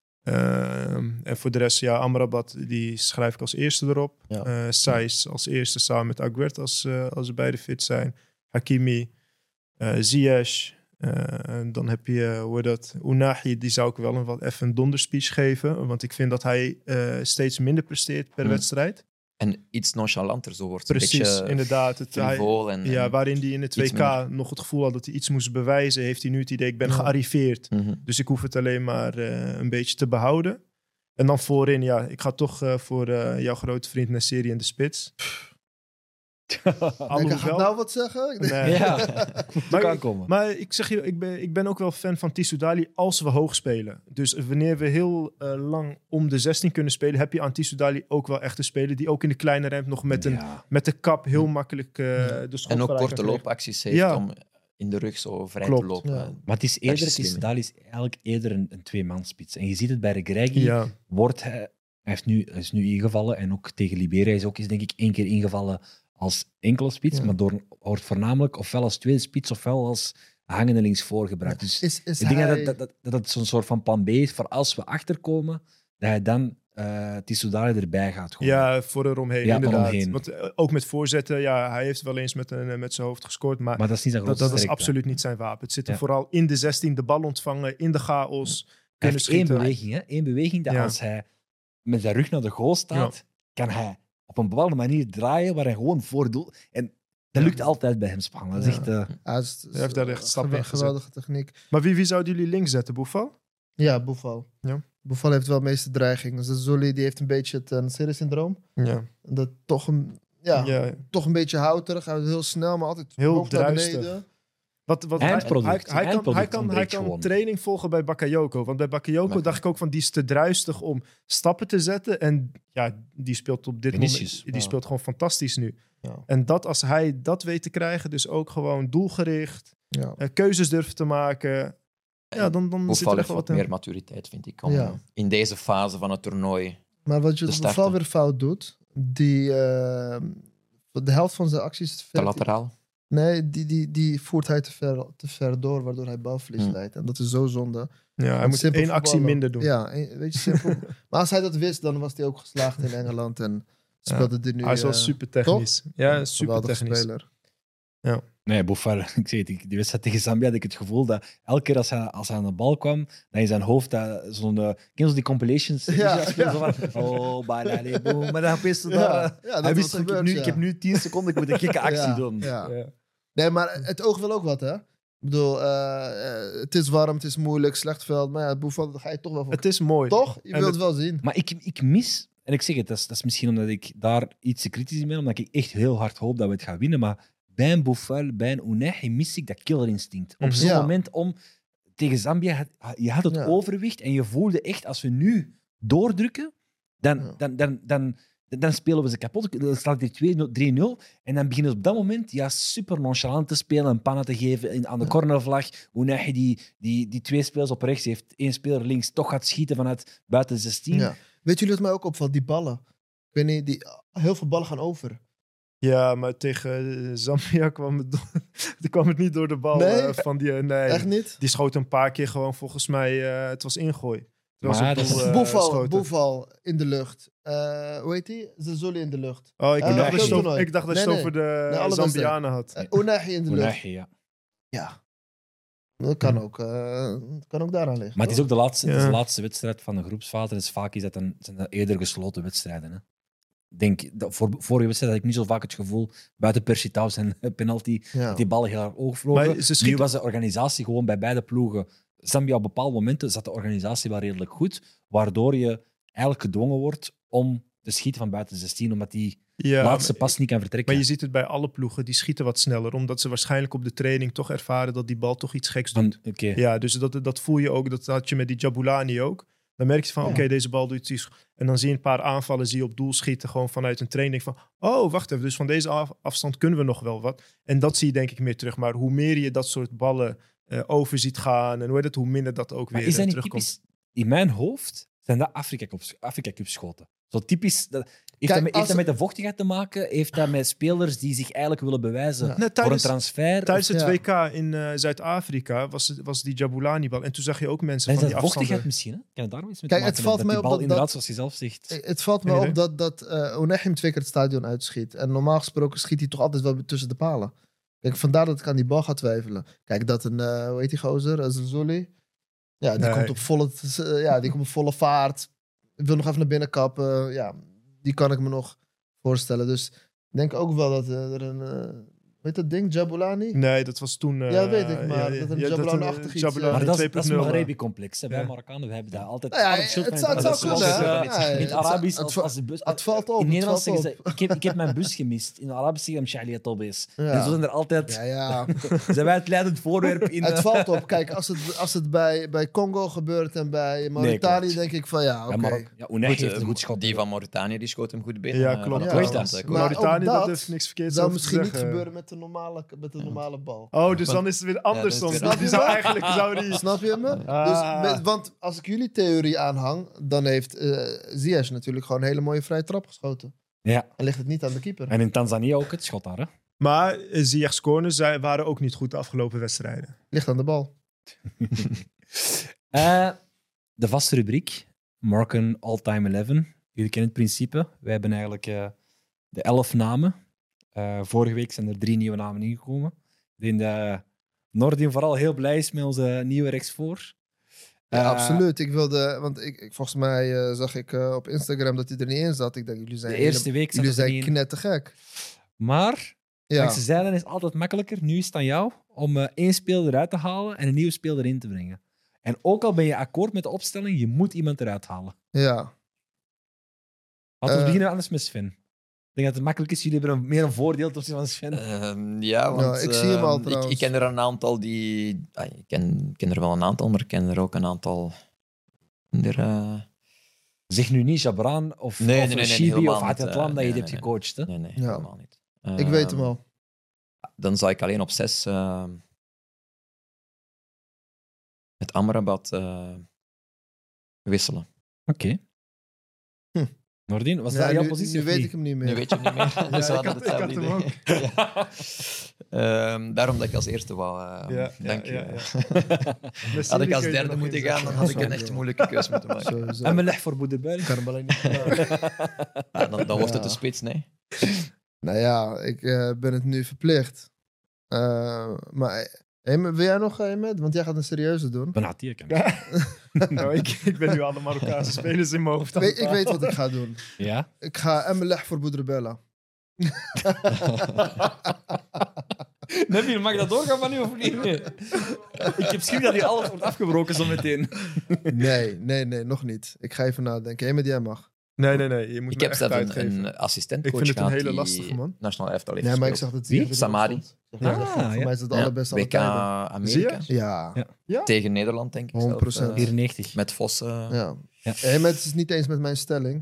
Uh, en voor de rest, ja, Amrabat, die schrijf ik als eerste erop. Ja. Uh, Saiss als eerste samen met Aguert als, uh, als ze beide fit zijn. Hakimi, uh, Ziyech. Uh, dan heb je, uh, hoe heet dat, Ounahi, die zou ik wel een wat even een donderspeech geven. Want ik vind dat hij uh, steeds minder presteert per Hmm. wedstrijd. En iets nonchalanter, zo wordt het Precies, een beetje inderdaad. Het, hij, frivol. En, ja, en- waarin hij in het iets W K minder. nog het gevoel had dat hij iets moest bewijzen, heeft hij nu het idee, ik ben Ja. gearriveerd. Mhm. Dus ik hoef het alleen maar uh, een beetje te behouden. En dan voorin, ja, ik ga toch uh, voor uh, jouw grote vriend Nasseri in de spits. Ik ga Alhoewel- nou wat zeggen? Ik denk- Nee. Ja, moet Maar- ook aankomen. Maar ik zeg je, ik ben, ik ben ook wel fan van Tissoudali als we hoog spelen. Dus wanneer we heel uh, lang om de zestien kunnen spelen, heb je aan Tissoudali ook wel echt een speler die ook in de kleine ruimte nog met, een, Ja. met de kap heel makkelijk uh, de schot En ook vooruit korte kan krijgen. loopacties heeft Ja. om in de rug zo vrij Klopt. te lopen. Ja. Maar het is Dat is eerder, het slim, is, hè? Dali is eigenlijk eerder een, een tweemansspits. En je ziet het bij de Regragui, Ja, wordt hij, hij, heeft nu, hij is nu ingevallen en ook tegen Liberia is ook eens denk ik één keer ingevallen als enkele spits, Ja. maar door, wordt voornamelijk ofwel als tweede spits ofwel als hangende linksvoor gebruikt. Dus Is, is ik denk hij... dat, dat, dat, dat het zo'n soort van plan B is voor als we achterkomen, dat hij dan uh, Tissoudali erbij gaat gooien. ja, voor eromheen, Ja, inderdaad. eromheen. Want uh, ook met voorzetten, ja, hij heeft wel eens met, een, met zijn hoofd gescoord, maar, Maar dat is niet zijn dat, grootste dat is sterkte. absoluut niet zijn wapen. Het zit er Ja. vooral in de zestien, de bal ontvangen, in de chaos, Hij kunnen heeft één schieten. beweging, hè? Eén beweging dat Ja. als hij met zijn rug naar de goal staat, kan hij op een bepaalde manier draaien waar hij gewoon voor doel. En dat lukt altijd bij hem, Span. Dat is Ja. echt... uh, Hij is- Hij heeft daar echt uh, stappen gewa- in gezet. geweldige techniek. Maar wie, wie zouden jullie links zetten, Boufal? Ja, Boufal. Ja. Boufal heeft wel de meeste dreiging. Dus de Zoli die heeft een beetje het uh, Nasseri-syndroom. Ja. Dat toch een, ja, Ja. toch een beetje houterig. Hij is heel snel, maar altijd Heel hoofd naar druistig. beneden. Wat, wat hij, Eindproduct. hij, hij kan, Eindproduct hij kan, hij ontbreekt kan gewoon. training volgen bij Bakayoko. Want bij Bakayoko Maar- dacht ik ook van die is te druistig om stappen te zetten. En ja, die speelt op dit Vinicius, moment. Die ja. speelt gewoon fantastisch nu. Ja. En dat als hij dat weet te krijgen, dus ook gewoon doelgericht, Ja. eh, keuzes durft te maken. Ja, dan, dan zit er Boufal echt heeft wel wat wat in. meer maturiteit, vind ik, om Ja. in deze fase van het toernooi. Maar wat je De op starter. Boufal weer fout doet, die, uh, de helft van zijn acties Te ver- lateraal. Nee, die, die, die voert hij te ver, te ver door, waardoor hij balverlies Hmm. leidt. En dat is zo zonde. Ja, hij Want moet simpel één actie voetballen- minder doen. Ja, een- weet je, simpel. Maar als hij dat wist, dan was hij ook geslaagd in Engeland. En speelde dit nu... hij is wel eh, super technisch. Ja, super geweldige technisch. speler. Nee, Boufal, ik zeg het, ik- die wedstrijd tegen Zambia had ik het gevoel dat elke keer als hij, als hij aan de bal kwam, dat in zijn hoofd dat zo'n... Uh, ken je die compilations? Ja, spelen ja. Zo van, oh, balale, boom. Maar dan opeens zo Ja, daar... ja, dat hij is wist, wat ik, heb gebeurt, nu, ja. ik heb nu tien seconden, ik moet een gekke actie Ja, doen. Ja. Ja. Nee, maar het oog wil ook wat, hè? Ik bedoel, eh, eh, het is warm, het is moeilijk, slecht veld. Maar ja, Boufal, daar ga je toch wel voor... Het is mooi. Toch? Je En wilt het- wel zien. Maar ik, ik mis, en ik zeg het, dat is, dat is misschien omdat ik daar iets te kritisch in ben, omdat ik echt heel hard hoop dat we het gaan winnen. Maar bij een Boufal, bij een Ounahi mis ik dat killerinstinct. Op Mhm. zo'n Ja. moment om tegen Zambia, had- je had het Ja. overwicht en je voelde echt, als we nu doordrukken, dan, Ja. dan, dan, dan Dan spelen we ze kapot. Dan staat het hier drie nul. En dan beginnen ze op dat moment ja, super nonchalant te spelen. Een pannen te geven in, aan de cornervlag. Hoe die, die, die twee spelers op rechts heeft. Eén speler links toch gaat schieten vanuit buiten zestien. Ja. Weet jullie wat mij ook opvalt? Die ballen. Ik weet niet, die, heel veel ballen gaan over. Ja, maar tegen uh, Zambia kwam het, do- kwam het niet door de bal Nee? uh, van die... Uh, nee, Echt niet? die schoot een paar keer gewoon volgens mij... Uh, het was ingooi. Het was Maar op dat doel, is- uh, Boeval, schoten. Boeval in de lucht. Uh, hoe heet die? Zezuli in de lucht. Oh, ik, Uh, dacht dat je het toernooi. over- ik dacht dat je Nee, het over de Nee, alle Zambianen had. Uh, Unahi in de lucht. Unahi, ja. Ja. Dat kan ook, uh, dat kan ook daaraan liggen. Maar het is ook de laatste, Ja. het is de laatste wedstrijd van de groepsfase. Dus vaak is dat een, zijn dat eerder gesloten wedstrijden. Hè. Ik denk, dat voor vorige wedstrijd had ik niet zo vaak het gevoel, buiten Persitaus en penalty, Ja. dat die ballen heel erg oog vlogen. Maar ze Nu schieten- was de organisatie gewoon bij beide ploegen. Zambia op bepaalde momenten zat de organisatie wel redelijk goed, waardoor je eigenlijk gedwongen wordt om te schieten van buiten zestien, omdat die Ja, laatste maar- pas niet kan vertrekken. Maar je ziet het bij alle ploegen, die schieten wat sneller. Omdat ze waarschijnlijk op de training toch ervaren dat die bal toch iets geks doet. Van, oké. Ja, dus dat, dat voel je ook. Dat had je met die Jabulani ook. Dan merk je van, Ja. oké, deze bal doet iets. En dan zie je een paar aanvallen, zie je op doel schieten, gewoon vanuit een training. Van, oh, wacht even, dus van deze af- afstand kunnen we nog wel wat. En dat zie je denk ik meer terug. Maar hoe meer je dat soort ballen uh, over ziet gaan, en hoe, heet het, hoe minder dat ook Maar weer is dat uh, niet terugkomt. typisch? In mijn hoofd zijn dat Afrika Cup, Afrika Cup schoten. Zo typisch. Dat, heeft, Kijk, dat met, heeft als dat met de vochtigheid te maken? Heeft dat met spelers die zich eigenlijk willen bewijzen Ja. Nee, voor tijdens, een transfer? tijdens het Ja. W K in uh, Zuid-Afrika was, het- was die Jabulani-bal. En toen zag je ook mensen Is van dat die vochtigheid afstanden. misschien? Hè? Kan het daar wel iets mee Kijk, te het maken valt hebben? mij dat op die dat- bal dat- inderdaad, zoals je zelf zegt... Het valt me Nee, op nee. dat, dat uh, Unahi twee keer het stadion uitschiet. En normaal gesproken schiet hij toch altijd wel tussen de palen. Kijk, vandaar dat ik aan die bal ga twijfelen. Kijk, dat een, uh, hoe heet die gozer? Uh, Zezuli. Ja, die Nee. komt op volle, uh, ja, die komt op volle vaart. Ik wil nog even naar binnen kappen. Ja, die kan ik me nog voorstellen. Dus ik denk ook wel dat uh, er een... Uh, weet dat ding? Jabulani? Nee, dat was toen... uh, Ja, weet ik, maar dat een dat Jabulani-achtig een iets, Jabulani Maar dat is, twee dat is punt een nul, Maghreby-complex. Wij Ja. Marokkanen we hebben dat altijd. Nou ja, Arab Schuld het van- zou- dat het is zou zoals, kunnen, eh, hè? Ja, In het het Arabisch, zou- als, het als de bus... Het valt op. In het Nederland valt zeggen op. ze, ik heb, ik heb mijn bus gemist. In het Arabisch zeggen ze, Mshali Tobis. Ja. En zo zijn er altijd... Ja, ja. Zijn wij het leidend voorwerp in... Het eh, valt op. Kijk, als het, als het bij, bij Congo gebeurt en bij Mauritanië, klopt. denk ik van ja, oké. Ja, maar ja, Unahi Goed, heeft eh, een goed schot. Die van Mauritanië die schoot hem goed binnen. Ja, eh, klopt. van Ja. afstand, Ja. eh, Maar Mauritanië, ook dat dat heeft niks verkeerd zou over te misschien niet zeggen. gebeuren met de normale, met de normale bal. Oh, dus dan is het weer andersom. weer die andersom. zou eigenlijk... Zou die... Snap je me? Ah. Dus met, want als ik jullie theorie aanhang, dan heeft uh, Ziyech natuurlijk gewoon een hele mooie vrije trap geschoten. Ja. En ligt het niet aan de keeper. En in Tanzania ook het schot daar, hè? Maar uh, Ziyech's corners zijn- waren ook niet goed de afgelopen wedstrijden. Ligt aan de bal. Uh, de vaste rubriek, Morgan All-Time eleven. Jullie kennen het principe. Wij hebben eigenlijk uh, de elf namen. Uh, vorige week zijn er drie nieuwe namen ingekomen. Ik denk dat Nordin vooral heel blij is met onze nieuwe rechtsvoor. Ja, Uh, absoluut. Ik wilde, want ik, ik, volgens mij uh, zag ik uh, op Instagram dat hij er niet in zat. Ik denk, jullie zijn, De eerste week zat jullie het er zijn niet in. knettergek. Maar Ja. langs de zijlijn is het altijd makkelijker. Nu is het aan jou om uh, één speler eruit te halen en een nieuwe speler in te brengen. En ook al ben je akkoord met de opstelling, je moet iemand eruit halen. ja. Laten we Uh, beginnen anders met Sven. Ik denk dat het makkelijk is. Jullie hebben een, meer een voordeel ten opzichte van Sven. Ehm, ja, want Ja, ik zie hem al ehm, ik, trouwens. ik ken er een aantal die... ah, ik, ken, ik ken er wel een aantal, maar ik ken er ook een aantal... Er, uh, Zeg nu niet Jabran of, Nee, of nee, nee, nee, Shibi helemaal of niet, Atetlam uh, dat je nee, hebt nee, gecoacht. Hè? nee, nee, Ja. helemaal niet. Ik weet hem Ehm, al. Dan zou ik alleen op zes uh, het Amrabat uh, wisselen. Oké. Okay. Hm. Nordin, was Ja, dat jouw nu, positie nu of weet niet? ik hem niet meer. Nu weet je hem niet meer. Ja, Dus we ik hadden had- ik had hetzelfde hem idee. Ja. Um, daarom dat ik als eerste wou. Uh, Ja, dank ja, je. ja, Had ik als derde moeten gaan, dan had ik een echt moeilijke keuze moeten maken. Sowieso. En mijn leg voor Boederbuil. Ik kan hem alleen niet gebruiken. Ah, dan, dan wordt het Ja. een spits, nee? Nou ja, ik uh, ben het nu verplicht. Uh, maar hey, wil jij nog, Ahmed? Want jij gaat een serieuze doen. Benatia kan. Nou, ik, ik ben nu alle Marokkaanse spelers in mijn hoofd. aan We, het ik weet wat ik ga doen. Ja? Ik ga Emeleg voor Boudrebella. Nabil, mag dat doorgaan van nu of niet? Ik heb schrik dat hier alles wordt afgebroken zo meteen. Nee, nee, nee, nog niet. Ik ga even nadenken. Ahmed, jij mag. Nee, nee, nee. Je moet Ik me heb echt zelf tijd een, geven. een assistentcoach Ik vind het een gehad hele die lastige, man. Nationaal elftal heeft Nee, maar ik gespeeld. zag dat Wie? Ziyech Samari. erop stond. Ja, Ah, voor ja. mij is het de Ja. allerbeste W alle K tijden. Amerika. Ja, Ja. Ja? Tegen Nederland, denk ik. honderd zelf, procent. eh, vierennegentig. met Vos. uh, ja. Ja. Ahmed is het niet eens met mijn stelling.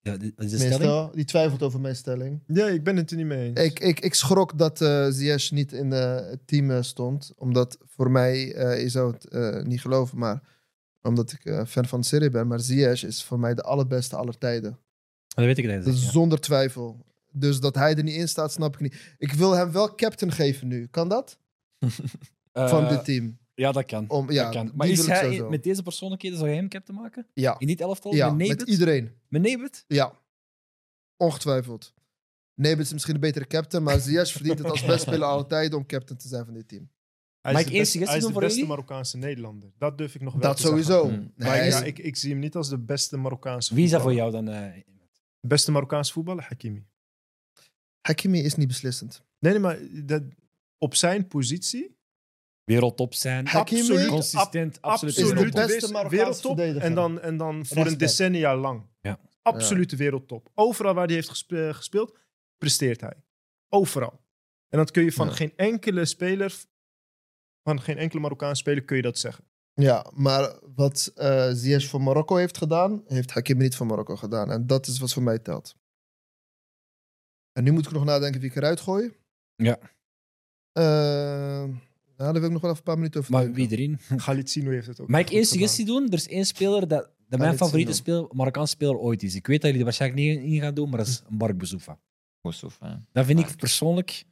Ja, dit- wat is de stelling? Meestal, die twijfelt over mijn stelling. Ja, ik ben het er niet mee eens. Ik, ik, ik schrok dat eh Ziyech niet in eh, het team eh, stond. Omdat voor mij, eh, je zou het eh, niet geloven, maar omdat ik eh, fan van de serie ben. Maar Ziyech is voor mij de allerbeste aller tijden. Dat weet ik dat je Dat zegt, is ja. zonder twijfel. Dus dat hij er niet in staat, snap ik niet. Ik wil hem wel captain geven nu. Kan dat? Van Eh, dit team. Ja, dat kan. Om, ja, dat kan. die Maar is wil ik hij, sowieso. met deze persoonlijkheden, zou jij hem captain maken? Ja, In dit elftal? ja met met Nebet? iedereen. Met Nebet? Ja, ongetwijfeld. Nebet is misschien een betere captain, maar Ziyech verdient het als beste speler aller tijden om captain te zijn van dit team. Hij Mag is ik de één best- suggestie hij is doen de voor beste jullie? Marokkaanse Nederlander. Dat durf ik nog wel Dat te sowieso. zeggen. Mm. Nee, Maar hij ik, is- ja, ik, ik zie hem niet als de beste Marokkaanse Wie is dat voor voetballer. jou dan? eh, Beste Marokkaanse voetballer? Hakimi. Hakimi is niet beslissend. Nee, nee, maar dat, op zijn positie... wereldtop zijn? Hakimi? Absoluut. Consistent, absoluut. Is de Absoluut. beste Wees- Marokkaanse wereldtop. verdediger. En dan, en dan voor een Rechtsback. decennia lang. Ja. Absolute wereldtop. Overal waar hij heeft gespe- gespeeld, presteert hij. Overal. En dat kun je van Ja. geen enkele speler... Van geen enkele Marokkaanse speler kun je dat zeggen. Ja, maar wat eh Ziyech voor Marokko heeft gedaan, heeft Hakimi niet voor Marokko gedaan. En dat is wat voor mij telt. En nu moet ik nog nadenken wie ik eruit gooi. Ja. Eh, nou, daar wil ik nog wel even een paar minuten over Maar denken. wie erin? Galitsino heeft het ook Mag ik goed één gedaan. suggestie doen? Er is één speler dat, dat mijn Alexino. favoriete speel, Marokkaanse speler ooit is. Ik weet dat jullie er waarschijnlijk niet in gaan doen, maar dat is Mark Boussoufa. Kosovo, hè. Dat vind ik Mark. persoonlijk...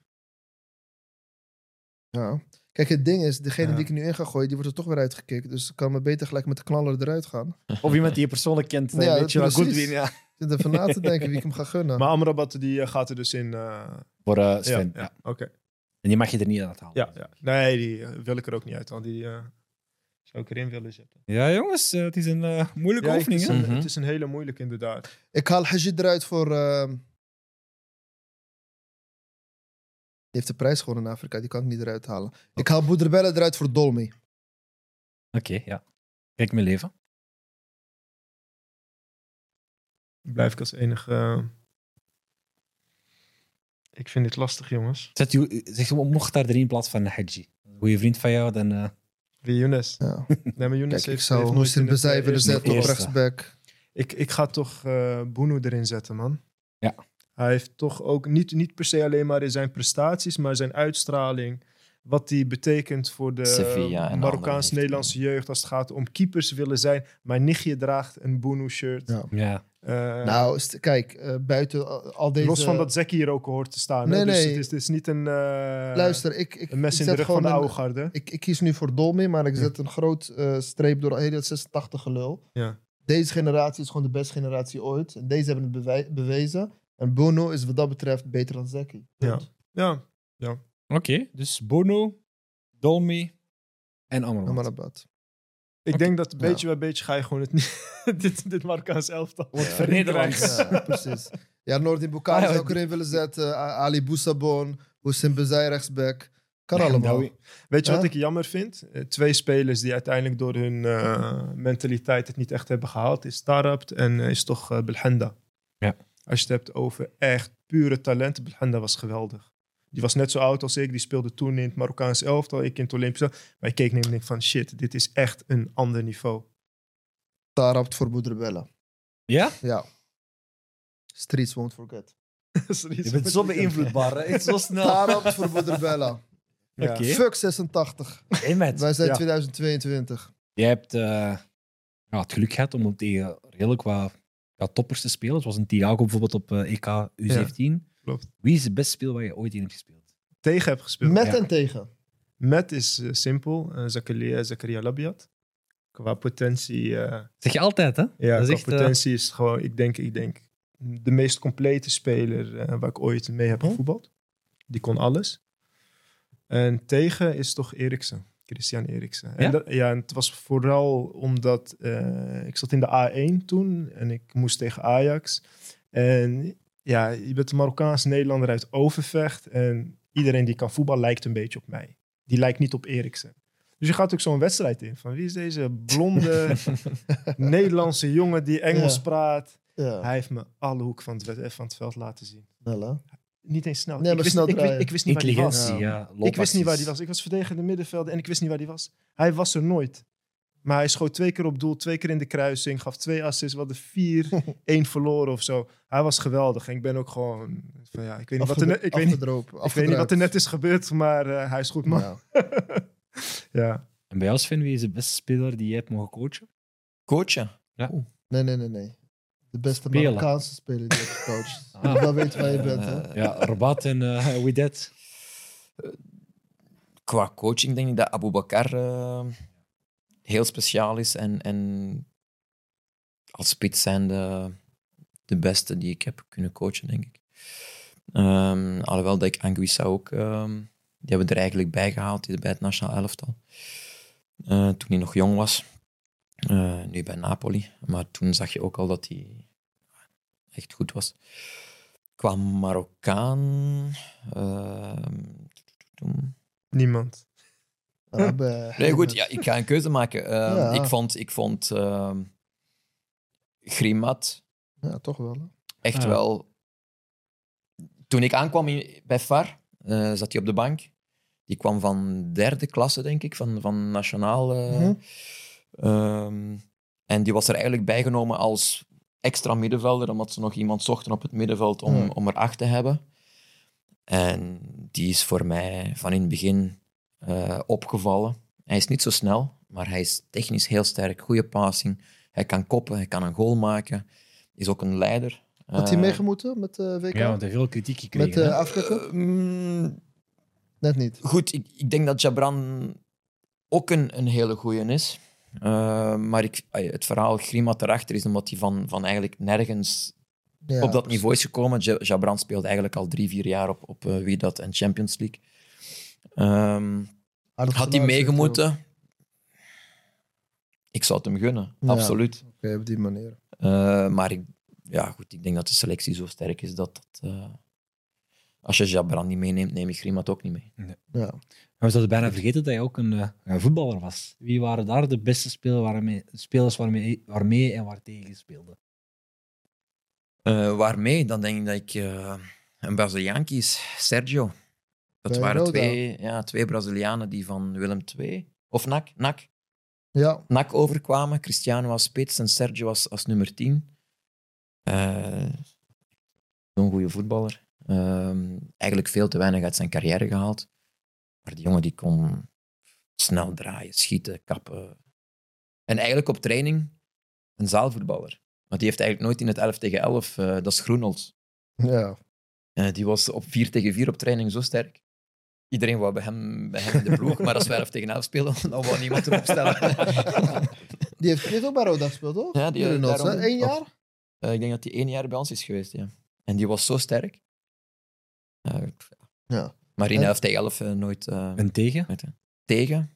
Ja. Kijk, het ding is, degene Ja. die ik nu in ga gooien, die wordt er toch weer uitgekikt. Dus ik kan me beter gelijk met de knaller eruit gaan. Of iemand die je persoonlijk kent. Ja, Ja, weet je wel, precies. Goodwin, ja. Ik zit even na te denken wie ik hem ga gunnen. Maar Amrabat die, eh, gaat er dus in... eh, Voor eh, ja, Sven. ja, Ja. oké. En die mag je er niet uit halen. Ja, ja. Nee, die eh, wil ik er ook niet uit. Want die eh, zou ik erin willen zetten. Ja, jongens, eh, het is een eh, moeilijke Ja, het, oefening. is Hè? een, Mhm. het is een hele moeilijke inderdaad. Ik haal Hajid eruit voor... eh, Die heeft de prijs gewonnen in Afrika, die kan ik niet eruit halen. Ik haal Boudrebelle eruit voor Dolmy. Oké, ja. Kijk mijn leven. Blijf ik als enige... eh, Ik vind dit lastig, jongens. Zet u, zeg Mokhtar erin in plaats van Hadji. Een goede vriend van jou, dan... eh, Wie, Younes? Ja. Nee, maar Younes Kijk, ik heeft, zou heeft nooit Moesin in het, Bezij eh, willen eerste- zetten op eerste. rechtsback. Ik, ik ga toch eh Bounu erin zetten, man. Ja. Hij heeft toch ook niet, niet per se alleen maar in zijn prestaties, maar zijn uitstraling. Wat die betekent voor de Sevilla en Marokkaans-Nederlandse jeugd als het gaat om keepers willen zijn. Mijn nichtje draagt een Bounu-shirt. Ja. ja. Eh, Nou, st- kijk, eh, buiten al- al deze... Los van dat Zeki hier ook hoort te staan. Nee, hè? Dus nee. het is, het is niet een, eh, Luister, ik, ik, een mes ik in de zet rug van gewoon de een- oude garde. Ik, ik kies nu voor Dolmy, maar ik zet een groot eh, streep door heel dat zesentachtig gelul. Ja. Deze generatie is gewoon de beste generatie ooit. En deze hebben het bewij- bewezen. En Bono is wat dat betreft beter dan Zeki. Ja. Ja, Oké, dus Bono, Dolmy en Amrabat. Amrabat. ik Oké. denk dat Ja. beetje bij beetje ga je gewoon het niet, dit, dit Marokkaans elftal. Wordt Ja. vernederlands. Ja, precies. Ja, Noordin Boukari Ah, ja, zou ik erin willen zetten. A- Ali Boussabon, Houssem Bezai rechtsback. Kan allemaal. Weet je Ja? wat ik jammer vind? Eh, twee spelers die uiteindelijk door hun eh, mentaliteit het niet echt hebben gehaald. Is Tarabt en eh, is toch eh, Belhanda. Ja. Als je het hebt over echt pure talent. Belhanda was geweldig. Die was net zo oud als ik. Die speelde toen in het Marokkaanse elftal. Ik in het Olympische. Maar ik keek naar hem en denk van shit, dit is echt een ander niveau. Tarabt voor Boudrebelle. Ja? Ja. Streets won't forget. Je bent zo beïnvloedbaar, hè? Echt zo snel. Tarabt voor Boudrebelle. Ja. Oké. Fuck zesentachtig. Hey, Matt. Wij zijn Ja. tweeduizend tweeëntwintig. Jij hebt eh, ja, het geluk gehad om tegen redelijk wat ja, toppers te spelen. Zoals een Thiago bijvoorbeeld op eh, E K U zeventien. klopt. Wie is het beste speel waar je ooit in hebt gespeeld? Tegen heb gespeeld. Met Ja. en tegen. Met is eh, simpel. eh, Zakaria, Zakaria Labiat. Qua potentie... eh, Zeg je altijd, hè? Ja, Dat is qua echt, eh, potentie is het gewoon, ik denk, ik denk, de meest complete speler eh, waar ik ooit mee heb Hm? gevoetbald. Die kon alles. En tegen is toch Eriksen, Christian Eriksen. En Ja? dat, ja, en het was vooral omdat eh, ik zat in de A één toen en ik moest tegen Ajax. En ja, je bent een Marokkaanse Nederlander uit Overvecht en iedereen die kan voetballen lijkt een beetje op mij. Die lijkt niet op Eriksen. Dus je gaat ook zo'n wedstrijd in. Van wie is deze blonde Nederlandse jongen die Engels Ja. praat? Ja, Hij heeft me alle hoeken van het, wed- van het veld laten zien. wel hè? Niet eens snel. Nee, maar ik, wist, snel ik, wist, draaien. ik wist niet waar hij was. Intelligentie, Ja. ja. Ik wist niet waar hij was. Ik was verdediger in het middenveld en ik wist niet waar hij was. Hij was er nooit. Maar hij schoot twee keer op doel, twee keer in de kruising, gaf twee assists, wat de vier, één verloren of zo. Hij was geweldig en ik ben ook gewoon... Van, ja, ik weet niet wat er, net, ik weet niet, ik weet niet wat er net is gebeurd, maar uh, hij is goed, man. Ja. ja. En bij jou, Sven, wie is de beste speler die jij hebt mogen coachen? Coachen? Ja. Oeh. Nee, nee, nee, nee. De beste Spelen. Marokkaanse speler die ik heb gecoacht. Ah. Ik wil weten waar je bent, hè? Uh, ja, Rabat en uh, Widet. Uh, qua coaching denk ik dat Aboubakar uh, heel speciaal is en, en als spits zijn de, de beste die ik heb kunnen coachen, denk ik. Um, alhoewel dat ik Anguissa ook... Um, die hebben we er eigenlijk bij gehaald bij het nationaal elftal. Uh, toen hij nog jong was. Uh, nu bij Napoli. Maar toen zag je ook al dat hij echt goed was. Qua Marokkaan... Uh, Niemand. Arabe, nee, goed, ja, ik ga een keuze maken. Uh, ja. Ik vond, ik vond uh, Grimat ja, toch wel. Hè? echt ja. wel... Toen ik aankwam in, bij F A R, uh, zat hij op de bank. Die kwam van derde klasse, denk ik, van, van nationaal. Uh, mm-hmm. um, en die was er eigenlijk bijgenomen als extra middenvelder, omdat ze nog iemand zochten op het middenveld om, mm. om er acht te hebben. En die is voor mij van in het begin uh, opgevallen. Hij is niet zo snel, maar hij is technisch heel sterk. Goede passing. Hij kan koppen, hij kan een goal maken. Is ook een leider. Had hij meegemoeten met de W K? Ja, want hij heeft veel kritiek gekregen. Met de Afrika Cup? Uh, mm, Net niet. Goed, ik, ik denk dat Jabran ook een, een hele goeie is. Uh, maar ik, het verhaal Grimat erachter is omdat hij van, van eigenlijk nergens ja, op dat niveau is gekomen. Jabran speelt eigenlijk al drie, vier jaar op, op uh, wie dat en Champions League. Um, had hij meegemoeten? Ik zou het hem gunnen, ja, absoluut. Oké, okay, op die manier. Uh, maar ik, ja, goed, ik denk dat de selectie zo sterk is dat... dat uh, als je Jabran niet meeneemt, neem je Grimat ook niet mee. Nee. Ja. We zouden bijna vergeten dat je ook een, uh, een voetballer was. Wie waren daar de beste spelers waarmee, spelers waarmee, waarmee en waartegen je speelde? Uh, waarmee? Dan denk ik dat ik uh, een Braziliaan kies. Sergio. Dat Bij waren Roda. twee, ja, twee Brazilianen die van Willem twee... Of N A C? N A C. Ja. N A C overkwamen. Cristiano als spits en Sergio als, als nummer tien. Uh, Zo'n goede voetballer. Uh, eigenlijk veel te weinig uit zijn carrière gehaald. Maar die jongen die kon snel draaien, schieten, kappen. En eigenlijk op training een zaalvoetballer. Want die heeft eigenlijk nooit in het elf tegen elf, uh, dat is Groenholz. Ja. Uh, die was op vier tegen vier op training zo sterk. Iedereen wou bij hem, bij hem in de ploeg, maar als wij elf tegen elf speelden, dan wou niemand erop stellen. Die heeft, die heeft ook bij Roda gespeeld, toch? Ja, die heeft daarom... Eén jaar? Uh, ik denk dat hij één jaar bij ons is geweest, ja. En die was zo sterk. Uh, ja. Maar in en... elf tegen elf uh, nooit... Uh, en tegen? Nooit, uh, tegen?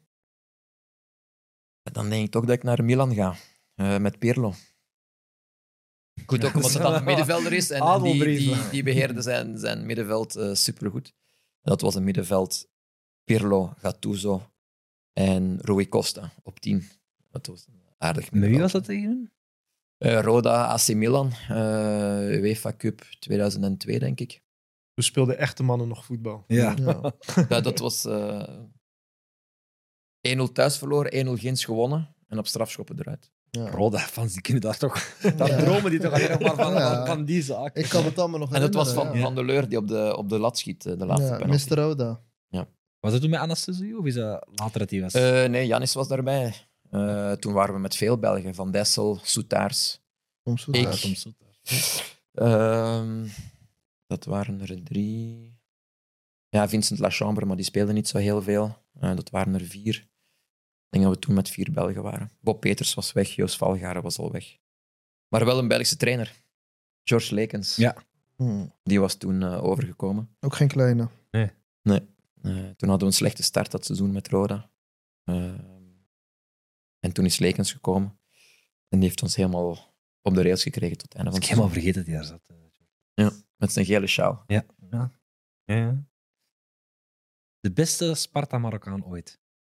Dan denk ik toch dat ik naar Milan ga. Uh, met Pirlo. Goed, ook omdat het dan een middenvelder is. En, en die, die, die beheerde zijn, zijn middenveld uh, supergoed. Dat was een middenveld Pirlo, Gattuso en Rui Costa op tien. Dat was een aardig middenveld. Met wie was dat tegen hem? Uh, Roda, A C Milan, uh, UEFA Cup tweeduizend twee, denk ik. We speelden echte mannen nog voetbal. Ja. Ja. Ja, dat was uh, één nul thuis verloren, één nul Gens gewonnen en op strafschoppen eruit. Ja. Roda-fans, die kunnen daar toch... Daar ja. dromen die toch alleen nog maar van, ja. van die zaak. Ik kan het allemaal nog En dat was van, ja. van de Leur die op de, op de lat schiet, de laatste ja, penalty. mister Roda. Ja. Was dat toen met Anastasio of is dat later dat hij was? Uh, nee, Jannis was daarbij. Uh, toen waren we met veel Belgen, Van Dessel, Soetaars. Tom Soetaars. Ik. Tom Soetaars. Uh, dat waren er drie. Ja, Vincent Lachambre, maar die speelde niet zo heel veel. Uh, dat waren er vier. Ik denk dat we toen met vier Belgen waren. Bob Peters was weg, Joost Valgaeren was al weg. Maar wel een Belgische trainer. George Lekens. Ja. Hmm. Die was toen uh, overgekomen. Ook geen kleine. Nee. Nee. Uh, toen hadden we een slechte start dat seizoen met Roda. Uh, en toen is Lekens gekomen. En die heeft ons helemaal op de rails gekregen tot het einde van het seizoen. Ik heb helemaal vergeten dat hij daar zat. Ja, met zijn gele sjaal. Ja. Ja. Ja. De beste Sparta-Marokkaan ooit.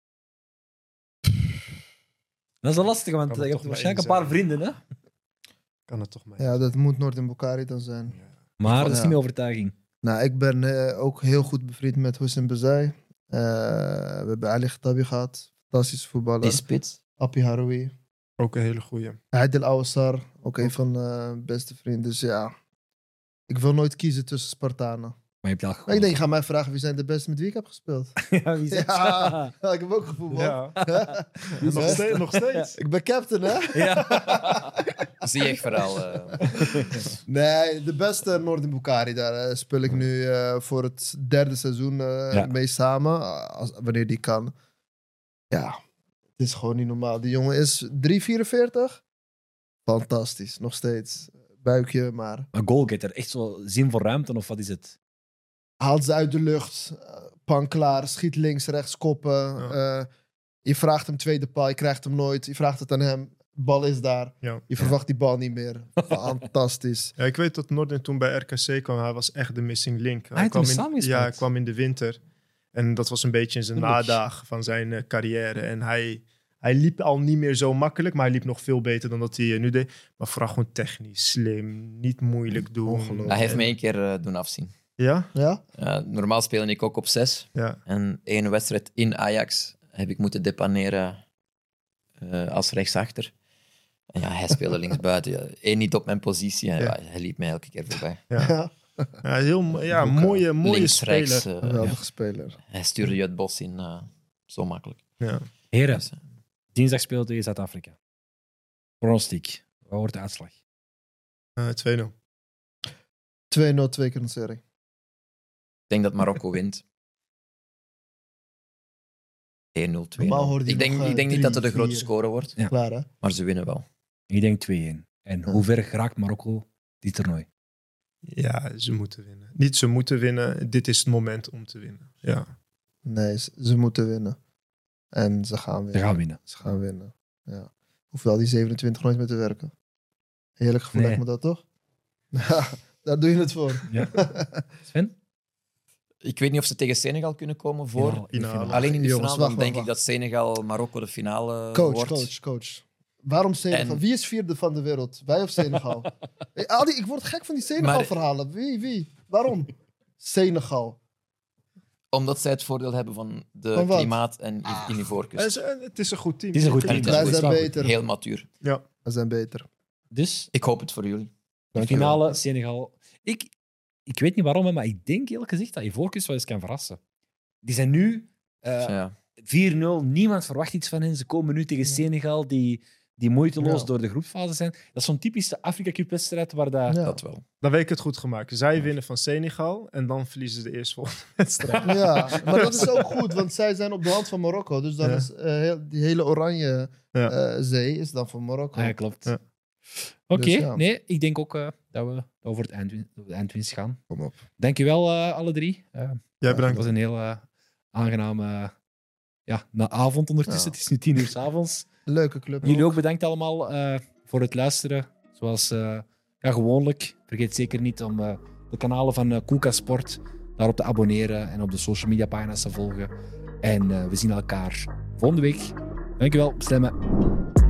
Dat is wel lastig, want je hebt waarschijnlijk een paar vrienden, hè? Kan het toch maar. Ja, dat moet Noordin Bukhari dan zijn. Ja. Maar dat is niet mijn overtuiging. Nou, ik ben uh, ook heel goed bevriend met Houssem Bezai. Uh, we hebben Ali Khatabi gehad. Fantastische voetballer. Die spits? Appie Haroui. Ook een hele goeie. Heidel Ouassar, ook een van mijn beste vrienden. Dus ja, ik wil nooit kiezen tussen Spartanen. Maar je hebt al Maar ik denk, je gaat mij vragen wie zijn de beste met wie ik heb gespeeld. ja, wie zegt Ja, ja, ik heb ook gevoetbald. Ja. Wie is nog, best? steeds, nog steeds. Ik ben captain, hè? Ja. Zie je echt vooral. Uh... Nee, de beste Nordin Bukhari. Daar uh, speel ik nu uh, voor het derde seizoen uh, Ja. mee samen. uh, Als, wanneer die kan. Ja, het is gewoon niet normaal. Die jongen is drie vierenveertig. Fantastisch, nog steeds. Buikje, maar Een goalgetter, echt zo zin voor ruimte of wat is het? haalt ze uit de lucht. Uh, pan klaar, schiet links, rechts, koppen. Ja. Uh, je vraagt hem tweede paal, je krijgt hem nooit. Je vraagt het aan hem, de bal is daar. Ja. Je verwacht die bal niet meer. Fantastisch. Ja, ik weet dat Nordin toen bij R K C kwam. Hij was echt de missing link. Hij heeft kwam hem in, samengespeeld. Ja, hij kwam in de winter. En dat was een beetje in zijn Tuurlijk. nadagen van zijn uh, carrière. En hij, hij liep al niet meer zo makkelijk. Maar hij liep nog veel beter dan dat hij uh, nu deed. Maar vooral gewoon technisch, slim. Niet moeilijk doen. Ongelooflijk. Hij heeft me één keer uh, doen afzien. Ja? Ja? Uh, normaal speel ik ook op zes. Ja. En één wedstrijd in Ajax heb ik moeten depaneren uh, als rechtsachter. En ja, hij speelde linksbuiten. Ja. Eén niet op mijn positie. En, Ja. ja, hij liep mij elke keer voorbij. Ja. Ja. Ja, heel mo- ja, Boeken. mooie, mooie Links, speler. rechts. uh, Geweldige speler. hij stuurde je het bos in. Uh, zo makkelijk. Ja. Heren, Dus, uh, dinsdag speelt tegen Zuid-Afrika. Pronostiek. Wat wordt de uitslag? Uh, twee nul. twee nul, twee keer een serie. ik denk dat Marokko wint. één nul, twee Normaal nul. hoorde je Ik denk, nog, uh, ik denk niet drie, dat het een grote vier. score wordt. Ja. Klaar, hè? Maar ze winnen wel. Ik denk twee-één. En hoe ver raakt Marokko dit toernooi? Ja, ze moeten winnen. Niet ze moeten winnen. Dit is het moment om te winnen. Ja. Nee, ze, ze moeten winnen. En ze gaan Ze winnen. gaan winnen. Ze gaan winnen. Ja. Hoewel die zevenentwintig nooit meer te werken. Heerlijk gevoel Nee. lijkt me dat, toch? Ja, daar doe je het voor. Ja. Sven? Ik weet niet of ze tegen Senegal kunnen komen voor. Finale, in de Finale. finale. Alleen in de Jongens, finale wacht, dan denk wacht, ik dat Senegal-Marokko de finale Coach, wordt. coach, coach. Waarom Senegal? En- Wie is vierde van de wereld? Wij of Senegal? Hey, Adi, ik word gek van die Senegal-verhalen. Wie, wie? Waarom? Senegal. Omdat zij het voordeel hebben van de Van wat? klimaat en Het Ivoorkust. is, een- het is een goed team. Het is een goed En team. het is Wij goed. zijn wel goed. beter. Heel matuur. Ja. We zijn beter. Dus, Ik hoop het voor jullie. de Dankjewel. finale, Senegal. Ik, ik weet niet waarom, hè, maar ik denk eerlijk gezegd dat Ivoorkust wel eens kan verrassen. Die zijn nu uh, Ja. vier nul. Niemand verwacht iets van hen. Ze komen nu tegen Senegal, die, die moeiteloos Ja. door de groepsfase zijn. Dat is zo'n typische Afrika Cup-wedstrijd waar dat... Ja. Dat wel. Dan weet ik het goed gemaakt. Zij winnen van Senegal en dan verliezen ze de eerstvolgende wedstrijd. Ja, maar dat is ook goed, want zij zijn op de hand van Marokko. Dus dan Ja. is uh, heel, die hele oranje Ja. uh, zee is dan van Marokko. Ah, ja, klopt. Ja. Oké, Dus ja. nee, ik denk ook uh, dat, we, dat we voor het eindwin, de eindwinst gaan. Kom op. Dankjewel, uh, alle drie. Uh, Jij Het bedankt. was een heel uh, aangename uh, ja, na avond ondertussen. Ja. Het is nu tien uur 's avonds. Leuke club. Jullie ook bedankt allemaal uh, voor het luisteren. Zoals uh, ja, gewoonlijk. Vergeet zeker niet om uh, de kanalen van uh, Koelka Sport daarop te abonneren en op de social media pagina's te volgen. En uh, we zien elkaar volgende week. Dankjewel. Stemmen.